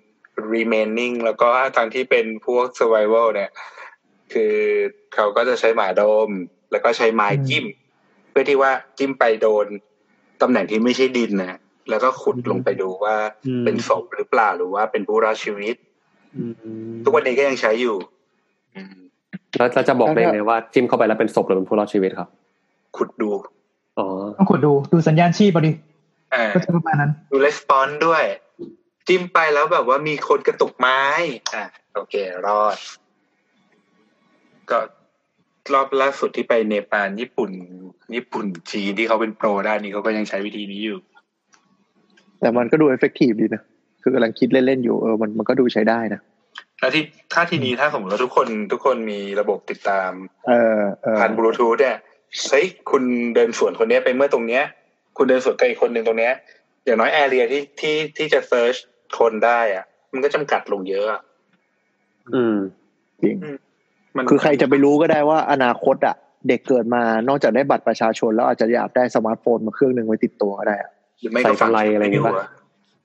[SPEAKER 8] remaining แล้วก็ทั้งที่เป็นพวก survival เนี่ยคือเขาก็จะใช้หมาดมแล้วก็ใช้ไม้จิ้มเพื่อที่ว่าจิ้มไปโดนตำแหน่งที่ไม่ใช่ดินนะแล้วก็ขุดลงไปดูว่าเป็นศพหรือเปล่าหรือว่าเป็นผู้รอดชีวิตทุกวันนี้ก็ยังใช้อยู่
[SPEAKER 5] แล้วจะบอกได้ไงว่าจิ้มเข้าไปแล้วเป็นศพหรือเป็นผู้รอดชีวิตครับ
[SPEAKER 8] ขุดดู
[SPEAKER 5] อ๋อ
[SPEAKER 4] ต้องขุดดูดูสัญญาณชีพพอดีก็จะประมาณนั้น
[SPEAKER 8] ดูレスปอนส์ด้วยจิ้มไปแล้วแบบว่ามีคนกระตุกไม้อ่ะโอเครอดก็รอบล่าสุดที่ไปเนปาลญี่ปุ่นญี่ปุ่นจีนที่เขาเป็นโปรด้านนี้เขาก็ยังใช้วิธีนี้อยู่
[SPEAKER 6] แต่มันก็ดูเอฟเฟกตีฟดีนะคือกำลังคิดเล่นๆอยู่เออมันมันก็ดูใช้ได้นะ
[SPEAKER 8] แล้วที่ถ้าทีนี้ถ้าสมมติว่าทุกคนทุกคนมีระบบติดตาม
[SPEAKER 6] เออ
[SPEAKER 8] ผ่านบลูทูธเนี่ยเฮ้ยคุณเดินสวนคนนี้ไปเมื่อตรงเนี้ยคุณเดินสวนกับอีกคนนึงตรงเนี้ยอย่างน้อยแอเรียที่ที่ที่จะเซิร์ชคนได้อ่ะมันก็จำกัดลงเยอะ
[SPEAKER 5] อืม
[SPEAKER 6] จริงคือใครจะไปรู้ก็ได้ว่าอนาคตอ่ะเด็กเกิดมานอกจากได้บัตรประชาชนแล้วอาจจะอยากได้สมาร์ทโฟนมาเครื่องนึงไว้ติดตัวก็ได้
[SPEAKER 8] หรือไม่ก็ฝังอะไรอะไรอย่างเงี้ย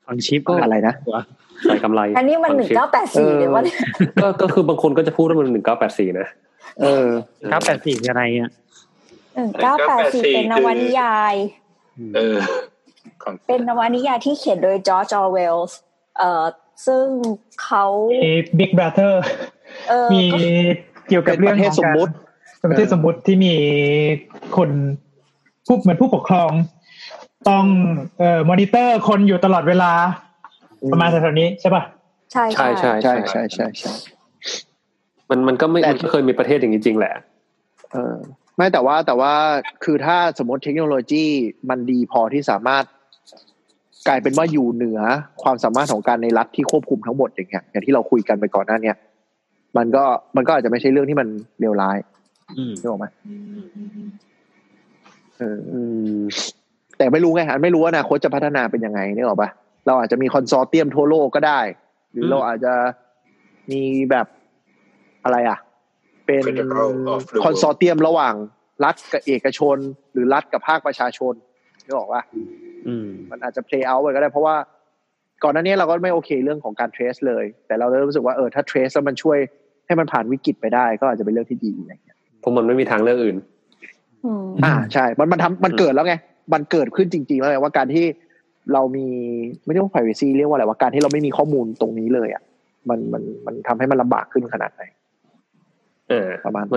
[SPEAKER 3] ฝังชิป
[SPEAKER 6] อะไรนะ
[SPEAKER 5] ใส่กำไร
[SPEAKER 2] อันนี้มันหนึ่งเก้าแปดสี่หรือว่า
[SPEAKER 5] ก็ก็คือบางคนก็จะพูดว่ามันหนึ่งเก้าแปดสี่นะ
[SPEAKER 6] เออ
[SPEAKER 3] หนึ่งเก้าแปดสี่คืออะไรอ่ะ
[SPEAKER 2] หนึ่งเก้าแปดสี่เป็นนวนิยาย
[SPEAKER 8] เออ
[SPEAKER 2] เป็นนวนิยายที่เขียนโดยจอร์จ ออร์เวลส์เอ่อซึ่งเขา
[SPEAKER 4] มี Big Brother มีเกี่ยวกับเรื่อง
[SPEAKER 6] ประเทศสมมุติ
[SPEAKER 4] ประเทศสมมุติที่มีคนผู้เหมือนผู้ปกครองต้องเอ่อมอนิเตอร์คนอยู่ตลอดเวลาประมาณแถวๆนี้ใช่ป่ะ
[SPEAKER 2] ใช่
[SPEAKER 5] ใช่ใช่
[SPEAKER 6] ใช่ใช่ใช่ใช่
[SPEAKER 5] มันมันก็ไม่มันก็เคยมีประเทศอย่างนี้จริงแหละ
[SPEAKER 6] เออไม่แต่ว่าแต่ว่าคือถ้าสมมติเทคโนโลยีมันดีพอที่สามารถกลายเป็นว่าอยู่เหนือความสามารถของการในรัฐที่ควบคุมทั้งหมดอย่างเงี้ยอย่างที่เราคุยกันไปก่อนหน้านี้มันก็มันก็อาจจะไม่ใช่เรื่องที่มันเลวร้ายใช่ไหมเออแต่ไม่รู้ไงไม่รู้ว่าอนาคตจะพัฒนาเป็นยังไงนึกออกป่ะเราอาจจะมีคอนโซร์เตียมทั่วโลกก็ได้หรือเราอาจจะมีแบบอะไรอ่ะเป็นคอนโซร์เตียมระหว่างรัฐกับเอกชนหรือรัฐกับภาคประชาชนนึกออกป่ะมันอาจจะ play out ไปก็ได้เพราะว่าก่อนหน้านี้เราก็ไม่โอเคเรื่องของการ trace เลยแต่เราเริ่มรู้สึกว่าเออถ้า trace แล้วมันช่วยให้มันผ่านวิกฤตไปได้ก็อาจจะเป็นเรื่องที่ดีอะไรอย่างเงี้ย
[SPEAKER 5] เพราะมันไม่มีทางเลือกอื่น
[SPEAKER 6] อ่าใช่มันมันทำมันเกิดแล้วไงมันเกิดขึ้นจริงๆแล้วไงว่าการที่เรามีไม่เรียกว่า privacy เรียกว่าอะไรว่าการที่เราไม่มีข้อมูลตรงนี้เลยอ่ะมันมันมันทำให้มันลำบากขึ้นขนาดไหน
[SPEAKER 5] เออ
[SPEAKER 6] ประมาณ
[SPEAKER 5] มัน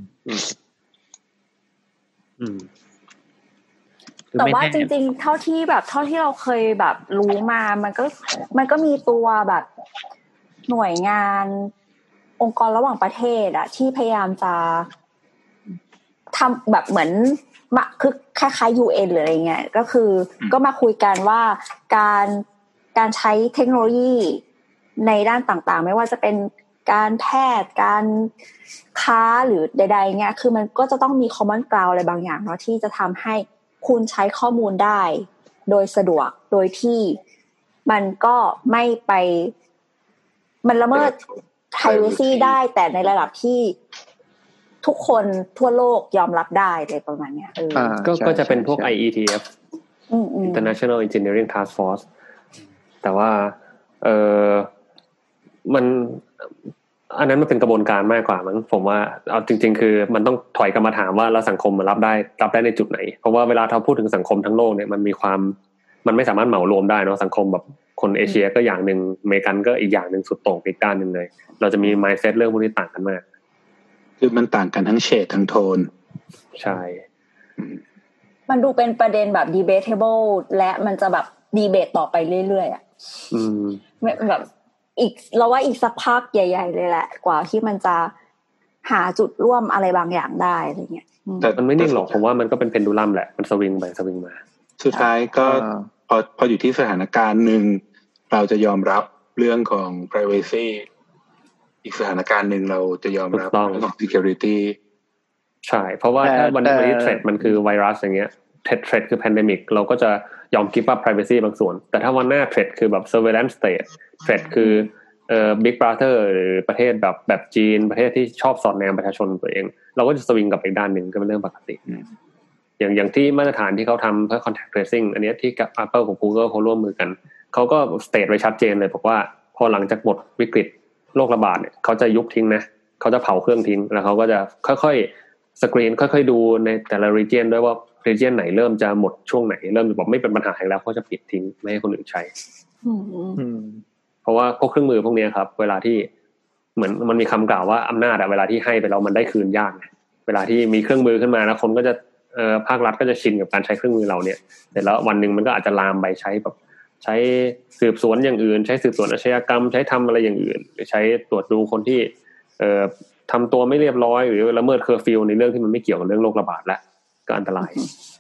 [SPEAKER 2] แต่ว่าจริงๆเท่าที่แบบเท่าที่เราเคยแบบรู้มามันก็มันก็มีตัวแบบหน่วยงานองค์กรระหว่างประเทศอะที่พยายามจะทำแบบเหมือนมาคือคล้ายๆ ยู เอ็น หรืออะไรเงี้ยก็คือก็มาคุยกันว่าการการใช้เทคโนโลยีในด้านต่างๆไม่ว่าจะเป็นการแพทย์การค้าหรือใดๆเงี้ยคือมันก็จะต้องมี common ground อะไรบางอย่างเนาะที่จะทำให้คุณใช้ข้อมูลได้โดยสะดวกโดยที่มันก็ไม่ไปมันละเมิด privacy ได้แต่ในระดับที่ทุกคนทั่วโลกยอมรับได้เลยประมาณเนี้ยเออ
[SPEAKER 5] ก็ก็จะเป็นพวก ไอ อี ที เอฟ International Engineering Task Force แต่ว่าเออมันอันนั้นมันเป็นกระบวนการมากกว่ามั้งผมว่าเอาจริงๆคือมันต้องถอยกลับมาถามว่าแล้วสังคมมันรับได้รับได้ในจุดไหนเพราะว่าเวลาเราพูดถึงสังคมทั้งโลกเนี่ยมันมีความมันไม่สามารถเหมารวมได้เนาะสังคมแบบคนเอเชียก็อย่างนึงอเมริกันก็อีกอย่างนึงสุดโต่งอีกด้านนึงเลยเราจะมี mindset เรื่องพวกนี้ต่างกันมาก
[SPEAKER 8] คือมันต่างกันทั้งเฉดทั้งโทน
[SPEAKER 5] ใช่
[SPEAKER 2] มันดูเป็นประเด็นแบบ debatable และมันจะแบบดีเบตต่อไปเรื่อยๆอ่ะ
[SPEAKER 5] อืม
[SPEAKER 2] แบบอีกเราว่าอีกสักพักใหญ่ๆเลยแหละกว่าที่มันจะหาจุดร่วมอะไรบางอย่างได้อะไรเงี้ย
[SPEAKER 5] แต่มันไม่นิ่งหรอกผมว่ามันก็เป็นเพนดูลัมแหละมันสวิงไปสวิงมา
[SPEAKER 8] สุดท้ายก็พอพออยู่ที่สถานการณ์นึงเราจะยอมรับเรื่องของ privacy อีกสถานการณ์นึงเราจะยอมรับเรื่องของ security
[SPEAKER 5] ใช่เพราะว่าถ้าวันนี้ threat มันคือไวรัสอย่างเงี้ย threat threat คือ pandemic เราก็จะยอม give up privacy บางส่วนแต่ถ้าวันหน้า threat คือแบบ surveillance state threat คือเอ่อ big brother หรือประเทศแบบแบบจีนประเทศที่ชอบสอดแนมประชาชนตัวเองเราก็จะสวิงกับอีกด้านนึงก็เป็นเรื่องปกติอย่างอย่างที่มาตรฐานที่เขาทำเพื่อ contact tracing อันนี้ที่กับ Apple กับ Google เขาร่วมมือกันเขาก็ state ไว้ชัดเจนเลยบอกว่าพอหลังจากหมดวิกฤตโรคระบาดเนี่ยเขาจะยุบทิ้งนะเขาจะเผาเครื่องทิ้งแล้วเขาก็จะค่อยๆสกรีนค่อยๆดูในแต่ละ region ด้วยว่า region ไหนเริ่มจะหมดช่วงไหนเริ่มจะบอกไม่เป็นปัญหาแล้วเขาจะปิดทิ้งไม่ให้คนอื่นใช้เพราะว่าพวกเครื่องมือพวกนี้ครับเวลาที่เหมือนมันมีคำกล่าวว่าอำนาจอะเวลาที่ให้ไปแล้วมันได้คืนยากเวลาที่มีเครื่องมือขึ้นมาแล้วคนก็จะเอ่อภาครัฐก็จะชินกับการใช้เครื่องมือเราเนี่ยแต่แล้ววันนึงมันก็อาจจะลามไปใช้แบบใช้สืบสวนอย่างอื่นใช้สืบสวนอาชญากรรมใช้ทำอะไรอย่างอื่นหรือใช้ตรวจดูคนที่เอ่อทำตัวไม่เรียบร้อยหรือละเมิดเคอร์ฟิวในเรื่องที่มันไม่เกี่ยวกับเรื่องโรคระบาดแล้วก็อันตราย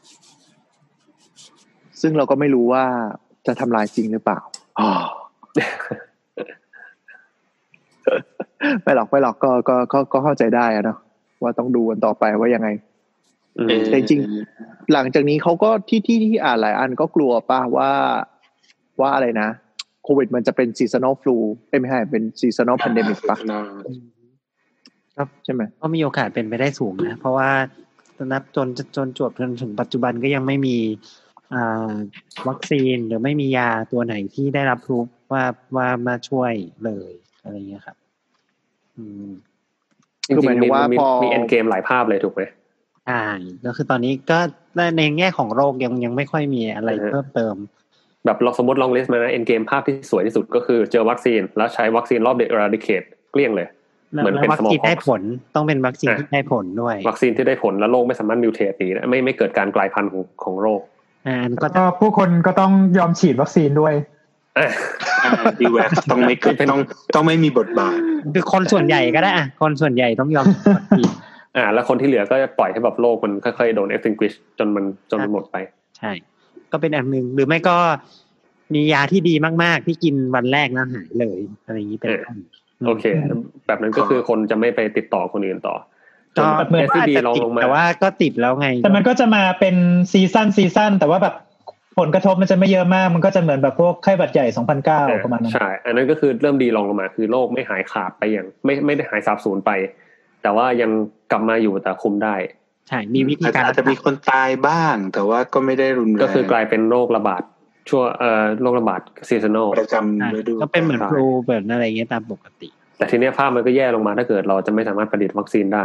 [SPEAKER 6] ซึ่งเราก็ไม่รู้ว่าจะทำลายจริงหรือเปล่าอ๋อไม่หรอกไม่หรอกก็ก็ก็ก็เข้าใจได้อะเนาะว่าต้องดูกันต่อไปว่ายังไงแต่จริงหลังจากนี้เขาก็ที่ที่ที่อ่านหลายอันก็กลัวป่ะว่าว่าอะไรนะโควิดมันจะเป็นซีซันนอลฟลูเอ้ยไม่ใช่เป็นซีซันนอลแพนเดมิกป่ะ
[SPEAKER 3] ครับ
[SPEAKER 6] ใช่ไหม
[SPEAKER 3] ก็มีโอกาสเป็นไปได้สูงนะเพราะว่านับจนจนจวบจนถึงปัจจุบันก็ยังไม่มีอ่าวัคซีนหรือไม่มียาตัวไหนที่ได้รับรู้ว่าว่ามาช่วยเลยอะไรเงี้ยครับอืม
[SPEAKER 5] จริงๆมีมีมีเอ็นเกมหลายภาพเลยถูกไหม
[SPEAKER 3] ใช่ก็คือตอนนี้ก็ในแง่ของโรคยังยังไม่ค่อยมีอะไรเพิ่มเติม
[SPEAKER 5] แบบเราสมมติลองลิสต์มานะเอ็นเกมภาพที่สวยที่สุดก็คือเจอวัคซีนแล้วใช้วัคซีนรอบเดอะ eradicate เกลี้ยงเลย
[SPEAKER 3] เหมือนเป็นวัคซีนได้ผลต้องเป็นวัคซีนที่ได้ผลด้วย
[SPEAKER 5] วัคซีนที่ได้ผลแล้วโรคไม่สามารถมิวเทตอีกไม่ไม่เกิดการกลายพันธุ์ของของโรค
[SPEAKER 3] อ่า
[SPEAKER 4] ก็ผู้คนก็ต้องยอมฉีดวัคซีนด้วย
[SPEAKER 8] อ่าดีแว็กต้องไม่ต้องต้องไม่มีบทบาท
[SPEAKER 3] คือคนส่วนใหญ่ก็ได้อ่ะคนส่วนใหญ่ต้องยอมวัคซีน
[SPEAKER 5] อ่าแล้วคนที่เหลือก็จะปล่อยให้แบบโรคมันค่อยๆโดน extinguish จนมันจนมันหมดไป
[SPEAKER 3] ใช่ก็เป็นอันนึงหรือไม่ก็มียาที่ดีมากๆที่กินวันแรกแล้วหายเลยอะไรอย่างนี้เป็นต้น
[SPEAKER 5] โอเคแบบนั้นก็คือคนจะไม่ไปติดต่อคนอื่นต่อ
[SPEAKER 3] ก็เหมือนว่าจะติดแต่ว่าก็ติดแล้วไง
[SPEAKER 4] แต่มันก็จะมาเป็นซีซั่นซีซั่นแต่ว่าแบบผลกระทบมันจะไม่เยอะมากมันก็จะเหมือนแบบพวกไข้หวัดใหญ่สองพันเก้าประมาณนั้น
[SPEAKER 5] ใช่อันนั้นก็คือเริ่มดีลงลงมาคือโรคไม่หายขาดไปอย่างไม่ไม่ได้หายสาบสูญไปแต่ว่ายังกลับมาอยู่แต่คุมได้
[SPEAKER 3] ใช่มีวิธีการ
[SPEAKER 8] อาจจะมีคนตายบ้างแต่ว่าก็ไม่ได้รุนแรง
[SPEAKER 5] ก็คือกลายเป็นโรคระบาดชั่วเอ่อโรคระบาดซีซันนอล
[SPEAKER 8] ประจำฤดู
[SPEAKER 3] ก็เป็นเหมือนฟลูแบบอะไรอย่างเงี้ยตามปกติ
[SPEAKER 5] แต่ทีนี้ภาพมันก็แย่ลงมาถ้าเกิดเราจะไม่สามารถผลิตวัคซีนได้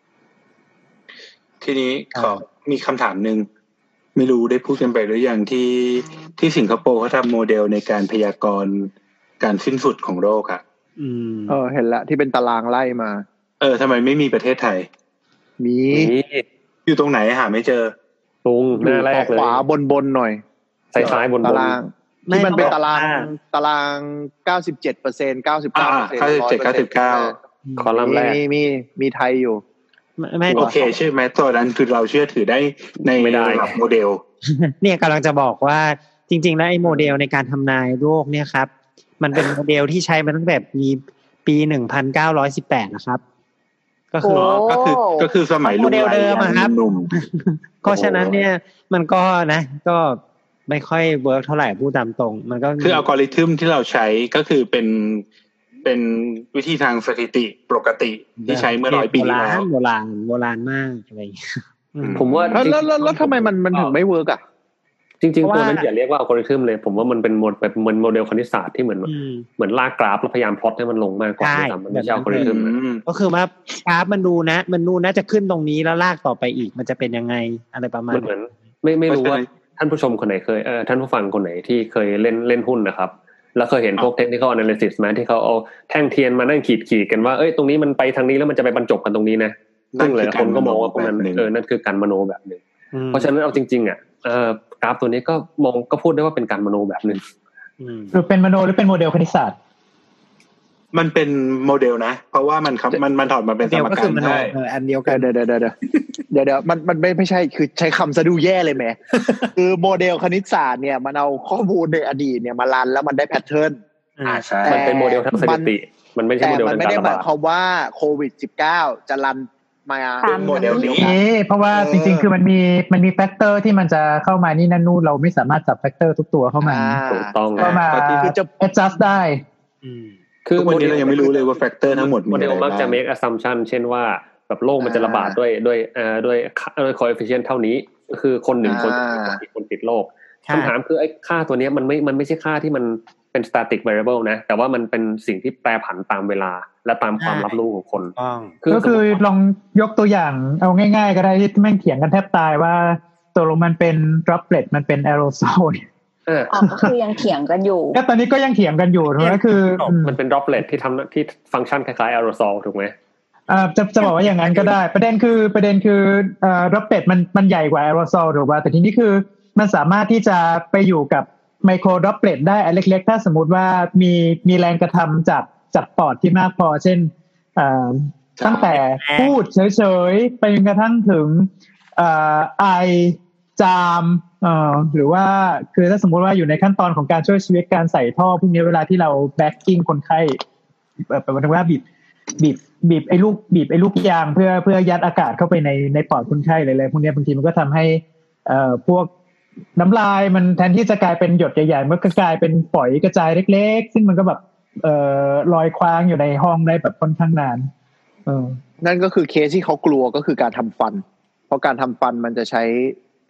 [SPEAKER 8] ทีนี้ขอมีคำถามนึงไม่รู้ได้พูดกันไปหรือยังที่ที่สิงคโปร์เขาทำโมเดลในการพยากรณ์การสิ้นสุดของโรคอ่ะ
[SPEAKER 6] อืมเออเห็นละที่เป็นตารางไล่มา
[SPEAKER 8] เออทำไมไม่มีประเทศไทย
[SPEAKER 6] มี
[SPEAKER 8] อยู่ตรงไหนหาไม่เจอ
[SPEAKER 5] ตรงหน้าแรกเลย
[SPEAKER 6] ขวาบนๆหน่อย
[SPEAKER 5] ซ้ายๆบนๆ
[SPEAKER 6] ตารางที่มันเป็นตารางตาราง เก้าสิบเจ็ดเปอร์เซ็นต์ เก้าสิบเก้าเปอร์เซ็นต์
[SPEAKER 8] เก้าสิบเจ็ด เก้าสิบเก้า
[SPEAKER 5] คอลัมน์แรก
[SPEAKER 6] มีมีมีไทยอยู่
[SPEAKER 3] ไม่
[SPEAKER 8] โอเคใช่ไหมตัวนั้นคือเราเชื่อถือได้ในระดับโมเดล
[SPEAKER 3] เนี่ยกำลังจะบอกว่าจริงๆแล้วไอ้โมเดลในการทำนายโรคเนี่ยครับมันเป็นโมเดลที่ใช้มาตั้งแต่ปีปีหนึ่งพันเก้าร้อยสิบแปดนะครับก็คือ
[SPEAKER 8] ก็คือก็คือสมัย
[SPEAKER 3] โมเดลเดิมครับก็ฉะนั้นเนี่ยมันก็นะก็ไม่ค่อยเวิร์กเท่าไหร่พูดตามตรงมันก็
[SPEAKER 8] คืออัลกอริทึมที่เราใช้ก็คือเป็นเป็นวิธีทางสถิติปกติที่ใช้เมื่อร้อยปีที่แล้ว
[SPEAKER 3] โบราณโบราณมากอะไรอย่างเงี้ย
[SPEAKER 5] ผมว่า
[SPEAKER 6] แล้วแล้วแล้วทำไมมันมันถึงไม่เวิร์กอ่ะ
[SPEAKER 5] จริงๆตัวนั้นอย่าเรียกว่าอัลกอริทึมเลยผมว่ามันเป็นโมเดลแบบมันโมเดลคณิตศาสตร์ที่เหมือนเหมือนลากกราฟแล้วพยายามพล็อตให้มันลงมากกว่าที่ทำมันไม่ใช่อัลกอริทึม
[SPEAKER 3] ก็คือว่ากราฟมันดูนะมันดูน่าจะขึ้นตรงนี้แล้วลากต่อไปอีกมันจะเป็นยังไงอะไรประมาณ
[SPEAKER 5] เหมือนไม่ไม่รู้ว่าท่านผู้ชมคนไหนเคยเออท่านผู้ฟังคนไหนที่เคยเล่นเล่นหุ้นนะครับแล้วเคยเห็นพวก technical analysis มั้ยที่เขาเอาแท่งเทียนมานั่งขีดๆกันว่าเอ้ยตรงนี้มันไปทางนี้แล้วมันจะไปบรรจบกันตรงนี้นะซึ่งหลายคนก็มองว่าพวกนั้นเออนั่นคือการมโนแบบนึงเพราะฉะนั้นเอาจริงๆอ่ะเอ่อกราฟตัวนี้ก็มองก็พูดได้ว่าเป็นการมโนแบบนึง
[SPEAKER 4] อืมหรือเป็นมโนหรือเป็นโมเดลคณิตศาสตร์
[SPEAKER 8] มันเป็นโมเดลนะเพราะว่ามันมันมันถอดมาเป็นสมการ
[SPEAKER 3] ใช่เอออันเดียวกัน
[SPEAKER 6] เดี๋ยวๆๆๆเดี๋ยวๆมันมันไม่ไม่ใช่คือใช้คำซะดูแย่เลยแหมคือโมเดลคณิตศาสตร์เนี่ยมันเอาข้อมูลในอดีตเนี่ยมารันแล้วมันได้แพทเทิร์น
[SPEAKER 8] อ่าใช่
[SPEAKER 5] มันเป็นโมเดลทางสถิติมันไม่ใช่โมเดลทางการระบาดแต่มันไม่ได้หมาย
[SPEAKER 6] ความว่าโควิดสิบเก้าจะรันมา
[SPEAKER 8] เป็นโมเดลนี้
[SPEAKER 4] เพราะว่าจริงๆคือมันมีมันมีแฟกเตอร์ที่มันจะเข้ามานี่นั่นนู่นเราไม่สามารถจับแฟกเตอร์ทุกตัวเข้ามา
[SPEAKER 5] ถูกต้อง
[SPEAKER 4] เข้ามาคือจะ adjust ได้
[SPEAKER 8] คือวันนี้เรายังไม่รู้เลยว่าแฟกเตอร์ทั้งหมด
[SPEAKER 5] โมเดลมักจะ make assumption เช่นว่าแบบโรคมันจะระบาดด้วยด้วยเอ่อด้วยด้วย coefficient เท่านี้ก็คือคนหนึ่งคนติดคนติดโรคคำถามคือไอ้ค่าตัวนี้มันไม่มันไม่ใช่ค่าที่มันเป็น static variable นะแต่ว่ามันเป็นสิ่งที่แปรผันตามเวลาและตามความรับรู้ของคน
[SPEAKER 4] ก็คือลองยกตัวอย่างเอาง่ายๆก็ได้ที่แม่งเถียงกันแทบตายว่าตัวลงมันเป็น droplet มันเป็น aerosol
[SPEAKER 2] อ๋อก็คือยังเถียงกันอยู่
[SPEAKER 4] ก็ตอนนี้ก็ยังเถียงกันอยู่นะคือ
[SPEAKER 5] มันเป็น droplet ที่ทำที่ฟังก์ชันคล้ายๆ aerosol ถูกไหม
[SPEAKER 4] อ่าจะจะบอกว่าอย่างนั้นก็ได้ประเด็นคือประเด็นคือเอ่อ droplet มันมันใหญ่กว่า aerosol ถูกป่ะแต่ทีนี้คือมันสามารถที่จะไปอยู่กับไมโครดรอปเลตได้อันเล็กๆถ้าสมมุติว่ามีมีแรงกระทำจากจากปอดที่มากพอเช่นเอ่อตั้งแต่พูดเฉยๆไปจนกระทั่งถึงเอ่อไอจามเอ่อหรือว่าคือถ้าสมมุติว่าอยู่ในขั้นตอนของการช่วยชีวิตการใส่ท่อพวกนี้เวลาที่เราแบ็คกิ้งคนไข้แบบหมายถึงว่าบีบบีบบีบไอ้ลูกบีบไอ้ลูกยางเพื่อเพื่อยัดอากาศเข้าไปในในปอดคนไข้อะไรๆพวกนี้บางทีมันก็ทำให้เอ่อพวกน้ำลายมันแทนที่จะกลายเป็นหยดใหญ่ๆมันก็กลายเป็นฝอยกระจายเล็กๆซึ่งมันก็แบบเอ่อลอยคว้างอยู่ในห้องได้แบบค่อนข้างนานเออ
[SPEAKER 6] นั่นก็คือเคสที่เขากลัวก็คือการทำฟันเพราะการทำฟันมันจะใช้ท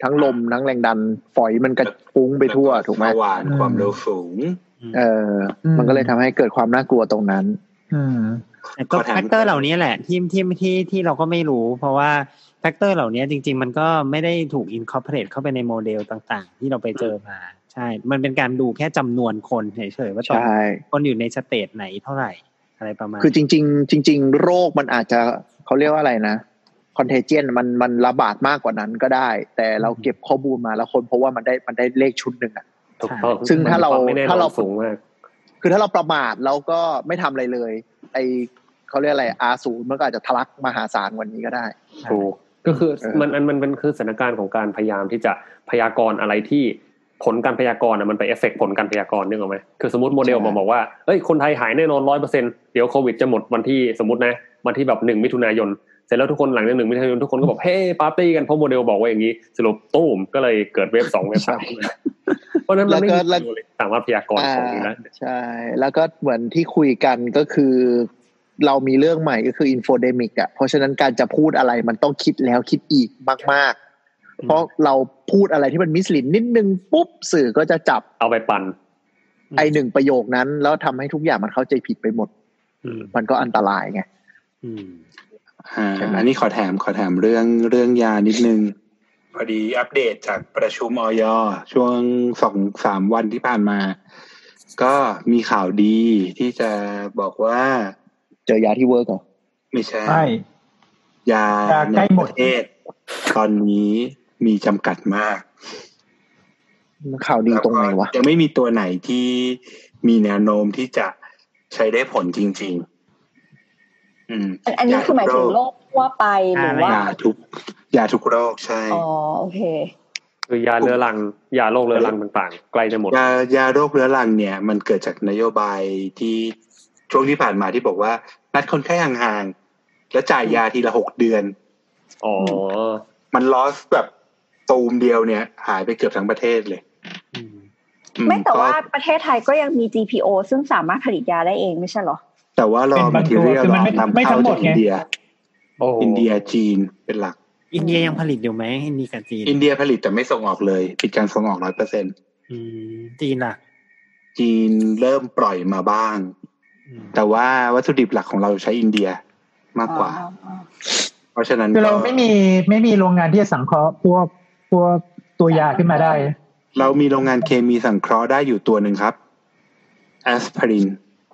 [SPEAKER 6] ทั้งลมทั้งแรงดันฝอยมันกระปุ้งไปทั่วถูกไหม
[SPEAKER 8] หวานความเร็วสูง
[SPEAKER 6] เออมันก็เลยทำให้เกิดความน่ากลัวตรงนั้น
[SPEAKER 4] อืม
[SPEAKER 3] ก็แฟกเตอร์เหล่านี้แหละที่ที่ที่ที่เราก็ไม่รู้เพราะว่าแฟกเตอร์เหล่านี้จริงๆมันก็ไม่ได้ถูกอินคอร์ปอเรตเข้าไปในโมเดลต่างๆที่เราไปเจอมาใช่มันเป็นการดูแค่จำนวนคนเฉยๆว่าตอนคนอยู่ในสเตจไหนเท่าไหร่อะไรประมาณ
[SPEAKER 6] คือจริงๆจริงๆโรคมันอาจจะเขาเรียกว่าอะไรนะคอนเทเจียนมันมันระบาดมากกว่านั้นก็ได้แต่เราเก็บข้อมูลมาแล้วคนเพราะว่ามันได้มันได้เลขชุดหนึ่งอ่ะซึ่งถ้าเราถ้าเรา
[SPEAKER 5] สูงมาก
[SPEAKER 6] คือถ้าเราประมาทแล้วก็ไม่ทำอะไรเลยไอเขาเรียกอะไร อาร์ ศูนย์ มันก็อาจจะทะลักมหาศาลกว่านี้ก็ได้
[SPEAKER 5] ถูกก็คือมันมันมันเป็นคือสถานการณ์ของการพยายามที่จะพยากรณ์อะไรที่ผลการพยากรณ์น่ะมันไปเอฟเฟคผลการพยากรณ์นึกออกมั้ยคือสมมุติโมเดลมาบอกว่าเอ้ยคนไทยหายแน่นอน ร้อยเปอร์เซ็นต์ เดี๋ยวโควิดจะหมดวันที่สมมุตินะวันที่แบบหนึ่งมิถุนายนเสร็จแล้วทุกคนหลังจากหนึ่งมิถุนายนทุกคนก็บอกเฮ้ปาร์ตี้กันเพราะโมเดลบอกว่าอย่างงี้สรุปตู้มก็เลยเกิดเวฟสองเวฟสามเพราะนั้นมันไม่สามารถพยากรณ์ของนี้ได้
[SPEAKER 6] ใช่แล้วก็เหมือนที่คุยกันก็คือเรามีเรื่องใหม่ก็คืออินโฟเดมิกอ่ะเพราะฉะนั้นการจะพูดอะไรมันต้องคิดแล้วคิดอีกมากๆเพราะเราพูดอะไรที่มันมิสลีดนิดนึงปุ๊บสื่อก็จะจับ
[SPEAKER 5] เอาไปปั่น
[SPEAKER 6] ไอหนึ่งประโยคนั้นแล้วทำให้ทุกอย่างมันเข้าใจผิดไปหมดมันก็อันตรายไง
[SPEAKER 8] อ่าอันนี้ขอแถมขอแถมเรื่องเรื่องยานิดนึงพอดีอัปเดตจากประชุมอย.ช่วง สองถึงสาม วันที่ผ่านมาก็มีข่าวดีที่จะบอกว่า
[SPEAKER 6] เจอยาที่เวิร์กเหรอ
[SPEAKER 8] ไม่ใช่
[SPEAKER 4] ใช่
[SPEAKER 8] ยาในประเทศตอนนี้มีจำกัดมาก
[SPEAKER 6] ข่าวดีตรงไหนวะ
[SPEAKER 8] ยังไม่มีตัวไหนที่มีแนวโน้มที่จะใช้ได้ผลจริงๆอืม
[SPEAKER 2] อันนี้คือหมายถึงโรคทั่วไปหรือว่าย
[SPEAKER 8] าทุกยาทุกโรคใช่
[SPEAKER 2] อ๋อโอเค
[SPEAKER 5] คือยาเรื้อรังยาโรคเรื้อรังต่างๆใกล้จะหมด
[SPEAKER 8] ยายาโรคเรื้อรังเนี่ยมันเกิดจากนโยบายที่ช่วงที่ผ่านมาที่บอกว่านัดคนไข้ห่างๆแล้วจ่ายยาทีละหกเดือน
[SPEAKER 5] อ๋อ
[SPEAKER 8] มันลอสแบบตูมเดียวเนี่ยหายไปเกือบทั้งประเทศเลย
[SPEAKER 2] ไม่แต่ว่าประเทศไทยก็ยังมี จี พี โอ ซึ่งสามารถผลิตยาได้เองไม่ใช่หรอ
[SPEAKER 8] แต่ว่ารอ material นำเข้าจากอินเดียอินเดียจีนเป็นหลัก
[SPEAKER 3] อินเดียยังผลิตอยู่ไหมอินเดียกับจีน
[SPEAKER 8] อินเดียผลิตแต่ไม่ส่งออกเลยปิดการส่งออก ร้อยเปอร์เซ็นต์
[SPEAKER 3] อืมจีนล่ะ
[SPEAKER 8] จีนเริ่มปล่อยมาบ้างแต่ว่าวัตถุดิบหลักของเราใช้อินเดียมากกว่าเพราะฉะนั้น
[SPEAKER 4] คือเราไม่มีไม่มีโรงงานที่จะสังเคราะห์พวกพวกตัวยาขึ้นมาได้
[SPEAKER 8] เรามีโรงงานเคมีสังเคราะห์ได้อยู่ตัวหนึ่งครับแอสไพริน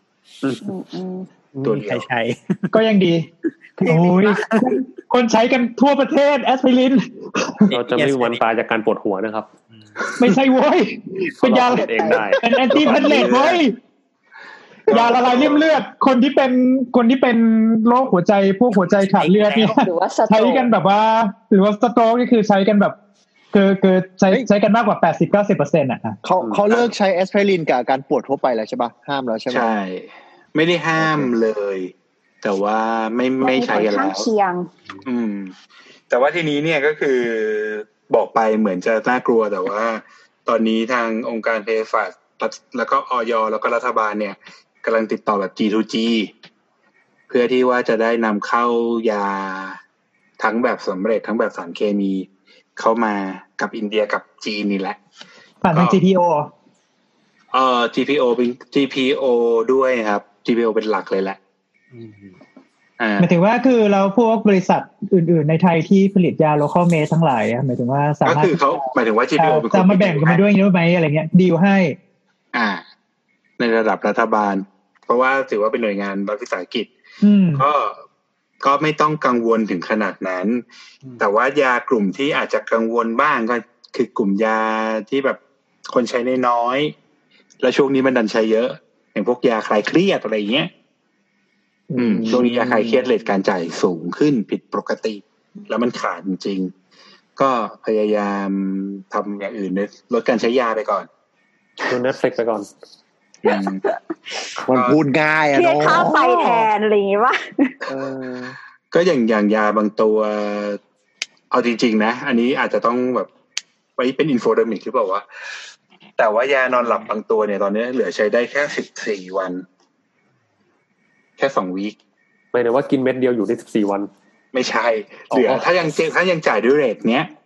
[SPEAKER 3] ตัวเดียวใช้
[SPEAKER 4] ก็ยังดีโอ้ยคนใช้กันทั่วประเทศแอสไพริน
[SPEAKER 5] เราจะไม่มีวันตายจากการปวดหัวนะครับ
[SPEAKER 4] ไม่ใช่โว้ยเป็นยา
[SPEAKER 5] เองได้
[SPEAKER 4] เป็นแอนตี้เพลทเว้ยยาละลายริ่มเลือดคนที่เป็นคนที่เป็นโรคหัวใจพวกหัวใจขาดเลือดเนี่ยใช้กันแบบว่าหรือว่าสโตรกนี่คือใช้กันแบบคือคือใช้ใช้กันมากกว่า แปดสิบถึงเก้าสิบเปอร์เซ็นต์ อ่ะ
[SPEAKER 6] เขาเขาเลิกใช้แอสไพรินกับการปวดทั่วไปแล้วใช่ป่ะห้ามแล้วใช่มั้ย
[SPEAKER 8] ใช่ไม่ได้ห้ามเลยแต่ว่าไม่ไม่ใช้กันแล้วอืมแต่ว่าทีนี้เนี่ยก็คือบอกไปเหมือนจะน่ากลัวแต่ว่าตอนนี้ทางองค์การเภสัชแล้วก็อย.แล้วก็รัฐบาลเนี่ยกำลังติดต่อแบบ จี ทู จี เพื่อที่ว่าจะได้นำเข้ายาทั้งแบบสำเร็จทั้งแบบสารเคมีเข้ามากับอินเดียกับจีนนี่แหละ
[SPEAKER 4] ผ่านทาง จี พี โอ
[SPEAKER 8] เอ่อ จี พี โอ เป็น จี พี โอ ด้วยครับ จี พี โอ เป็นหลักเลยแหละ
[SPEAKER 4] อ่าหมายถึงว่าคือเราพวกบริษัทอื่นๆในไทยที่ผลิตยา local made ทั้งหลายอ่ะหมายถึงว่าสามารถ
[SPEAKER 8] ก็คือเขาหมายถึงว่า จี พี โอ
[SPEAKER 4] จะมาแบ่งกันมาด้วยได้มั้ยอะไรเงี้ยดีลให้
[SPEAKER 8] อ่าในระดับรัฐบาลเพราะว่าถือว่าเป็นหน่วยงานรัฐวิสาหกิจก็ก็ไม่ต้องกังวลถึงขนาดนั้นแต่ว่ายากลุ่มที่อาจจะกังวลบ้างก็คือกลุ่มยาที่แบบคนใช้น้อยๆแล้วช่วงนี้มันดันใช้เยอะอย่างพวกยาคลายเครียดอะไรอย่างเงี้ยอืมช่วงนี้ยาคลายเครียดเรทการจ่ายสูงขึ้นผิดปกติแล้วมันขาดจริงๆก็พยายามทำอย่างอื่นลดการใช้ยาไปก่อน
[SPEAKER 5] ดู Netflix ไปก่อน
[SPEAKER 6] มันพูดง่ายอ่ะเนาะ
[SPEAKER 2] เรียกค่าไฟแทนอะไรอย่างงี้ป่ะ
[SPEAKER 8] เออก็อย่างอย่างยาบางตัวเอาจริงๆนะอันนี้อาจจะต้องแบบไว้เป็นอินโฟเดมิกหรือเปล่าวะแต่ว่ายานอนหลับบางตัวเนี่ยตอนนี้เหลือใช้ได้แค่สิบสี่วันแค่สองวีค
[SPEAKER 5] หมายถึงว่ากินเม็ดเดียวอยู่ได้สิบสี่วัน
[SPEAKER 8] ไม่ใช่เหลือถ้ายังถ้ายังจ่ายด้วยเรทเนี้ย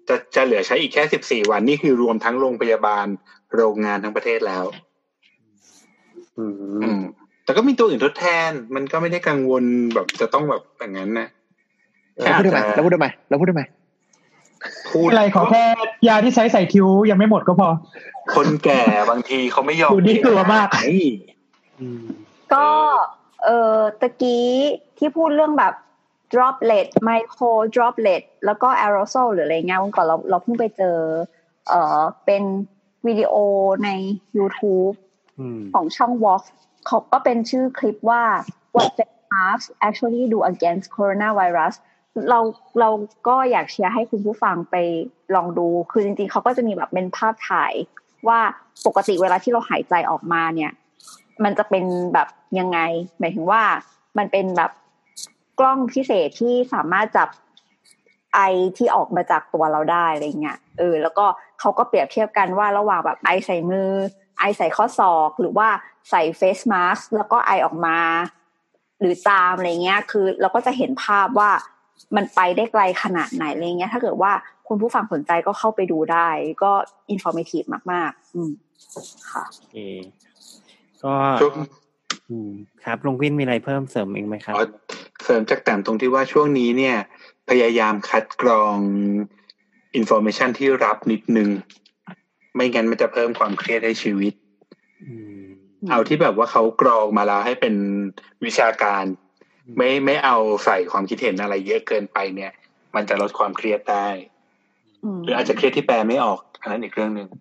[SPEAKER 8] จะจะเหลือใช้อีกแค่สิบสี่วันนี่คือรวมทั้งโรงพยาบาลโรงงานทั้งประเทศแล้วอืมแต่ก็มีตัวอื่นทดแทนมันก็ไม่ได้กังวลแบบจะต้องแบบอย่างนั้นนะ
[SPEAKER 6] แล้วพูดทำไมแล้วพูดทำไมแล้วพูดทำไม
[SPEAKER 4] พูดอะไรขอแค่ยาที่ใช้ใส่คิ้วยังไม่หมดก็พอ
[SPEAKER 8] คนแก่บางทีเขาไม่ยอม
[SPEAKER 4] ดูนี่กลัวมาก
[SPEAKER 2] ก็เออตะกี้ที่พูดเรื่องแบบ droplet micro droplet แล้วก็ aerosol หรืออะไรเงี้ยวันก่อนเราเราเพิ่งไปเจอเอ่อเป็นวิดีโอใน YouTube ของช่อง Walk เขาก็เป็นชื่อคลิปว่า What face masks actually do against coronavirus เราเราก็อยากเชียร์ให้คุณผู้ฟังไปลองดูคือจริงๆเขาก็จะมีแบบเป็นภาพถ่ายว่าปกติเวลาที่เราหายใจออกมาเนี่ยมันจะเป็นแบบยังไงหมายถึงว่ามันเป็นแบบกล้องพิเศษที่สามารถจับไอที่ออกมาจากตัวเราได้อะไรเงี้ยเออแล้วก็เขาก็เปรียบเทียบกันว่าระหว่างแบบไอใส่มือไอใส่ข้อศอกหรือว่าใส่เฟสมาสก์แล้วก็ไอออกมาหรือจามอะไรเงี้ยคือเราก็จะเห็นภาพว่ามันไปได้ไกลขนาดไหนอะไรเงี้ยถ้าเกิดว่าคุณผู้ฟังสนใจก็เข้าไปดูได้ก็อินฟอร์เมทีฟมากๆอืมค่ะ
[SPEAKER 3] โอเคก็อืมครับลุงวินมีอะไรเพิ่มเสริมอีกไหมครับ
[SPEAKER 8] เสริมจากแต้มตรงที่ว่าช่วงนี้เนี่ยพยายามคัดกรองอินฟอร์เมชันที่รับนิดนึงไม่งั้นมันจะเพิ่มความเครียดให้ชีวิตเอาที่แบบว่าเขากรองมาแล้วให้เป็นวิชาการไม่ไม่เอาใส่ความคิดเห็นอะไรเยอะเกินไปเนี่ยมันจะลดความเครียดได้หรืออาจจะเครียดที่แปลไม่ออกอันนั้นอีกเรื่องนึง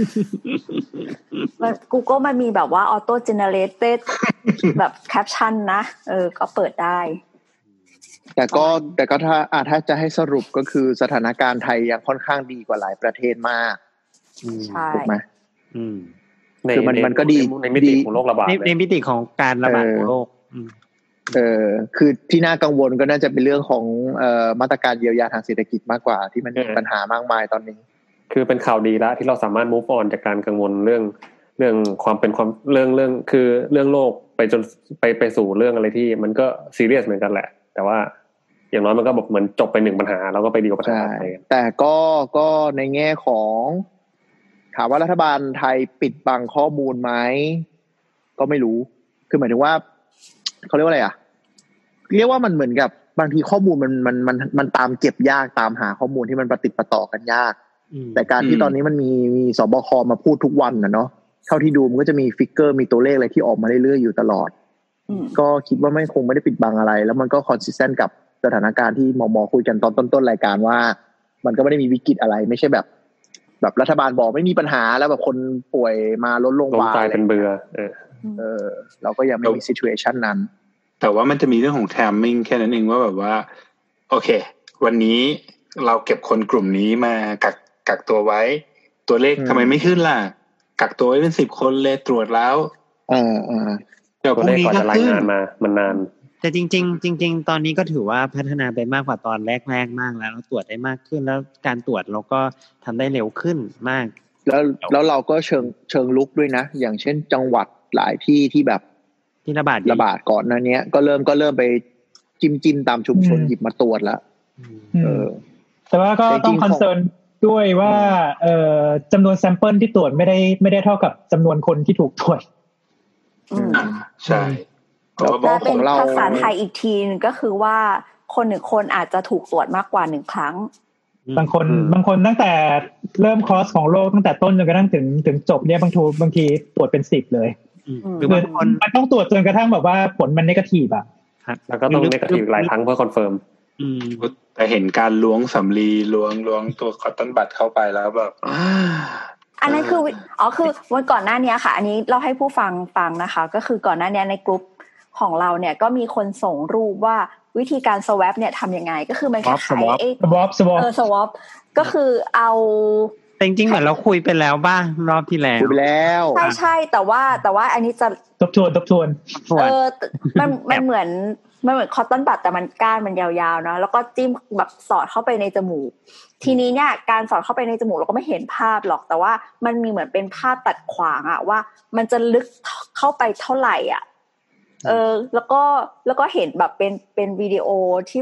[SPEAKER 2] Google มันมีแบบว่า auto generated แบบแคปชั่นนะเออก็เปิดได้
[SPEAKER 6] แต่ก็แต่ก็ถ้าอ่ะถ้าจะให้สรุปก็คือสถานการณ์ไทยยังค่อนข้างดีกว่าหลายประเทศมาก
[SPEAKER 2] ใช่
[SPEAKER 6] ถูกไหม
[SPEAKER 3] อืม
[SPEAKER 6] คือมันมันก็ดี
[SPEAKER 5] ในมิติของโรคระบาด
[SPEAKER 3] ในมิติของการระบาดของโรค
[SPEAKER 6] เออคือที่น่ากังวลก็น่าจะเป็นเรื่องของเอ่อมาตรการเยียวยาทางเศรษฐกิจมากกว่าที่มันมีปัญหามากมายตอนนี้
[SPEAKER 5] คือเป็นข่าวดีแล้วที่เราสามารถ move on จากการกังวลเรื่องเรื่องความเป็นความเรื่องเรื่องคือเรื่องโลกไปจนไปไปสู่เรื่องอะไรที่มันก็ซีเรียสเหมือนกันแหละแต่ว่าอย่างน้อยมันก็แบบเหมือนจบไปหนึ่งปัญหาแล้วก็ไปดีกว่าปัญหาไป
[SPEAKER 6] แต่ก็ก็ในแง่ของถามว่ารัฐบาลไทยปิดบังข้อมูลไหมก็ไม่รู้คือหมายถึงว่าเขาเรียกว่าอะไรอ่ะเรียกว่ามันเหมือนกับบางทีข้อมูลมันมันมันมันตามเก็บยากตามหาข้อมูลที่มันประติดประต่อกันยากแต่การที่ตอนนี้มันมีมีสบคมาพูดทุกวันนะเนาะเท่าที่ดูมันก็จะมีฟิกเกอร์มีตัวเลขอะไรที่ออกมาเรื่อยๆอยู่ตลอดก็คิดว่าไม่คงไม่ได้ปิดบังอะไรแล้วมันก็คอนซิสเทนต์กับสถานการณ์ที่หมอหมอคุยกันตอนต้นๆรายการว่ามันก็ไม่ได้มีวิกฤตอะไรไม่ใช่แบบแบบรัฐบาลบอกไม่มีปัญหาแล้วแบบคนป่วยมาล้นโรงพยาบาล
[SPEAKER 5] ตายเป็นเบื่อเออ
[SPEAKER 6] เออเราก็ยังไม่มีซิทูเอชันนั้น
[SPEAKER 8] แต่ว่ามันจะมีเรื่องของไทมิ่งแค่นั้นเองว่าแบบว่าโอเควันนี้เราเก็บคนกลุ่มนี้มากักกักตัวไว้ตัวเลขทำไมไม่ขึ้นล่ะกักตัวไว้เป็นสิบคนเลยตรวจแล้ว
[SPEAKER 6] เออเออ
[SPEAKER 5] เดี๋ยวพรุ่งนี้ก็จะรายงานมามันนาน
[SPEAKER 3] แต่จริงๆจริงๆตอนนี้ก็ถือว่าพัฒนาไปมากกว่าตอนแรกๆมากแล้วเราตรวจได้มากขึ้นแล้วการตรวจเราก็ทำได้เร็วขึ้นมาก
[SPEAKER 6] แล้วแล้วเราก็เชิงเชิงลุกด้วยนะอย่างเช่นจังหวัดหลายที่ที่แบบ
[SPEAKER 3] ที่ระบาด
[SPEAKER 6] ระบาดก่อนหน้านี้ก็เริ่มก็เริ่มไปจิ้มจิ้มตามชุมชนหยิบมาตรวจแล้วเออ
[SPEAKER 4] แต่ว่าก็ต้องคอนเซิร์นด้วยว่าเอ่อจำนวนแซมเปิลที่ตรวจไม่ได้ไม่ได้เท่ากับจำนวนคนที่ถูกตรวจ
[SPEAKER 8] ใช่
[SPEAKER 2] แล้วเป็นภาษาไทยอีกทีนึงก็คือว่าคนหนึ่งคนอาจจะถูกตรวจมากกว่าหนึ่งครั้ง
[SPEAKER 4] บางคนบางคนตั้งแต่เริ่มคอร์สของโรคตั้งแต่ต้นจนกระทั่งถึงถึงจบเนี่ยบางทีบางทีตรวจเป็นสิบเลยหรือบางคนมันต้องตรวจจนกระทั่งแบบว่าผลมันเนกาทีฟอ่ะ
[SPEAKER 5] แล้วก็ต้องเนกาทีฟหลายครั้งเพื่อคอนเฟิร์ม
[SPEAKER 8] แต่เห็นการล้วงสำลีล้วงล้วงตัวคอตตอนบัดเข้าไปแล้วแบบ
[SPEAKER 2] อันนั้นคืออ๋อคือวันก่อนหน้านี้ค่ะอันนี้เราให้ผู้ฟังฟังนะคะก็คือก่อนหน้านี้ในกลุ่มของเราเนี่ยก็มีคนส่งรูปว่าวิธีการ swab เนี่ยทำยังไงก็คือมันคล้ายๆไอ้
[SPEAKER 4] swab swab
[SPEAKER 2] เออ swab ก็คือเอา
[SPEAKER 3] จริงๆเหมือนเราคุยไปแล้วบ้างรอบที่แล้ว
[SPEAKER 6] คุยไปแล้ว
[SPEAKER 2] ใช่ๆแต่ว่าแต่ว่าอันนี้จะ
[SPEAKER 4] ทบทวนทบทวน
[SPEAKER 2] เออมันมันเหมือนมันเหมือนคอตตอนบัดแต่มันก้านมันยาวๆเนาะแล้วก็จิ้มแบบสอดเข้าไปในจมูกทีนี้เนี่ยการสอดเข้าไปในจมูกเราก็ไม่เห็นภาพหรอกแต่ว่ามันมีเหมือนเป็นภาพตัดขวางอะว่ามันจะลึกเข้าไปเท่าไหร่อ่ะเออแล้วก็แล้วก็เห็นแบบเป็นเป็นวิดีโอที่แบบ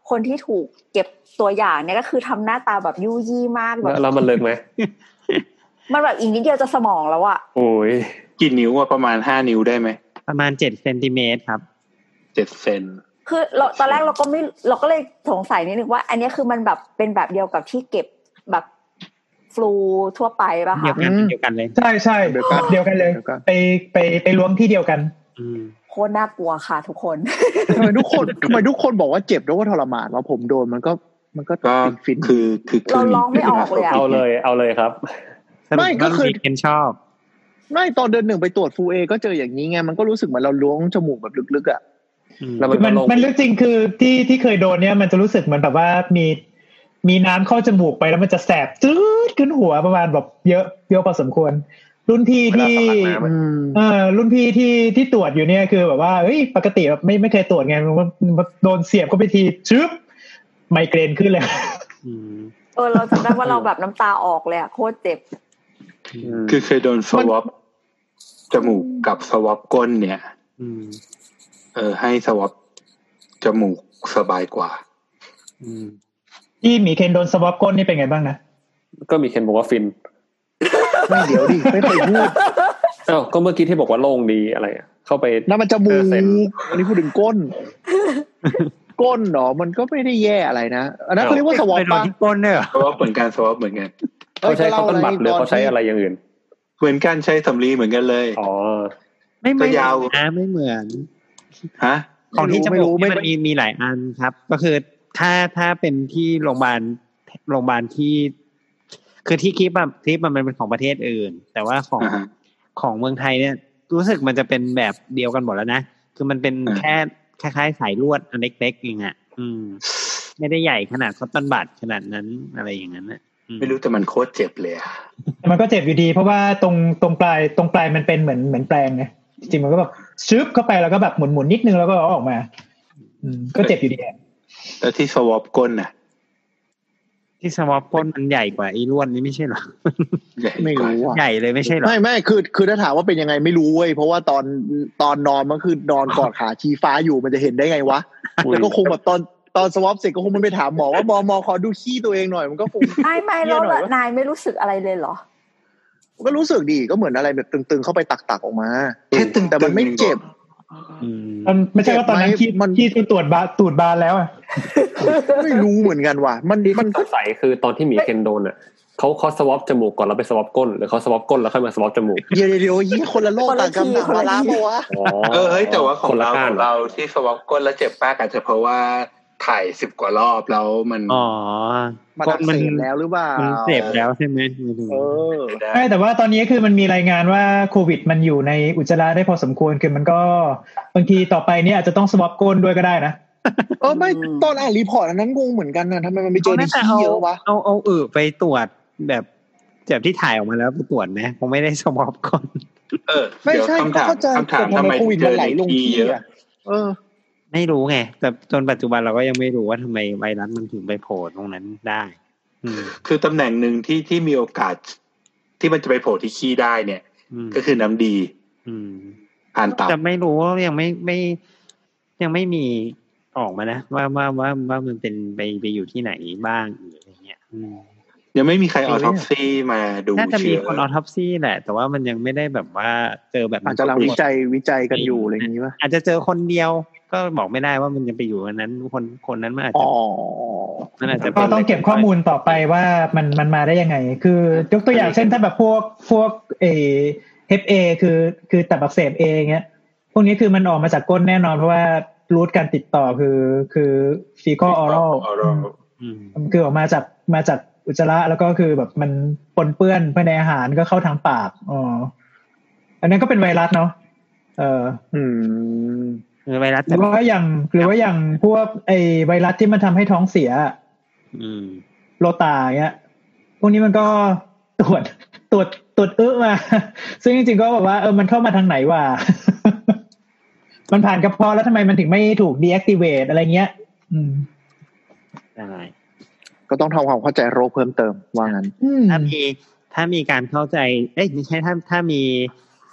[SPEAKER 2] คนที่ถูกเก็บตัวอย่างเนี่ยก็คือทำหน้าตาแบบยุ่ยี่มากแบบ
[SPEAKER 5] แล้วมันเลิกไหม
[SPEAKER 2] มันแบบอีกนิดเดียวจะสมองแล้วอะ
[SPEAKER 5] โอ้ย
[SPEAKER 8] กี่นิ้วอะประมาณห้านิ้วได้ไหม
[SPEAKER 3] ประมาณเจ็ดเซนติเมตรครับ
[SPEAKER 8] เจ็ดเซน
[SPEAKER 2] คือเราตอนแรกเราก็ไม่เราก็เลยสงสัยนิดนึงว่าอันนี้คือมันแบบเป็นแบบเดียวกับที่เก็บแบบฟลูทั่วไปป่ะคะ
[SPEAKER 3] เดียวกันเดียวกันเลย
[SPEAKER 4] ใช่ใช่เดียวกันเดียวกันเลยไปไปไปล้วงที่เดียวกัน
[SPEAKER 2] โคตรน่ากลัวค่ะทุกคน
[SPEAKER 6] ทำไมทุกคนทำไมทุกคนบอกว่าเจ็บแล้วก็ทรมานว่าผมโดนมันก็มันก็ฟิน
[SPEAKER 8] คือคือ
[SPEAKER 2] เราร้องไม่ออกเลย
[SPEAKER 5] เอาเลยเอาเลยครับ
[SPEAKER 3] ไม่ก็คือเคนชอบ
[SPEAKER 6] ไม่ตอนเดือนหนึ่งไปตรวจฟูเอก็เจออย่างนี้ไงมันก็รู้สึกเหมือนเราล้วงจมูกแบบลึกๆอ่ะ
[SPEAKER 4] แล้วมันมันลึกจริงคือที่ที่เคยโดนเนี่ยมันจะรู้สึกเหมือนแบบว่ามีมีน้ำเข้าจมูกไปแล้วมันจะแสบจืดขึ้นหัวประมาณแบบเยอะเยอะพอสมควรรุ่นพี่ที่เออรุ่นพี่ที่ที่ตรวจอยู่เนี่ยคือแบบว่าเฮ้ยปกติแบบไม่ไม่เคยตรวจไงมันโดนเสียบเข้าไปทีชึบไมเกรนขึ้นเลย
[SPEAKER 2] เออเราจำได้ว่าเราแบบน้ำตาออกเลยอะโคตรเจ็บ
[SPEAKER 8] คือเคยโดนสวอปจมูกกับสวอปก้นเนี่ยเออให้สวอปจมูกสบายกว่า
[SPEAKER 4] ที่มีเคนโดนสวอปก้นนี่เป็นไงบ้างนะ
[SPEAKER 5] ก็มีเคนบอกว่าฟิน
[SPEAKER 6] ไม่เดี๋ยวดิไม่เคยพูด
[SPEAKER 5] อ้าวก็เมื่อกี้ที่บอกว่าโล่งดีอะไรอ่ะเข้าไป
[SPEAKER 6] นั่นมันจมูกอันนี้พูดถึงก้นก้นเนาะมันก็ไม่ได้แย่อะไรนะอันนั้นเขาเรียกว่าสวอปป่ะ
[SPEAKER 3] ก้นเนี่ย
[SPEAKER 8] สวอปเหมือนกันสวอปเหมือนกัน
[SPEAKER 5] เขาใช้เขาต้นบัตรหรือเขาใช้อะไรอย่างอื่น
[SPEAKER 8] เหมือนกันใช้สำลีเหมือนกันเลย
[SPEAKER 5] อ๋อ
[SPEAKER 3] ไม่ไม่ยาวนะไม่เหมือน
[SPEAKER 8] ฮะ
[SPEAKER 3] ของที่จมูกมันมีมีหลายอันครับก็คือถ้าถ้าเป็นที่โรงพยาบาลโรงพยาบาลที่คือที่คลิปแบบคลิปมันเป็นของประเทศอื่นแต่ว่าของของเมืองไทยเนี่ยรู้สึกมันจะเป็นแบบเดียวกันหมดแล้วนะคือมันเป็นแค่คล้ายๆสายลวดอันเล็กๆเองอ่ะอืมไม่ได้ใหญ่ขนาดคอตตอนบัดขนาดนั้นอะไรอย่างนั้นนะ
[SPEAKER 8] ไม่รู้แต่มันโคตรเจ็บเลยอ่ะ
[SPEAKER 4] มันก็เจ็บอยู่ดีเพราะว่าตรงตรงปลายตรงปลายมันเป็นเหมือนเหมือนแปลงไงจริงๆมันก็แบบชึบเข้าไปแล้วก็แบบหมุนๆนิดนึงแล้วก็เอาออกมาอืมก็เจ็บอยู่ดี
[SPEAKER 8] แล้วที่สวอปก้นน่ะ
[SPEAKER 3] ที่สวอปก้นมันใหญ่กว่าไอ้ล้วนนี่ไม่ใช่หรอ
[SPEAKER 6] ไม่รู้
[SPEAKER 3] ใหญ่เลยไม่ใช่หรอ
[SPEAKER 6] ไม่ไม่คือคือถ้าถามว่าเป็นยังไงไม่รู้เว้ยเพราะว่าตอนตอนนอนมันคือนอนกอดขาชี้ฟ้าอยู่มันจะเห็นได้ไงวะแล้วก็คงแบบตอนตอนสวอปเสร็จก็คงมันไปถามหมอว่าหมอหมอขอดูขี้ตัวเองหน่อยมันก็คง
[SPEAKER 2] ไม่ไม่แล้วนายไม่รู้สึกอะไรเลยเหรอ
[SPEAKER 6] ก็รู้สึกดีก็เหมือนอะไรแบบตึงๆเข้าไปตักๆออกมา
[SPEAKER 8] แค่ตึง
[SPEAKER 6] แต่มันไม่เจ็บ
[SPEAKER 4] มันไม่ใช่ว่าตอนนั้นขี้มันขี้ตรวจบาตูดบานแล้วอ่ะ
[SPEAKER 6] ไม่รู้เหมือนกันว่ะมัน
[SPEAKER 5] มันสงสัยคือตอนที่มีเคนโดนอ่ะเขาเขาสวอปจมูกก่อนแล้วไปสวอปก้นหรือเขาสวอปก้นแล้วค่อยมาสวอปจมูก
[SPEAKER 6] เดี๋ยวเดี๋ยวยี่คนละโลกต่างกันต่างเวลาปะวะ
[SPEAKER 8] เออเฮ้ยแต่ว่าของเราของเราที่สวอปก้นแล้วเจ็บป้าอาจจะเพราะว่าถ่ายสิบกว่ารอบแล้วมัน
[SPEAKER 3] อ๋อ
[SPEAKER 6] มันอักเสบแล้วหรือเปล่า
[SPEAKER 3] มันเจ็บแล้วใช่ไหม
[SPEAKER 6] เออ
[SPEAKER 4] ใช่แต่ว่าตอนนี้คือมันมีรายงานว่าโควิดมันอยู่ในอุจจาระได้พอสมควรคือมันก็บางทีต่อไปเนี่ยอาจจะต้องสวอปก้นด้วยก็ได้นะ
[SPEAKER 6] เออไม่ตอนอ่านรีพอร์ตอันนั้นงงเหมือนกันนะทำไมมันไม่เจอในขี้เยอะวะ
[SPEAKER 3] เอาเอาเออไปตรวจแบบแบบที่ถ่ายออกมาแล้วไปตรวจนะคงไม่ได้สวอปก้น
[SPEAKER 8] เออไม่ใช่
[SPEAKER 6] เข้าใจคำถามทำไมโควิดมันไหลลงขี้เยอะเออ
[SPEAKER 3] ไม่รู้ไงแต่จนปัจจุบันเราก็ยังไม่รู้ว่าทำไมไวรัสมันถึงไปโผล่ตรงนั้นได้
[SPEAKER 8] คือตำแหน่งหนึ่งที่ที่มีโอกาสที่มันจะไปโผล่ที่ขี้ได้เนี่ยก็คือน้ำดีผ่านตับ
[SPEAKER 3] จะไม่รู้ยังไม่ไม่ยังไม่มีออกมานะว่าว่าว่าว่ามันเป็นไปไปอยู่ที่ไหนบ้างหรืออะไรเงี้ย
[SPEAKER 8] ยังไม่มีใครออทอปซี่มาดู
[SPEAKER 3] น่าจะมีคนออทอปซี่แหละแต่ว่ามันยังไม่ได้แบบว่าเจอแบบ
[SPEAKER 6] อาจจะกำลังวิจัยวิจัยกันอยู่อะไรอย่างนี้ป่ะ
[SPEAKER 3] อาจจะเจอคนเดียวก็บอกไม่ได้ว่ามันจะไปอยู่อันนั้นคนคนนั้นมันอาจจะ
[SPEAKER 4] มันอาจจะก็ต้องเก็บข้อมูลต่อไปว่ามันมันมาได้ยังไงคือยกตัวอย่างเช่นถ้าแบบพวกพวกเอ เอฟ เอ คือคือตับอักเสบเองเงี้ยพวกนี้คือมันออกมาจากก้นแน่นอนเพราะว่ารูทการติดต่อคือคือฟีคอลออรัลคือออกมาจากมาจากอุจจาระแล้วก็คือแบบมันปนเปื้อนภายในอาหารก็เข้าทางปากอ๋ออันนั้นก็เป็นไวรัสเนาะเอออืมหรือไวรัสหรือว่าอย่างหรือว่าอย่างพวกไอไวรัสที่มันทำให้ท้องเสียอืมโรตาเงี้ยพวกนี้มันก็ตรวจตรวจตรวจเอื้อมาซึ่งจริงๆก็บอกว่าเออมันเข้ามาทางไหนวะ มันผ่านกระเพาะแล้วทำไมมันถึงไม่ถูก deactivate อะไรเงี้ยอืม
[SPEAKER 3] ใช่
[SPEAKER 6] ก็ต้องทำความเข้าใจโรคเพิ่มเติมว่างั้น
[SPEAKER 3] ถ้ามีถ้ามีการเข้าใจเอ้ยไม่ใช่ถ้าถ้ามีถ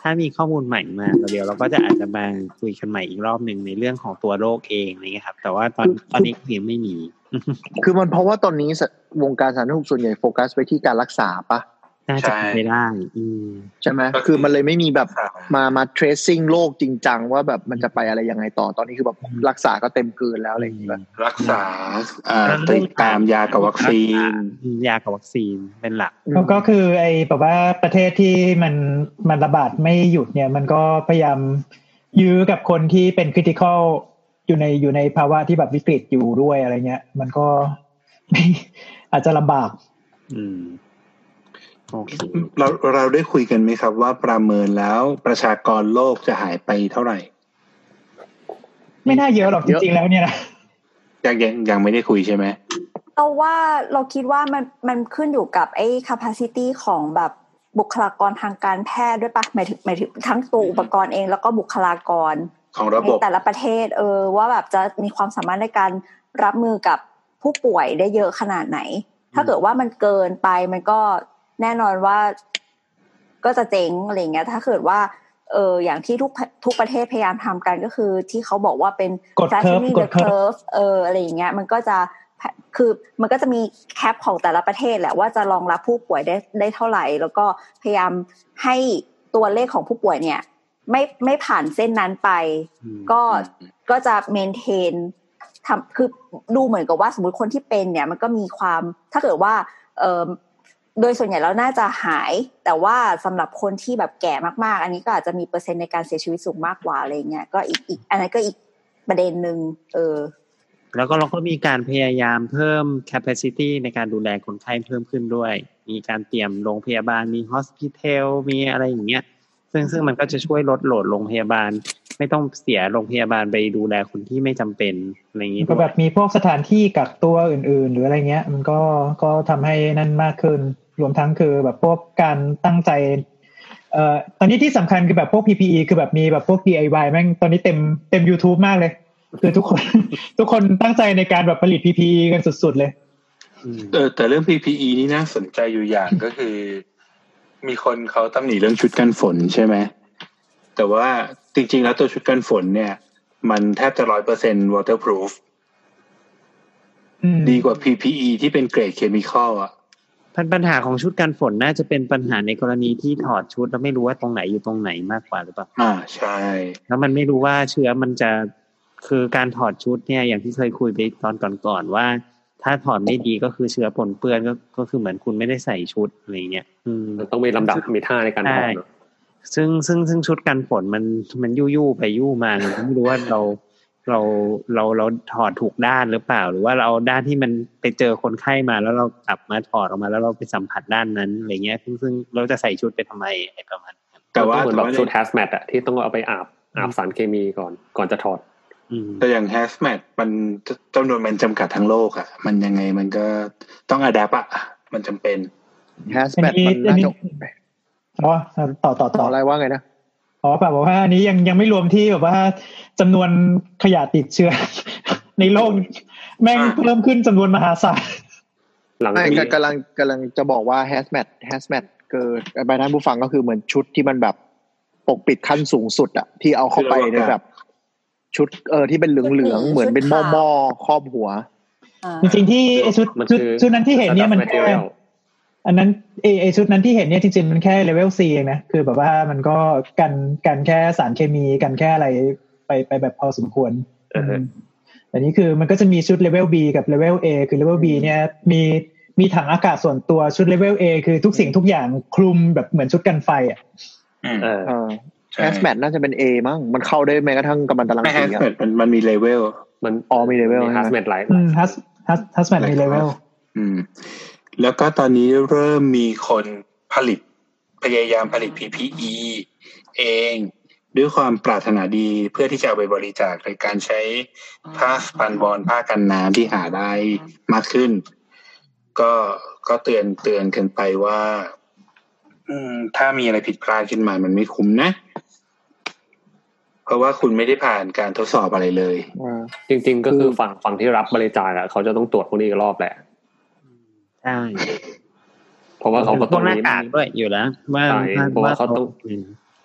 [SPEAKER 3] ถ้ามีข้อมูลใหม่มาเดี๋ยวเราก็จะอาจจะมาคุยกันใหม่อีกรอบนึงในเรื่องของตัวโรคเองอะไรเงี้ยครับแต่ว่าตอนตอนนี้ยังไม่มี
[SPEAKER 6] คือมันเพราะว่าตอนนี้วงการสาธารณสุขส่วนใหญ่โฟกัสไปที่การรักษาปะ
[SPEAKER 3] น่าจะไม่ได้
[SPEAKER 6] ใช่ไหมคือมันเลยไม่มีแบบมามา tracing โรคจริงจังว่าแบบมันจะไปอะไรยังไงต่อตอนนี้คือแบบรักษาก็เต็มเกินแล้วอะไรอย่างเงี้ย
[SPEAKER 8] รักษาอ่าติดตามยากับวัคซีน
[SPEAKER 3] ยากับวัคซีนเป็นหลัก
[SPEAKER 4] ก็คือไอ้แบบว่าประเทศที่มันมันระบาดไม่หยุดเนี่ยมันก็พยายามยื้อกับคนที่เป็น critical อยู่ในอยู่ในภาวะที่แบบวิกฤตอยู่ด้วยอะไรเงี้ยมันก็อาจจะลำบาก
[SPEAKER 3] อืม
[SPEAKER 8] เราเราได้คุยกันไหมครับว่าประเมินแล้วประชากรโลกจะหายไปเท่าไหร่
[SPEAKER 4] ไม่น่าเยอะหรอกจริงๆแล้วเนี่ยนะ
[SPEAKER 8] ยังยังยังไม่ได้คุยใช่ไหม
[SPEAKER 2] เราว่าเราคิดว่ามันมันขึ้นอยู่กับไอ้ capacity ของแบบบุคลากรทางการแพทย์ด้วยปะหมายถึงหมายถึงทั้งตัวอุปกรณ์เองแล้วก็บุคลากร
[SPEAKER 8] ของระบบ
[SPEAKER 2] ในแต่ละประเทศเออว่าแบบจะมีความสามารถในการรับมือกับผู้ป่วยได้เยอะขนาดไหนถ้าเกิดว่ามันเกินไปมันก็แน่นอนว่าก็จะเจ๊งอะไรเงี้ยถ้าเกิดว่าเอออย่างที่ทุกทุกประเทศพยายามทำกันก็คือที่เขาบอกว่าเป็น flattening the curve เอออะไรอย่างเงี้ยมันก็จะคือมันก็จะมีแคปของแต่ละประเทศแหละว่าจะรองรับผู้ป่วยได้ได้เท่าไหร่แล้วก็พยายามให้ตัวเลขของผู้ป่วยเนี่ยไม่ไม่ผ่านเส้นนั้นไปก็ก็จะเมนเทนทำคือดูเหมือนกับว่าสมมุติคนที่เป็นเนี่ยมันก็มีความถ้าเกิดว่าเออโดยส่วนใหญ่แล้วน่าจะหายแต่ว่าสำหรับคนที่แบบแก่มากๆอันนี้ก็อาจจะมีเปอร์เซ็นต์ในการเสียชีวิตสูงมากกว่าอะไรเงี้ยก็อีกอีกอันนั้นก็อีกประเด็นนึงเออ
[SPEAKER 3] แล้วก็เราก็มีการพยายามเพิ่ม capacity ในการดูแลคนไข้เพิ่มขึ้นด้วยมีการเตรียมโรงพยาบาลมี hospital มีอะไรอย่างเงี้ยซึ่งซึ่งมันก็จะช่วยลดโหลดโรงพยาบาลไม่ต้องเสียโรงพยาบาลไปดูแลคนที่ไม่จำเป็นอะไรอย่างงี้
[SPEAKER 4] ก็แบบมีพวกสถานที่กักตัวอื่นๆหรืออะไรเงี้ยมันก็ก็ทำให้นั่นมากขึ้นรวมทั้งคือแบบพวกการตั้งใจเอ่อตอนนี้ที่สำคัญคือแบบพวก พี พี อี คือแบบมีแบบพวก ดี ไอ วาย แม่งตอนนี้เต็มเต็ม YouTube มากเลยคือทุกคนทุกคนตั้งใจในการแบบผลิต พี พี อี กันสุดๆเลย
[SPEAKER 8] เออแต่เรื่อง พี พี อี นี่น่าสนใจอยู่อย่างก็คือมีคนเขาตำหนิเรื่องชุดกันฝนใช่ไหมแต่ว่าจริงๆแล้วตัวชุดกันฝนเนี่ยมันแทบจะ ร้อยเปอร์เซ็นต์ waterproof ดีกว่า พี พี อี ที่เป็นเกรดเคมีคอลอ่ะ
[SPEAKER 3] ปัญหาของชุดกันฝนน่าจะเป็นปัญหาในกรณีที่ถอดชุดแล้วไม่รู้ว่าตรงไหนอยู่ตรงไหนมากกว่าหรือเปล่า
[SPEAKER 8] อ่าใช่
[SPEAKER 3] แล้วมันไม่รู้ว่าเชื้อมันจะคือการถอดชุดเนี่ยอย่างที่เคยคุยไปตอนก่อนๆว่าถ้าถอดไม่ดีก็คือเชื้อปนเปื้อนก็ก็คือเหมือนคุณไม่ได้ใส่ชุดอะไรเงี้ยอืม
[SPEAKER 5] ต้องมีลำดับมีท่าในการถอด
[SPEAKER 3] ซึ่งซึ่งซึ่งชุดกันฝนมันมันยู่ๆไปยู่มาไม่รู้ว่าเราเราเราเราถอดถูกด้านหรือเปล่าหรือว่าเราเอาด้านที่มันไปเจอคนไข้มาแล้วเรากลับมาถอดออกมาแล้วเราไปสัมผัสด้านนั้นอะไรเงี้ยซึ่งซึ่งเราจะใส่ชุดไปทำไมไอ้ประมาณ
[SPEAKER 5] แต่ว่าเหมือนแบบชุด hazmat อ่ะที่ต้องเอาไปอาบอาบสารเคมีก่อนก่อนจะถอด
[SPEAKER 8] แต่อย่าง hazmat มันจำนวนมันจำกัดทั้งโลกอ่ะมันยังไงมันก็ต้อง adapt อ่ะมันจำเป็น
[SPEAKER 6] hazmat มันน่าจะ
[SPEAKER 4] อ๋อต่อต่อต่อ
[SPEAKER 6] อะไรว่าไงนะ
[SPEAKER 4] อ๋อแบบว่าอันนี้ยังยังไม่รวมที่แบบว่าจำนวนขยะติดเชื้อในโลกแม่งเพิ่มขึ้นจำนวนมหาศาล
[SPEAKER 6] หลังจากกำลังกำลังจะบอกว่า hazmat hazmat เกิดไปท่านผู้ฟังก็คือเหมือนชุดที่มันแบบปกปิดขั้นสูงสุดอะที่เอาเข้าไปในแบบชุดเออที่เป็นเหลืองๆเหมือนเป็นหม้อๆครอบหัว
[SPEAKER 4] จริงๆที่ชุดชุดชุดนั้นที่เห็นเนี่ยมันแค่อันนั้นไอ้ไอ้ชุดนั้นที่เห็นเนี่ยจริงๆมันแค่เลเวล C เองนะคือแบบว่ามันก็กันกันแค่สารเคมีกันแค่อะไรไปไปแบบพอสมควรแต่นี่คือมันก็จะมีชุดเลเวล B กับเลเวล A คือเลเวล B เนี่ยมีมีถังอากาศส่วนตัวชุดเลเวล A คือทุกสิ่งทุกอย่างคลุมแบบเหมือนชุดกันไฟอ่ะ
[SPEAKER 6] เออ hazmat น่าจะเป็น A มั้งมันเข้าได้แม้กระทั่งกัมมันตรังสีอ่ะ
[SPEAKER 8] hazmat มันมันมีเลเวล
[SPEAKER 6] มันอ๋อมีเลเวล
[SPEAKER 5] hazmat หลาย
[SPEAKER 4] hazmat มีเลเวล
[SPEAKER 8] อืมแล้วก็ตอนนี้เริ่มมีคนผลิตพยายามผลิต พี พี อี เองด้วยความปรารถนาดีเพื่อที่จะเอาไปบริจาคโดยการใช้ผ้าสปันบอลผ้ากันน้ำที่หาได้มากขึ้นก็ก็เตือนเตือนกันไปว่าอืมถ้ามีอะไรผิดพลาดขึ้นมามันไม่คุ้มนะเพราะว่าคุณไม่ได้ผ่านการทดสอบอะไรเลย
[SPEAKER 5] จริงๆก็คือฝั่งฝั่งที่รับบริจาคอ่ะเขาจะต้องตรวจพวกนี้อีกรอบแหละ
[SPEAKER 3] ใช่
[SPEAKER 5] เพราะว่าเขาก็
[SPEAKER 3] ต้องหน้ากากด้วยอยู่แล้วว่า
[SPEAKER 5] เพราะว่าเขาต้อง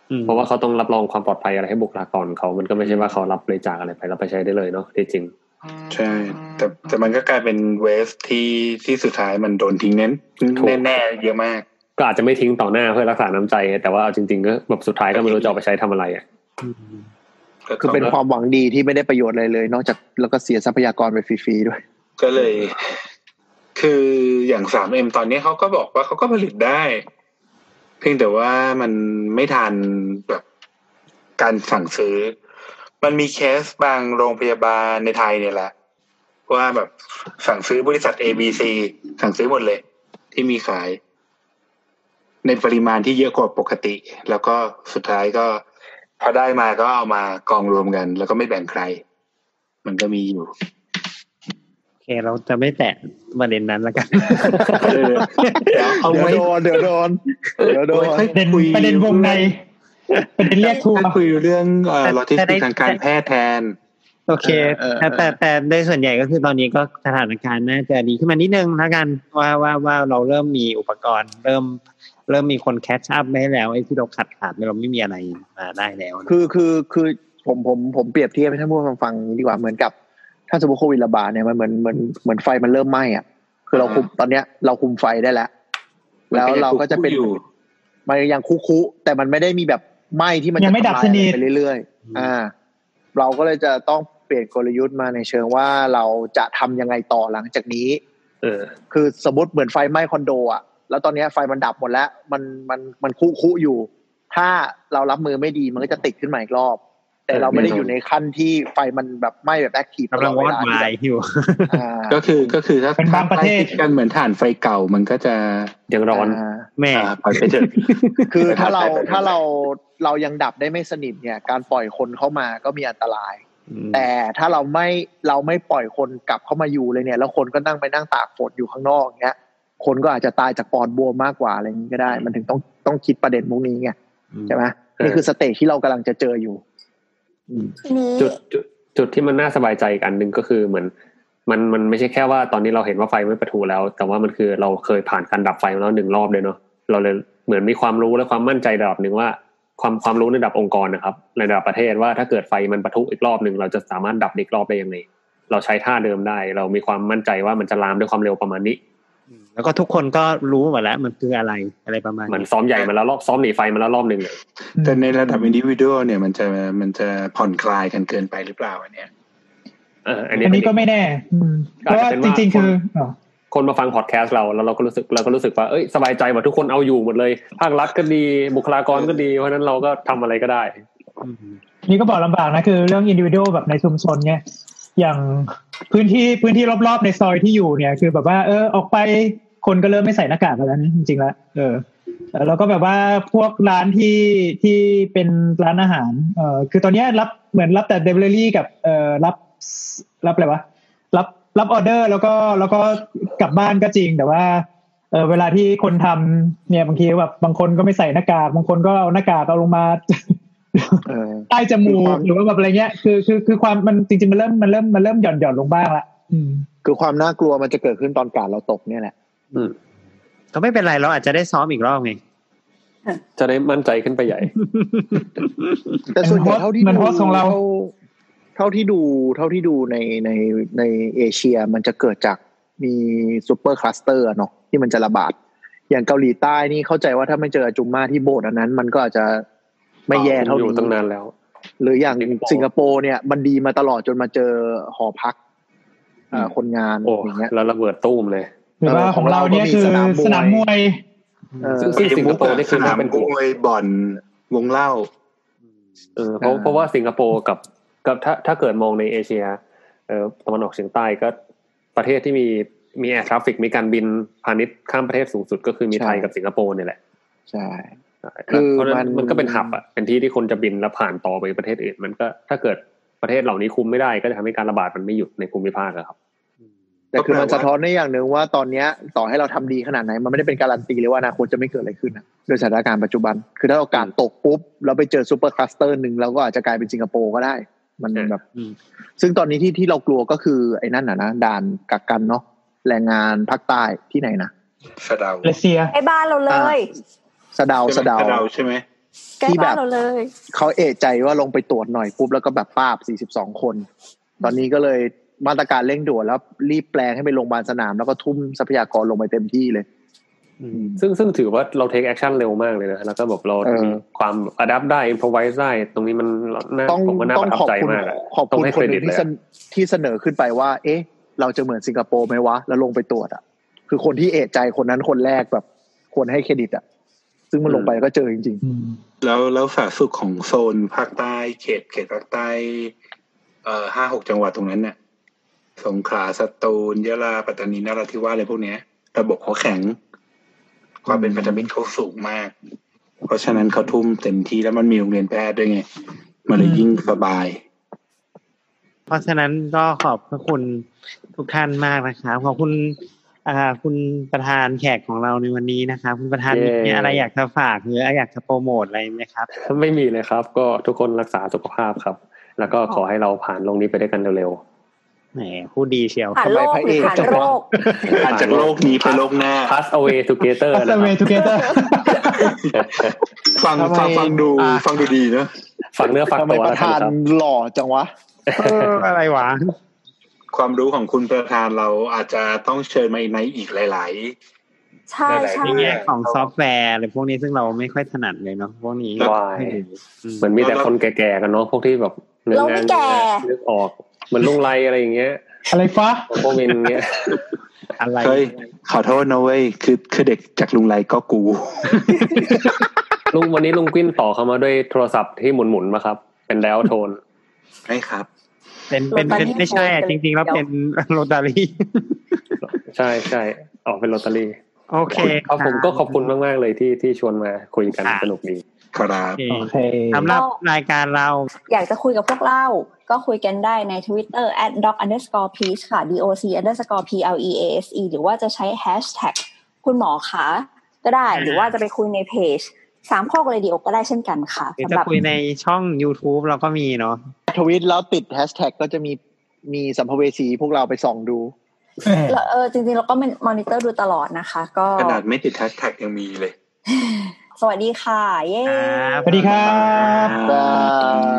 [SPEAKER 5] เพราะว่าเขาต้องรับรองความปลอดภัยอะไรให้บุคลากรเขามันก็ไม่ใช่ว่าเขารับบริจาคอะไรไปแล้วไปใช้ได้เลยเนาะที่จริง
[SPEAKER 8] ใช่แต่แต่มันก็กลายเป็นเวสที่ที่สุดท้ายมันโดนทิ้งเน้นแน่ๆเยอะมาก
[SPEAKER 5] ก็อาจจะไม่ทิ้งต่อหน้าเพื่อรักษาน้ำใจแต่ว่าจริงๆก็แบบสุดท้ายก็ไม่รู้จะเอาไปใช้ทำอะไรอ่ะ
[SPEAKER 6] คือเป็นความหวังดีที่ไม่ได้ประโยชน์อะไรเลยนอกจากแล้วก็เสียทรัพยากรไปฟรีๆด้วย
[SPEAKER 8] ก็เลยคืออย่าง ทรี เอ็ม ตอนนี้เขาก็บอกว่าเขาก็ผลิตได้เพียงแต่ว่ามันไม่ทันแบบการสั่งซื้อมันมีเคสบางโรงพยาบาลในไทยเนี่ยแหละว่าแบบสั่งซื้อบริษัท เอ บี ซี สั่งซื้อหมดเลยที่มีขายในปริมาณที่เยอะกว่าปกติแล้วก็สุดท้ายก็พอได้มาก็เอามากองรวมกันแล้วก็ไม่แบ่งใครมันก็มีอยู่
[SPEAKER 3] โอเคเราจะไม่แตะประเด็นนั้นแล้วกัน
[SPEAKER 6] เดี๋ยวเอาไว้เดี๋ยวโดนเดี๋ยวโดน
[SPEAKER 4] ประเด็นประเด็นวงในประเด็นเรียกทัวร์
[SPEAKER 8] คุยเรื่องเอ่อโลจิสติกส์ทางการแพทย์แทน
[SPEAKER 3] โอเคแต่แต่แต่โดยส่วนใหญ่ก็คือตอนนี้ก็สถานการณ์น่าจะดีขึ้นมานิดนึงแล้วกันว่าว่าว่าเราเริ่มมีอุปกรณ์เริ่มเริ่มมีคนแคชอัพได้แล้วไอ้ที่เราขาดขาดเราไม่มีอะไรมาได้แล้ว
[SPEAKER 6] คือคือคือผมผมผมเปรียบเทียบให้ท่านผู้ฟังฟังดีกว่าเหมือนกับถ้าสมมุติโควิดระบาดเนี่ยมันเหมือนเหมือนเหมือนไฟมันเริ่มไหม้อ่ะคือเราคุมตอนเนี้ยเราคุมไฟได้แล้วแล้วเราก็จะเป็นมันยังคุๆแต่มันไม่ได้มีแบบไหม้ที่มันจะทำลายไปเรื่อยๆอ่าเราก็เลยจะต้องเปลี่ยนกลยุทธ์มาในเชิงว่าเราจะทำยังไงต่อหลังจากนี้เออคือสมมติเหมือนไฟไหม้คอนโดอ่ะแล้วตอนนี้ไฟมันดับหมดแล้วมันมันมันคุๆอยู่ถ้าเรารับมือไม่ดีมันก็จะติดขึ้นมาอีกรอบแต่เราไม่ได้อยู่ในขั้นที่ไฟมันแบบไหม้แบบแอคทีฟ
[SPEAKER 3] กำลังวอดวายอยู่
[SPEAKER 8] ก็คือก็คือถ้า
[SPEAKER 4] เป็นบางประเทศ
[SPEAKER 8] กันเหมือนถ่านไฟเก่ามันก็จะ
[SPEAKER 5] ยังร้อน
[SPEAKER 3] แม่
[SPEAKER 8] ปล่อยไปเถอะ
[SPEAKER 6] คือถ้าเราถ้าเราเรายังดับได้ไม่สนิทเนี่ยการปล่อยคนเข้ามาก็มีอันตรายแต่ถ้าเราไม่เราไม่ปล่อยคนกลับเข้ามาอยู่เลยเนี่ยแล้วคนก็นั่งไปนั่งตากฝนอยู่ข้างนอกอย่างเงี้ยคนก็อาจจะตายจากปอดบวมมากกว่าอะไรอย่างนี้ก็ได้มันถึงต้องต้องคิดประเด็นพวกนี้ไงใช่ไหมนี่คือสเตจที่เรากำลังจะเจออยู่
[SPEAKER 5] จุดจุดจุดที่มันน่าสบายใจอีกอันนึงก็คือเหมือนมันมันไม่ใช่แค่ว่าตอนนี้เราเห็นว่าไฟไม่ประทุแล้วแต่ว่ามันคือเราเคยผ่านการดับไฟมาแล้วหนึ่งรอบเลยเนาะเราเลยเหมือนมีความรู้และความมั่นใจระดับนึงว่าความความรู้ในระดับองค์กรนะครับในระดับประเทศว่าถ้าเกิดไฟมันปะทุอีกรอบนึงเราจะสามารถดับอีกรอบได้ยังไงเราใช้ท่าเดิมได้เรามีความมั่นใจว่ามันจะลามด้วยความเร็วประมาณนี้
[SPEAKER 3] แล้วก็ทุกคนก็รู้หมดแล้วมันคืออะไรอะไรประมาณ
[SPEAKER 5] มันซ้อมใหญ่มาแล้วรอบซ้อมหนีไฟมาแล้วรอบนึงเลย
[SPEAKER 8] แต่ในระดับ individual เนี่ยมันจะมันจะผ่อนคลายกันเกินไปหรือเปล่าอันเนี้ย
[SPEAKER 5] เอออันนี้
[SPEAKER 4] อันนี้ก็ไม่แน่เพราะว่าจริงๆคือ
[SPEAKER 5] คนมาฟังพอดแคสต์เราแล้วเราก็รู้สึกเราก็รู้สึกว่าเอ้ยสบายใจหมดทุกคนเอาอยู่หมดเลยภาครัฐก็ดีบุคลากรก็ดีเพราะนั้นเราก็ทำอะไรก็ได้
[SPEAKER 4] นี่ก็บอกลำบากนะคือเรื่อง individual แบบในชุมชนเนี่ยอย่างพื้นที่พื้นที่รอบๆในซอยที่อยู่เนี่ยคือแบบว่าเออออกไปคนก็เริ่มไม่ใส่หน้ากากกันแล้วนะจริงๆแล้วเออแล้วก็แบบว่าพวกร้านที่ที่เป็นร้านอาหารเอ่อคือตอนนี้รับเหมือนรับแต่ delivery กับเอ่อรับรับอะไรวะรับรับออเดอร์แล้วก็แล้วก็กลับบ้านก็จริงแต่ว่าเออเวลาที่คนทำเนี่ยบางทีแบบบางคนก็ไม่ใส่หน้ากากบางคนก็เอาหน้ากากเอาลงมาใต้จมูกหรือว่าแบบอะไรเงี้ยคือคือคือความมันจริงๆมันเริ่มมันเริ่มมันเริ่มหย่อนหย่อนลงบ้างละ
[SPEAKER 6] คือความน่ากลัวมันจะเกิดขึ้นตอนกาดเราตกเนี่ยแหละ
[SPEAKER 5] อืม
[SPEAKER 3] ก็ไม่เป็นไรเราอาจจะได้ซ้อมอีกรอบไง
[SPEAKER 5] จะได้มั่นใจขึ้นไปใหญ่
[SPEAKER 6] แต่ส่วนใหญ่เท่าที่ดูของเราเท่าที่ดูเท่าที่ดูในในในเอเชียมันจะเกิดจากมีซุปเปอร์คลัสเตอร์เนาะที่มันจะระบาดอย่างเกาหลีใต้นี่เข้าใจว่าถ้าไม่เจอจุมม่าที่โบสถ์อันนั้นมันก็อาจจะไม่แย่เท่านี้
[SPEAKER 5] ตั้งนานแล้ว
[SPEAKER 6] หรืออย่างสิงคโปร์เนี่ยมันดีมาตลอดจนมาเจอหอพักอ่าคนงาน
[SPEAKER 5] อย่างเงี้ยแล้วระเบิดตุ้มเลย
[SPEAKER 4] หรือว่าของเราเนี่ยคือสนามมวย
[SPEAKER 5] ซึ่งสิงคโปร์นี่คือน่าเป็น
[SPEAKER 8] มวยบ่อนวงเล่า
[SPEAKER 5] เออเพราะเพราะว่าสิงคโปร์กับกับถ้าถ้าเกิดมองในเอเชียเอ่อตะวันออกเฉียงใต้ก็ประเทศที่มีมีแอร์ทราฟฟิกมีการบินพาณิชย์ข้ามประเทศสูงสุดก็คือมีไทยกับสิงคโปร์นี่แหละ
[SPEAKER 6] ใช่
[SPEAKER 5] คือมันมันก็เป็นหับอ่ะเป็นที่ที่คนจะบินแล้วผ่านต่อไปประเทศอื่นมันก็ถ้าเกิดประเทศเหล่านี้คุมไม่ได้ก็จะทำให้การระบาดมันไม่หยุดในภูมิภาคครับ
[SPEAKER 6] แต่คือมันสะท้อนได้อย่างนึงว่าตอนนี้ต่อให้เราทำดีขนาดไหนมันไม่ได้เป็นการันตีเลยว่าอนาคตจะไม่เกิดอะไรขึ้นนะโดยสถานการณ์ปัจจุบันคือถ้าโอกาสตกปุ๊บเราไปเจอซูเปอร์คลัสเตอร์นึงเราก็อาจจะกลายเป็นสิงคโปร์ก็ได้มันแบบซึ่งตอนนี้ที่ที่เรากลัวก็คือไอ้นั่นน่ะนะด่านกักกันเนาะแรงงานภาคใต้ที่ไหนนะ
[SPEAKER 8] สะเดา
[SPEAKER 4] เลเซีย
[SPEAKER 2] ไอ้บ้านเราเลย
[SPEAKER 6] สะเดาสะเดา
[SPEAKER 8] ใช่ไหม
[SPEAKER 6] ที่แบบเขาเอะใจว่าลงไปตรวจหน่อยปุ๊บแล้วก็แบบป้าบสี่สิบสองคนตอนนี้ก็เลยมาตรการเร่งด่วนแล้วรีบแปลงให้ไปโรงพยาบาลสนามแล้วก็ทุ่มทรัพยากรลงไปเต็มที่เลย
[SPEAKER 5] ซึ่งซึ่งถือว่าเรา take action เร็วมากเลยนะแล้วก็แบบเรามีความ adapt ได้ improvise ได้ตรงนี้มันน่าผมว่าน่าประทับใจมาก
[SPEAKER 6] ขอบคุณคนที่ที่เสนอขึ้นไปว่าเอ๊ะเราจะเหมือนสิงคโปร์ไหมวะแล้วลงไปตรวจอ่ะคือคนที่เอะใจคนนั้นคนแรกแบบควรให้เครดิตอ่ะซึ่งมันลงไปก็เจอจริง
[SPEAKER 8] ๆแล้วแล้วสาธารณสุขของโซนภาคใต้เขตเขตภาคใต้เอ่อ ห้าหก จังหวัดตรงนั้นน่ะสงขลาสตูลยะลาปัตตานีนราธิวาสอะไรพวกเนี้ยระบบเขาแข็งความเป็นพันธมิตรเขาสูงมากเพราะฉะนั้นเขาทุ่มเต็มที่แล้วมันมีโรงเรียนแพทย์ด้วยไงมันเลยยิ่งสบาย
[SPEAKER 3] เพราะฉะนั้นก็ขอบพระคุณทุกท่านมากนะครับขอบคุณอ่าคุณประธานแขกของเราในวันนี้นะครับคุณประธานมีอะไรอยากจะฝากหรืออยากจะโปรโมทอะไรไหมครับ
[SPEAKER 5] ไม่มีเลยครับก็ทุกคนรักษาสุขภาพครับแล้วก็ขอให้เราผ่านลงนี้ไปด้วยกันเร็ว
[SPEAKER 3] ๆแหมพูดดีเชียว
[SPEAKER 2] ผ่านโรคผ่านโรค
[SPEAKER 8] ผ่านจากโลกนี้ไปโลกหน้า
[SPEAKER 5] pass away together
[SPEAKER 4] pass away together
[SPEAKER 8] ฟังฟังฟังดูฟังดูดีเนอะ
[SPEAKER 5] ฟังเนื้อฟังตัว
[SPEAKER 6] ประธานหล่อจังวะ
[SPEAKER 3] อะไรวะ
[SPEAKER 8] ความรู้ของคุณประธานเราอาจจะต้องเชิญมาในอีกหลาย
[SPEAKER 2] ๆใช่ใช่
[SPEAKER 3] ในแง่ของซอฟต์แวร์อะไรพวกนี้ซึ่งเราไม่ค่อยถนัดเลยเนาะพวกนี้
[SPEAKER 5] เหมือนมีแต่คนแก่ๆกันเนาะพวกที่แบบ
[SPEAKER 2] เราไม่แก่
[SPEAKER 5] นึกออกเหมือนลุงไรอะไรอย่างเงี้ย
[SPEAKER 4] อะไรฟ้า
[SPEAKER 5] พวกมินเงี้ย
[SPEAKER 3] อะไร
[SPEAKER 8] เฮ้ยขอโทษนะเว้ยคือคือเด็กจากลุงไรก็กู
[SPEAKER 5] ลุงวันนี้ลุงกวิ้นต่อเข้ามาด้วยโทรศัพท์ที่หมุนๆมาครับเป็นแล้วโทน
[SPEAKER 8] ใช่ครับ
[SPEAKER 3] เป็นเป็นเป็นไม่ใช่จริงๆแล้วเป็นโรตารี่
[SPEAKER 5] ใช่ใช่ออกเป็นโรตารี่
[SPEAKER 3] โอเค
[SPEAKER 5] ครับผมก็ขอบคุณมากๆเลยที่ที่ชวนมาคุยกันสนุกดี
[SPEAKER 8] ครับ
[SPEAKER 3] โอเคสำหรับรายการเรา
[SPEAKER 2] อยากจะคุยกับพวกเราก็คุยกันได้ใน Twitterแอท ด็อก อันเดอร์สกอร์ พี ค่ะ ดี โอ ซี อันเดอร์สกอร์ พี แอล อี เอ เอส อี หรือว่าจะใช้ Hashtag คุณหมอขาก็ได้หรือว่าจะไปคุยในเพจสามข้อเรดิโอก็ได้เช่นกันค่ะ
[SPEAKER 3] สำหรับคุยในช่อง YouTube เราก็มีเนาะ
[SPEAKER 6] ทวิตแล้วติด Hashtag ก็จะมีมีสัมภเวสีพวกเราไปส่องดู
[SPEAKER 2] เออจริงๆเราก็มอนิเตอร์ดูตลอดนะคะก็
[SPEAKER 8] ขนาดไม่ติด Hashtag ยังมีเลย
[SPEAKER 2] สวัสดีค่ะเย้
[SPEAKER 4] สวัสดีครับ